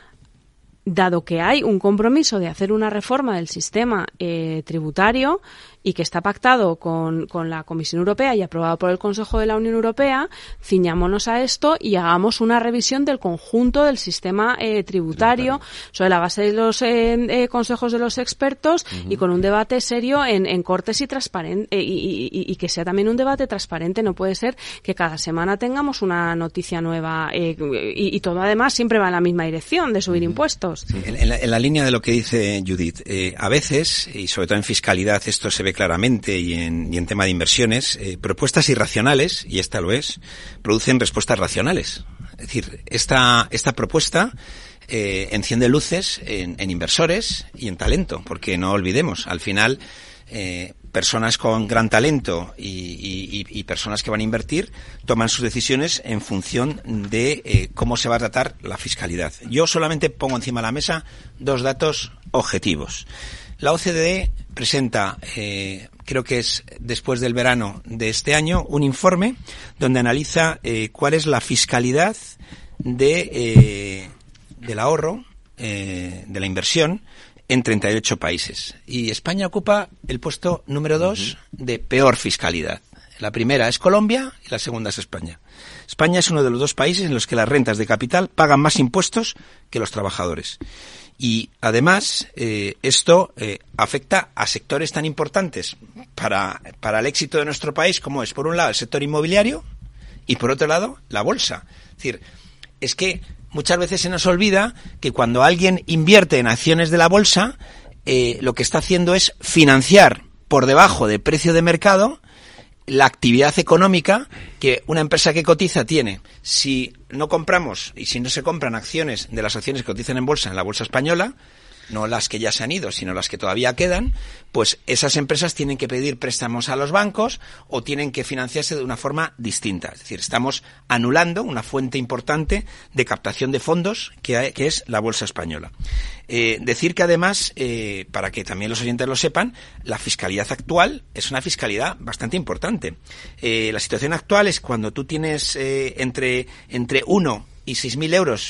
Speaker 21: dado que hay un compromiso de hacer una reforma del sistema tributario y que está pactado con la Comisión Europea y aprobado por el Consejo de la Unión Europea, ciñámonos a esto y hagamos una revisión del conjunto del sistema tributario sobre la base de los consejos de los expertos y con un debate serio en Cortes y transparente, y que sea también un debate transparente. No puede ser que cada semana tengamos una noticia nueva y todo además siempre va en la misma dirección de subir impuestos.
Speaker 20: Sí. En la línea de lo que dice Judith, a veces, y sobre todo en fiscalidad esto se ve claramente, y en tema de inversiones, propuestas irracionales, y esta lo es, producen respuestas racionales. Es decir, esta propuesta enciende luces en inversores y en talento, porque no olvidemos, al final personas con gran talento y personas que van a invertir toman sus decisiones en función de cómo se va a tratar la fiscalidad. Yo solamente pongo encima de la mesa dos datos objetivos. La OCDE presenta, creo que es después del verano de este año, un informe donde analiza cuál es la fiscalidad del ahorro, de la inversión, en 38 países. Y España ocupa el puesto número 2 de peor fiscalidad. La primera es Colombia y la segunda es España. España es uno de los dos países en los que las rentas de capital pagan más impuestos que los trabajadores. Y además esto afecta a sectores tan importantes para el éxito de nuestro país como es, por un lado, el sector inmobiliario y, por otro lado, la bolsa. Es decir, es que muchas veces se nos olvida que cuando alguien invierte en acciones de la bolsa, lo que está haciendo es financiar por debajo de precio de mercado la actividad económica que una empresa que cotiza tiene. Si no compramos y si no se compran acciones de las acciones que cotizan en bolsa, en la bolsa española, no las que ya se han ido, sino las que todavía quedan, pues esas empresas tienen que pedir préstamos a los bancos o tienen que financiarse de una forma distinta. Es decir, estamos anulando una fuente importante de captación de fondos que es la bolsa española. Decir que además, para que también los oyentes lo sepan, la fiscalidad actual es una fiscalidad bastante importante. La situación actual es cuando tú tienes entre 1 y 6.000 euros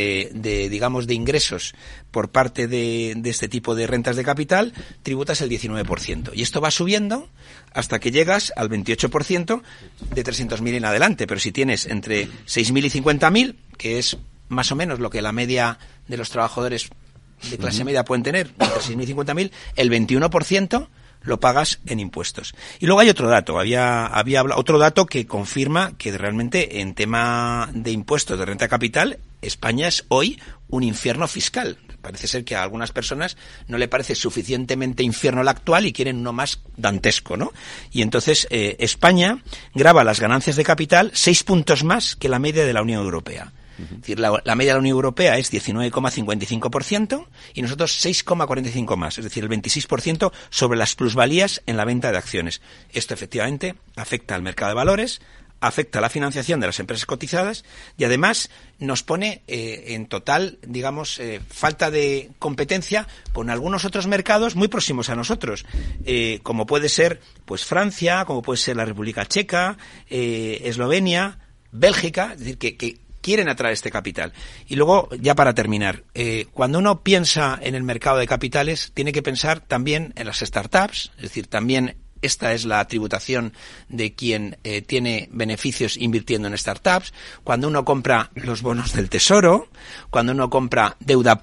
Speaker 20: de ingresos por parte de este tipo de rentas de capital, tributas el 19%. Y esto va subiendo hasta que llegas al 28% de 300.000 en adelante. Pero si tienes entre 6.000 y 50.000, que es más o menos lo que la media de los trabajadores de clase media pueden tener, entre 6.000 y 50.000, el 21% lo pagas en impuestos. Y luego hay otro dato, había otro dato que confirma que realmente en tema de impuestos de renta capital, España es hoy un infierno fiscal. parece ser que a algunas personas no le parece suficientemente infierno el actual y quieren uno más dantesco, ¿no? Y entonces España grava las ganancias de capital 6 puntos más que la media de la Unión Europea. Es decir, la media de la Unión Europea es 19,55% y nosotros 6,45 más, es decir, el 26% sobre las plusvalías en la venta de acciones. Esto efectivamente afecta al mercado de valores, afecta a la financiación de las empresas cotizadas y además nos pone en total, digamos, falta de competencia con algunos otros mercados muy próximos a nosotros, como puede ser pues Francia, como puede ser la República Checa, Eslovenia, Bélgica, es decir, que quieren atraer este capital. Y luego, ya para terminar, cuando uno piensa en el mercado de capitales, tiene que pensar también en las startups, es decir, también esta es la tributación de quien tiene beneficios invirtiendo en startups. Cuando uno compra los bonos del Tesoro, cuando uno compra deuda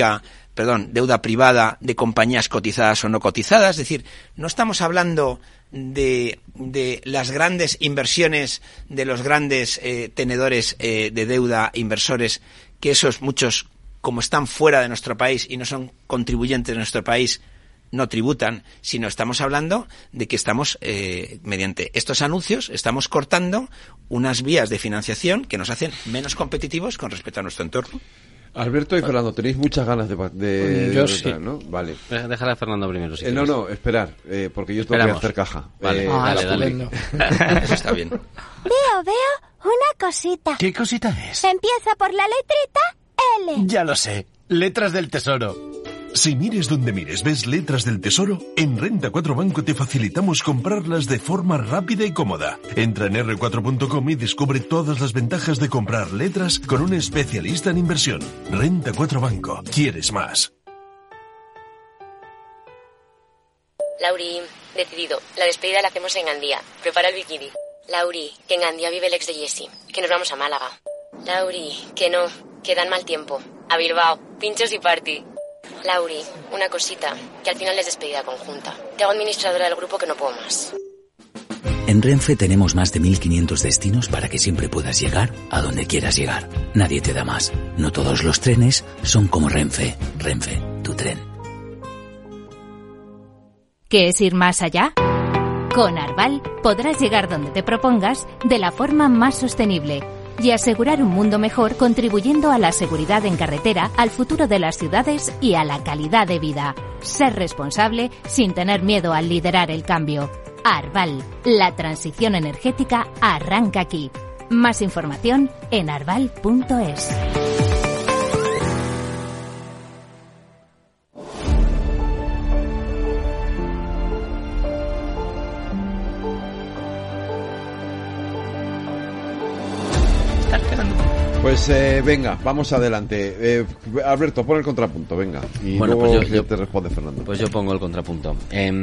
Speaker 20: privada de compañías cotizadas o no cotizadas, es decir, no estamos hablando de las grandes inversiones de los grandes tenedores de deuda, inversores, que esos muchos, como están fuera de nuestro país y no son contribuyentes de nuestro país, no tributan, sino estamos hablando de que estamos, mediante estos anuncios, estamos cortando unas vías de financiación que nos hacen menos competitivos con respecto a nuestro entorno.
Speaker 2: Alberto y Fernando, tenéis muchas ganas de
Speaker 4: yo sí.
Speaker 2: ¿no? Vale.
Speaker 4: Dejar a Fernando primero. Si
Speaker 2: no, esperar, porque yo tengo que hacer caja.
Speaker 4: Vale, dale.
Speaker 20: Eso está bien.
Speaker 5: Veo una cosita.
Speaker 22: ¿Qué cosita es?
Speaker 5: Empieza por la letrita L.
Speaker 22: Ya lo sé, letras del tesoro.
Speaker 23: Si mires donde mires ves letras del tesoro, en Renta 4 Banco te facilitamos comprarlas de forma rápida y cómoda. Entra en r4.com y descubre todas las ventajas de comprar letras con un especialista en inversión. Renta 4 Banco. ¿Quieres más?
Speaker 24: Lauri, decidido. La despedida la hacemos en Gandía. Prepara el bikini. Lauri, que en Gandía vive el ex de Jessie. Que nos vamos a Málaga. Lauri, que no. Que dan mal tiempo. A Bilbao. Pinchos y party. Lauri, una cosita, que al final es despedida conjunta. Te hago administradora del grupo que no puedo más.
Speaker 25: En Renfe tenemos más de 1.500 destinos para que siempre puedas llegar a donde quieras llegar. Nadie te da más. No todos los trenes son como Renfe. Renfe, tu tren.
Speaker 26: ¿Qué es ir más allá? Con Arval podrás llegar donde te propongas de la forma más sostenible y asegurar un mundo mejor contribuyendo a la seguridad en carretera, al futuro de las ciudades y a la calidad de vida. Ser responsable sin tener miedo al liderar el cambio. Arval, la transición energética arranca aquí. Más información en arval.es.
Speaker 2: Pues venga, vamos adelante. Alberto, pon el contrapunto, venga. Y
Speaker 4: bueno,
Speaker 2: luego
Speaker 4: pues yo
Speaker 2: te responde Fernando.
Speaker 4: Pues yo pongo el contrapunto.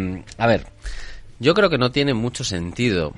Speaker 4: A ver, yo creo que no tiene mucho sentido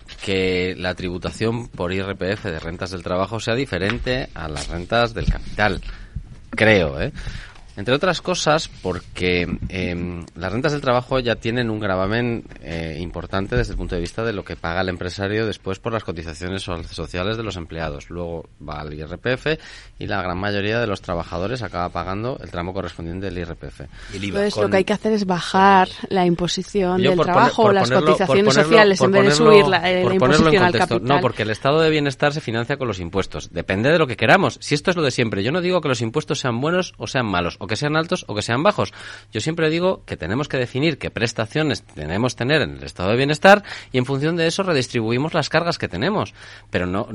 Speaker 4: que la tributación por IRPF de rentas del trabajo sea diferente a las rentas del capital. Creo, Entre otras cosas porque las rentas del trabajo ya tienen un gravamen importante desde el punto de vista de lo que paga el empresario después por las cotizaciones sociales de los empleados. Luego va al IRPF y la gran mayoría de los trabajadores acaba pagando el tramo correspondiente del IRPF.
Speaker 21: Y el IVA. Pues lo que hay que hacer es bajar la imposición del trabajo o las cotizaciones sociales en vez de subir la imposición al capital.
Speaker 4: No, porque el estado de bienestar se financia con los impuestos. Depende de lo que queramos. Si esto es lo de siempre. Yo no digo que los impuestos sean buenos o sean malos, o que sean altos o que sean bajos. Yo siempre digo que tenemos que definir qué prestaciones tenemos tener en el estado de bienestar y en función de eso redistribuimos las cargas que tenemos. Pero no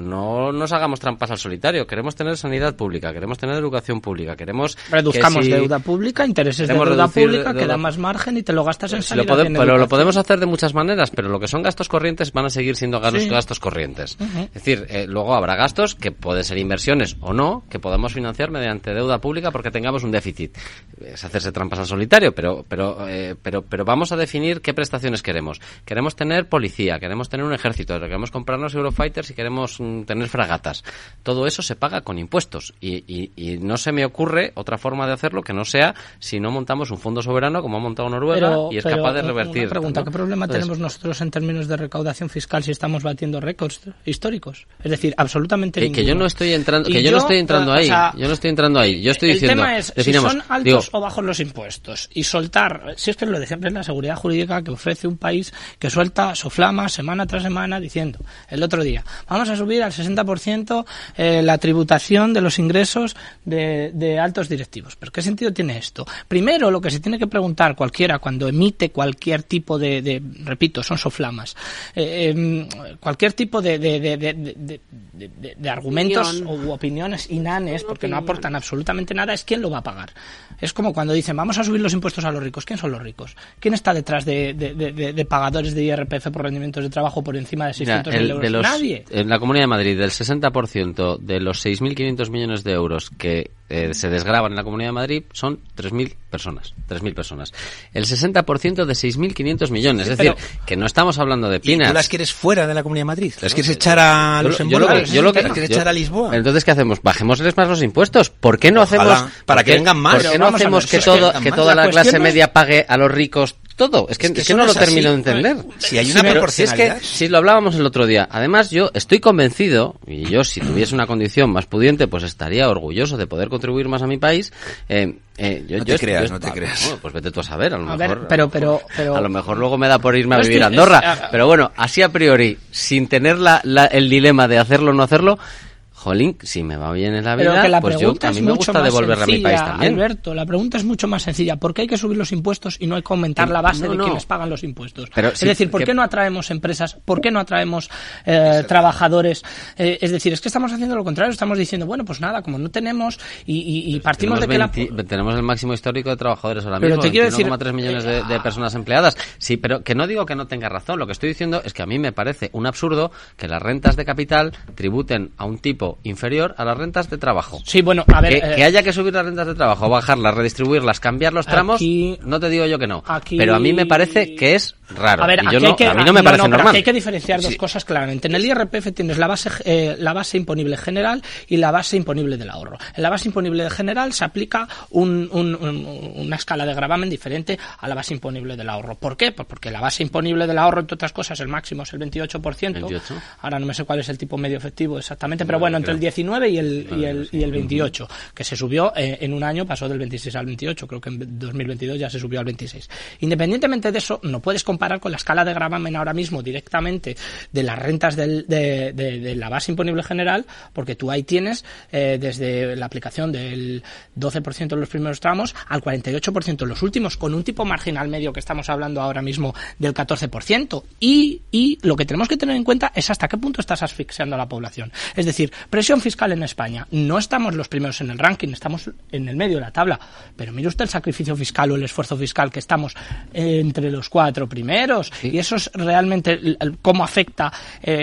Speaker 4: nos hagamos trampas al solitario. Queremos tener sanidad pública, queremos tener educación pública, queremos
Speaker 19: reduzcamos deuda pública, intereses de deuda pública, que da más margen y te lo gastas en sanidad.
Speaker 4: Pero lo podemos hacer de muchas maneras, pero lo que son gastos corrientes van a seguir siendo gastos corrientes. Uh-huh. Es decir, luego habrá gastos que pueden ser inversiones o no, que podemos financiar mediante deuda pública porque tengamos un déficit. Es hacerse trampas al solitario, pero vamos a definir qué prestaciones queremos. Queremos tener policía, queremos tener un ejército, queremos comprarnos Eurofighters y queremos tener fragatas. Todo eso se paga con impuestos y no se me ocurre otra forma de hacerlo que no sea si no montamos un fondo soberano como ha montado Noruega y es capaz de revertir.
Speaker 19: Una pregunta, ¿qué problema tenemos nosotros en términos de recaudación fiscal si estamos batiendo récords históricos? Es decir, absolutamente ninguno.
Speaker 4: Que yo no estoy entrando ahí. Yo no estoy entrando ahí. Yo estoy diciendo,
Speaker 19: tema es si son altos o bajos los impuestos y soltar, si es que es lo de siempre, es la seguridad jurídica que ofrece un país que suelta soflama semana tras semana diciendo el otro día, vamos a subir al 60% la tributación de los ingresos de altos directivos. ¿Pero qué sentido tiene esto? Primero, lo que se tiene que preguntar cualquiera cuando emite cualquier tipo repito, son soflamas, cualquier tipo de argumentos u opiniones inanes, porque no aportan absolutamente nada, es quién lo va a pagar. Es como cuando dicen, vamos a subir los impuestos a los ricos. ¿Quién son los ricos? ¿Quién está detrás de pagadores de IRPF por rendimientos de trabajo por encima de 600.000 euros? Nadie.
Speaker 4: En la Comunidad de Madrid, del 60% de los 6.500 millones de euros que se desgravan en la Comunidad de Madrid son 3.000 personas. 3.000 personas. El 60% de 6.500 millones. Sí, es decir, que no estamos hablando de peanuts.
Speaker 20: ¿Y tú las quieres fuera de la Comunidad de Madrid? ¿Las quieres echar a Luxemburgo? ¿Las quieres echar a Lisboa?
Speaker 4: Entonces, ¿qué hacemos? Bajémosles más los impuestos. ¿Por qué no hacemos...
Speaker 20: Para que vengan más.
Speaker 4: ¿Por qué no hacemos que toda la clase media pague a los ricos todo? Es que no lo termino de entender.
Speaker 20: Si hay una proporcionalidad.
Speaker 4: Si lo hablábamos el otro día. Además, yo estoy convencido, y yo si tuviese una condición más pudiente, pues estaría orgulloso de poder contribuir más a mi país.
Speaker 20: No te creas.
Speaker 4: Bueno, pues vete tú a saber, a lo mejor.
Speaker 19: Pero
Speaker 4: a lo mejor luego me da por irme a vivir a Andorra. Pero bueno, así a priori, sin tener el dilema de hacerlo o no hacerlo, jolín, si me va bien en la vida, pues a mí me gusta devolverle a mi país también.
Speaker 19: Alberto, la pregunta es mucho más sencilla. ¿Por qué hay que subir los impuestos y no hay que aumentar la base de quienes pagan los impuestos? Es decir, ¿por qué no atraemos empresas? ¿Por qué no atraemos trabajadores? Es decir, es que estamos haciendo lo contrario. Estamos diciendo, bueno, pues nada, como no tenemos y partimos de que
Speaker 4: tenemos el máximo histórico de trabajadores ahora mismo, 21,3 millones de personas empleadas. Sí, pero que no digo que no tenga razón. Lo que estoy diciendo es que a mí me parece un absurdo que las rentas de capital tributen a un tipo inferior a las rentas de trabajo.
Speaker 19: Sí, bueno, a ver...
Speaker 4: Que haya que subir las rentas de trabajo, bajarlas, redistribuirlas, cambiar los tramos, no te digo yo que no. Pero a mí me parece que es raro.
Speaker 19: A ver,
Speaker 4: a mí no me parece normal.
Speaker 19: Aquí hay que diferenciar dos cosas claramente. En el IRPF tienes la base imponible general y la base imponible del ahorro. En la base imponible general se aplica una escala de gravamen diferente a la base imponible del ahorro. ¿Por qué? Pues porque la base imponible del ahorro, entre otras cosas, el máximo es el 28%. Ahora no me sé cuál es el tipo medio efectivo exactamente, pero bueno, entre el 19 y el 28, que se subió en un año, pasó del 26 al 28, creo que en 2022 ya se subió al 26. Independientemente de eso, no puedes comparar con la escala de gravamen ahora mismo directamente de las rentas de la base imponible general, porque tú ahí tienes desde la aplicación del 12% en los primeros tramos al 48% en los últimos, con un tipo marginal medio que estamos hablando ahora mismo del 14%. Y lo que tenemos que tener en cuenta es hasta qué punto estás asfixiando a la población. Es decir, presión fiscal en España. No estamos los primeros en el ranking, estamos en el medio de la tabla. Pero mire usted el sacrificio fiscal o el esfuerzo fiscal, que estamos entre los 4 primeros. Sí. Y eso es realmente cómo afecta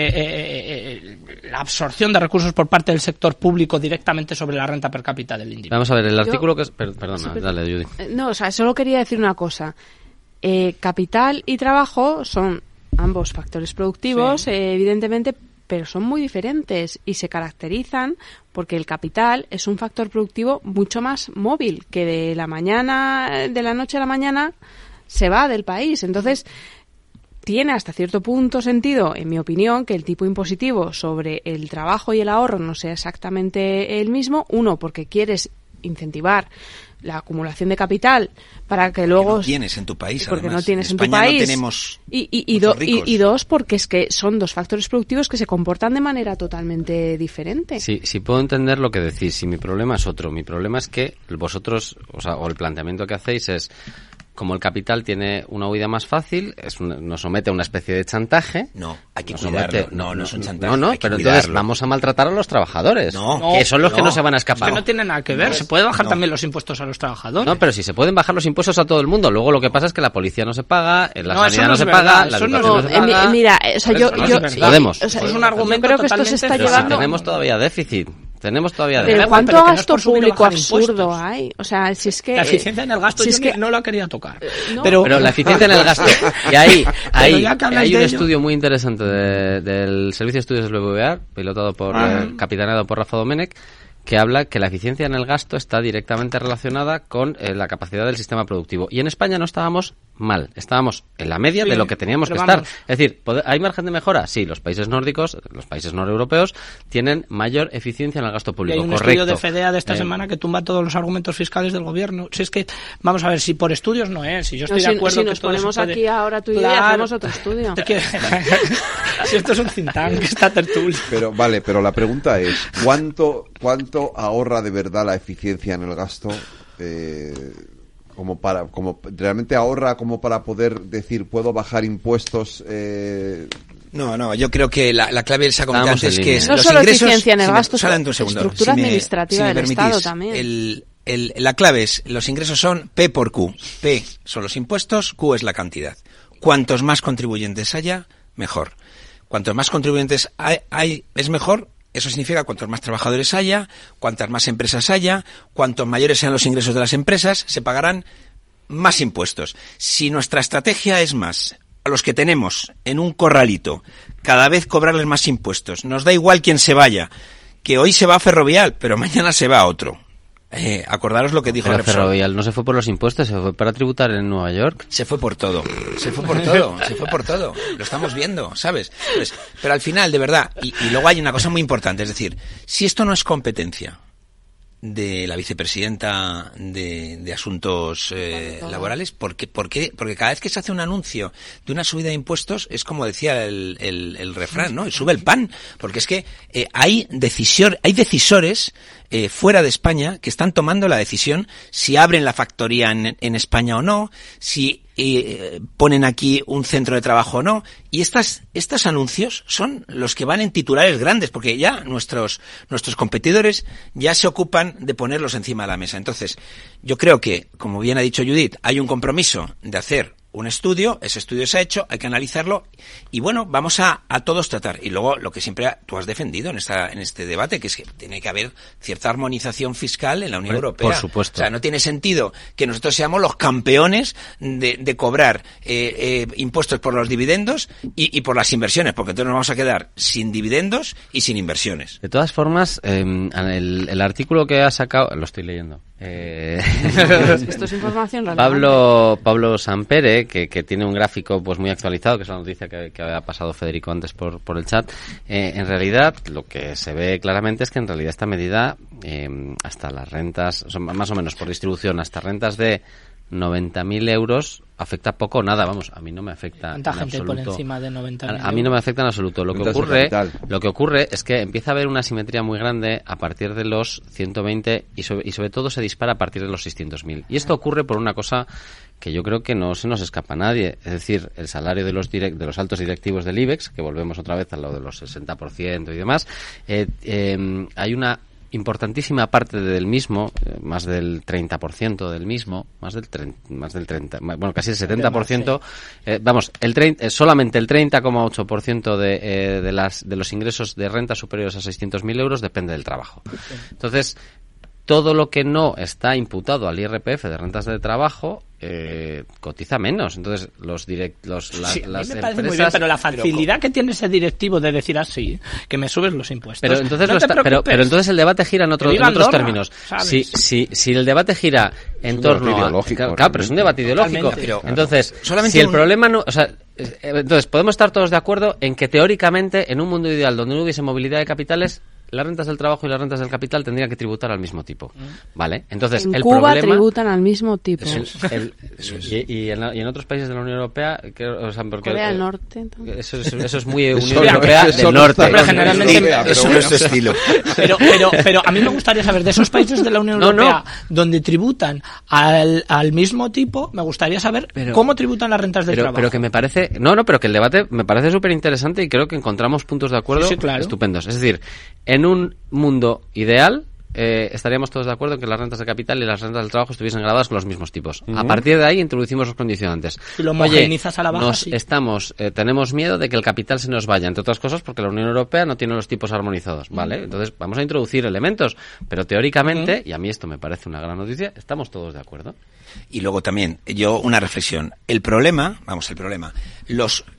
Speaker 19: la absorción de recursos por parte del sector público directamente sobre la renta per cápita del individuo.
Speaker 4: Vamos a ver, el artículo que es... Perdona, dale, Judy.
Speaker 21: No, o sea, solo quería decir una cosa. Capital y trabajo son ambos factores productivos, sí. Evidentemente, pero son muy diferentes y se caracterizan porque el capital es un factor productivo mucho más móvil, que de la noche a la mañana se va del país. Entonces, tiene hasta cierto punto sentido, en mi opinión, que el tipo impositivo sobre el trabajo y el ahorro no sea exactamente el mismo. Uno, porque quieres incentivar la acumulación de capital para que luego
Speaker 20: no tienes en tu país,
Speaker 21: porque
Speaker 20: además.
Speaker 21: No tienes en
Speaker 20: España
Speaker 21: tu país
Speaker 20: no tenemos
Speaker 21: y dos, porque es que son dos factores productivos que se comportan de manera totalmente diferente.
Speaker 4: Sí, puedo entender lo que decís. Si mi problema es otro, mi problema es que vosotros, o el planteamiento que hacéis es: como el capital tiene una huida más fácil, nos somete a una especie de chantaje.
Speaker 20: No, hay que cuidarlo. No es un chantaje.
Speaker 4: No, pero entonces vamos a maltratar a los trabajadores. Que son los que no se van a escapar.
Speaker 19: Es que no tiene nada que ver. Se puede bajar también los impuestos a los trabajadores.
Speaker 4: No, pero si se pueden bajar los impuestos a todo el mundo. Luego lo que pasa es que la policía no se paga, la sanidad no se paga, la educación no se paga.
Speaker 21: Mira, o sea, yo
Speaker 4: podemos.
Speaker 19: Es un argumento
Speaker 21: creo que esto se está llevando.
Speaker 4: Tenemos todavía déficit.
Speaker 21: Pero ¿cuánto gasto público absurdo hay? O sea, si es que...
Speaker 19: La eficiencia en el gasto no la quería tocar.
Speaker 4: Pero la eficiencia en el gasto... Y ahí hay un estudio muy interesante del Servicio de Estudios del BBVA, capitaneado por Rafa Domènech, que habla que la eficiencia en el gasto está directamente relacionada con la capacidad del sistema productivo. Y en España no estábamos mal, estábamos en la media de lo que teníamos que estar. Es decir, ¿hay margen de mejora? Sí, los países nórdicos, los países noreuropeos tienen mayor eficiencia en el gasto público.
Speaker 19: Y hay un estudio de FEDEA de esta semana que tumba todos los argumentos fiscales del gobierno. Si es que, vamos a ver, si por estudios no es, si yo estoy de acuerdo
Speaker 21: si
Speaker 19: que
Speaker 21: nos
Speaker 19: todo
Speaker 21: ponemos
Speaker 19: se puede...
Speaker 21: aquí ahora tú y yo hacemos otro estudio.
Speaker 19: Si esto es un think tank, esta tertulia.
Speaker 2: Pero vale, pero la pregunta es, ¿cuánto ahorra de verdad la eficiencia en el gasto? Como realmente ahorra como para poder decir, puedo bajar impuestos.
Speaker 20: No, yo creo que la clave se ha comentado antes, que es
Speaker 21: no
Speaker 20: los
Speaker 21: solo
Speaker 20: ingresos.
Speaker 21: Eficiencia en el gasto, estructura administrativa del Estado también.
Speaker 20: La clave es, los ingresos son P por Q. P son los impuestos, Q es la cantidad. Cuantos más contribuyentes haya, mejor. Cuantos más contribuyentes hay es mejor. Eso significa cuantos más trabajadores haya, cuantas más empresas haya, cuantos mayores sean los ingresos de las empresas, se pagarán más impuestos. Si nuestra estrategia es más a los que tenemos en un corralito, cada vez cobrarles más impuestos, nos da igual quién se vaya, que hoy se va a Ferrovial, pero mañana se va a otro. Acordaros lo que dijo Repsol.
Speaker 4: Ferrovial no se fue por los impuestos, se fue para tributar en Nueva York.
Speaker 20: Se fue por todo. Lo estamos viendo, ¿sabes? Pues, pero al final, de verdad, y luego hay una cosa muy importante, es decir, si esto no es competencia de la vicepresidenta de Asuntos Laborales, ¿por qué? Porque cada vez que se hace un anuncio de una subida de impuestos es como decía el refrán, ¿no? Sube el pan, porque es que hay decisores fuera de España que están tomando la decisión si abren la factoría en España o no, si ponen aquí un centro de trabajo o no, y estos anuncios son los que van en titulares grandes, porque ya nuestros competidores ya se ocupan de ponerlos encima de la mesa. Entonces, yo creo que, como bien ha dicho Judith, hay un compromiso de hacer un estudio, ese estudio se ha hecho, hay que analizarlo y bueno, vamos a todos tratar. Y luego lo que siempre tú has defendido en este debate, que es que tiene que haber cierta armonización fiscal en la Unión Europea.
Speaker 4: Por supuesto.
Speaker 20: O sea, no tiene sentido que nosotros seamos los campeones de cobrar impuestos por los dividendos y por las inversiones, porque entonces nos vamos a quedar sin dividendos y sin inversiones.
Speaker 4: De todas formas, el artículo que ha sacado, lo estoy leyendo.
Speaker 21: Esto es información relevante.
Speaker 4: Pablo Sampere, que tiene un gráfico pues muy actualizado, que es la noticia que ha pasado Federico antes por el chat. En realidad, lo que se ve claramente es que en realidad esta medida, hasta las rentas, son más o menos por distribución, hasta rentas de 90.000 euros, afecta poco o nada. Vamos, a mí no me afecta en
Speaker 19: ¿Cuánta gente
Speaker 4: absoluto.
Speaker 19: por encima de 90.000
Speaker 4: a mí no me afecta en absoluto. Lo que ocurre es que empieza a haber una asimetría muy grande a partir de los 120 y sobre todo se dispara a partir de los 600.000. Y esto ocurre por una cosa que yo creo que no se nos escapa a nadie, es decir, el salario de los altos directivos del IBEX, que volvemos otra vez a lo de los 60% y demás, hay una importantísima parte del mismo, más del 30% del mismo, más del 30, bueno, casi el 70%, solamente el 30,8% de los ingresos de renta superiores a 600.000 euros depende del trabajo. Entonces, todo lo que no está imputado al IRPF de rentas de trabajo cotiza menos. Entonces, las
Speaker 19: empresas... Me parece
Speaker 4: muy
Speaker 19: bien, pero la facilidad que tiene ese directivo de decir así, que me subes los impuestos.
Speaker 4: Pero entonces el debate gira en otros términos. Si el debate gira en torno a... Claro, pero es un debate ideológico. Entonces, si el problema no... O sea, entonces, podemos estar todos de acuerdo en que teóricamente, en un mundo ideal donde no hubiese movilidad de capitales, las rentas del trabajo y las rentas del capital tendrían que tributar al mismo tipo, ¿vale? Entonces,
Speaker 21: en Cuba tributan al mismo tipo.
Speaker 4: Y en otros países de la Unión Europea,
Speaker 21: Corea del Norte.
Speaker 4: Eso es muy Unión Europea del Norte.
Speaker 19: Pero generalmente
Speaker 20: eso no es tu estilo.
Speaker 19: Pero a mí me gustaría saber de esos países de la Unión Europea donde tributan al mismo tipo, me gustaría saber cómo tributan las rentas del trabajo.
Speaker 4: Pero que me parece, pero que el debate me parece súper interesante y creo que encontramos puntos de acuerdo estupendos. Es decir, en un mundo ideal estaríamos todos de acuerdo en que las rentas de capital y las rentas del trabajo estuviesen grabadas con los mismos tipos. A partir de ahí introducimos los condicionantes.
Speaker 19: Si lo homogeneizas a la baja,
Speaker 4: tenemos miedo de que el capital se nos vaya, entre otras cosas porque la Unión Europea no tiene los tipos armonizados, ¿vale? Entonces vamos a introducir elementos, pero teóricamente, y a mí esto me parece una gran noticia, estamos todos de acuerdo.
Speaker 20: Y luego también, una reflexión. El problema, los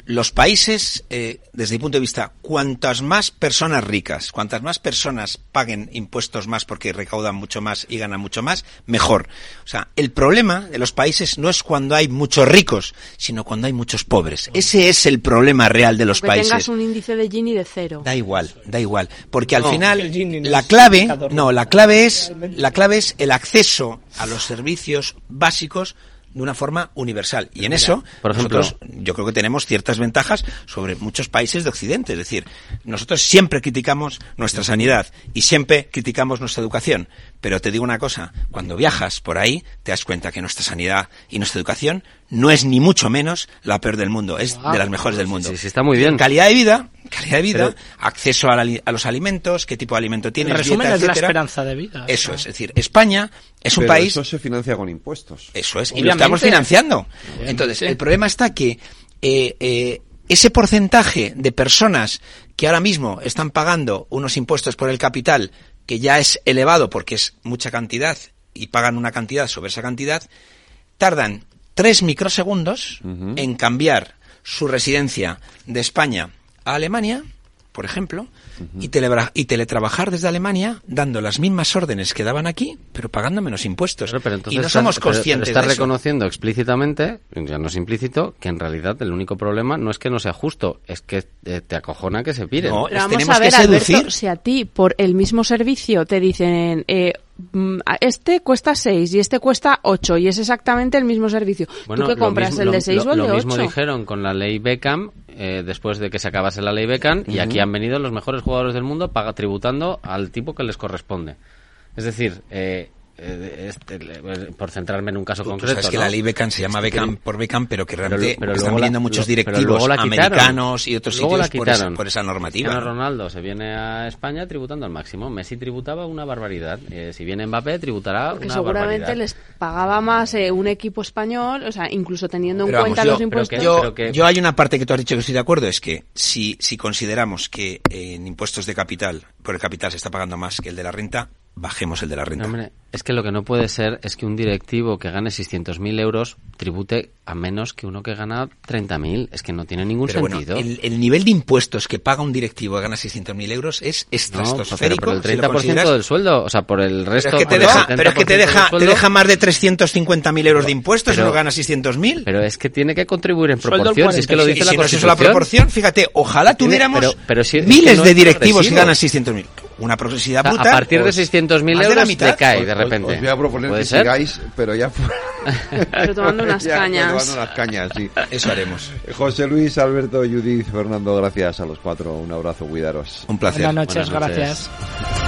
Speaker 20: los países, desde mi punto de vista, cuantas más personas ricas, cuantas más personas paguen impuestos más porque recaudan mucho más y ganan mucho más, mejor. O sea, el problema de los países no es cuando hay muchos ricos, sino cuando hay muchos pobres. Ese es el problema real de los países.
Speaker 21: Que tengas un índice de Gini de 0.
Speaker 20: Da igual, porque al final la clave es el acceso a los servicios básicos de una forma universal. Y en eso, por ejemplo, nosotros, yo creo que tenemos ciertas ventajas sobre muchos países de Occidente. Es decir, nosotros siempre criticamos nuestra sanidad y siempre criticamos nuestra educación. Pero te digo una cosa, cuando viajas por ahí, te das cuenta que nuestra sanidad y nuestra educación no es ni mucho menos la peor del mundo, es de las mejores del mundo.
Speaker 4: Sí, está muy bien.
Speaker 20: Calidad de vida, pero, acceso a los alimentos, qué tipo de alimento tienes,
Speaker 19: en resumen,
Speaker 20: dieta,
Speaker 19: es la
Speaker 20: etcétera.
Speaker 19: Esperanza de vida.
Speaker 20: Eso es decir, España es un país...
Speaker 2: eso se financia con impuestos.
Speaker 20: Eso es, y lo estamos financiando. Entonces, el problema está que ese porcentaje de personas que ahora mismo están pagando unos impuestos por el capital que ya es elevado porque es mucha cantidad y pagan una cantidad sobre esa cantidad, tardan 3 microsegundos en cambiar su residencia de España a Alemania, por ejemplo, y teletrabajar desde Alemania dando las mismas órdenes que daban aquí, pero pagando menos impuestos.
Speaker 4: Pero entonces
Speaker 20: y no somos conscientes
Speaker 4: pero estás
Speaker 20: de eso.
Speaker 4: reconociendo explícitamente, ya no es implícito, que en realidad el único problema no es que no sea justo, es que te acojona que se piren.
Speaker 20: No,
Speaker 21: pero vamos
Speaker 20: tenemos
Speaker 21: a ver,
Speaker 20: que seducir.
Speaker 21: Alberto, si a ti por el mismo servicio te dicen este cuesta 6 y este cuesta 8 y es exactamente el mismo servicio.
Speaker 4: Bueno,
Speaker 21: ¿tú qué compras, el de 6 o el de 8?
Speaker 4: Lo mismo dijeron con la ley Beckham, después de que se acabase la ley Beckham, y aquí han venido los mejores jugadores del mundo tributando al tipo que les corresponde. Es decir, por centrarme en un caso concreto,
Speaker 20: sabes que
Speaker 4: ¿no?
Speaker 20: la ley Beckham se llama Beckham por Beckham, pero que realmente
Speaker 4: pero
Speaker 20: están viniendo muchos directivos americanos y otros sitios por esa normativa.
Speaker 4: Cristiano Ronaldo se viene a España tributando al máximo. Messi tributaba una barbaridad. Si viene Mbappé, tributará
Speaker 21: porque
Speaker 4: una
Speaker 21: seguramente
Speaker 4: barbaridad.
Speaker 21: les pagaba más un equipo español, o sea, incluso teniendo en cuenta los impuestos.
Speaker 20: Yo hay una parte que tú has dicho que estoy de acuerdo, es que si consideramos que en impuestos de capital, por el capital se está pagando más que el de la renta, bajemos el de la renta.
Speaker 4: Hombre, es que lo que no puede ser es que un directivo que gane 600.000 euros tribute a menos que uno que gana 30.000. Es que no tiene ningún sentido.
Speaker 20: Bueno, el nivel de impuestos que paga un directivo que gana 600.000 euros es estratosférico.
Speaker 4: No, pero por el 30% del sueldo, o sea, por el resto...
Speaker 20: Pero es que te deja más de 350.000 euros de impuestos y no gana 600.000.
Speaker 4: Pero es que tiene que contribuir en proporción, si es que lo dice la Constitución.
Speaker 20: Si no es eso la proporción, fíjate, ojalá tuviéramos miles de directivos que ganan 600.000. Una progresividad brutal.
Speaker 4: A partir de 600.000 euros te cae de repente.
Speaker 2: Os voy a proponer que
Speaker 4: ser?
Speaker 2: sigáis, pero ya...
Speaker 21: pero tomando unas cañas.
Speaker 2: Tomando unas cañas, sí.
Speaker 20: Eso haremos.
Speaker 2: José Luis, Alberto, Judith, Fernando, gracias a los 4. Un abrazo, cuidaros.
Speaker 20: Un placer.
Speaker 19: Buenas noches, gracias.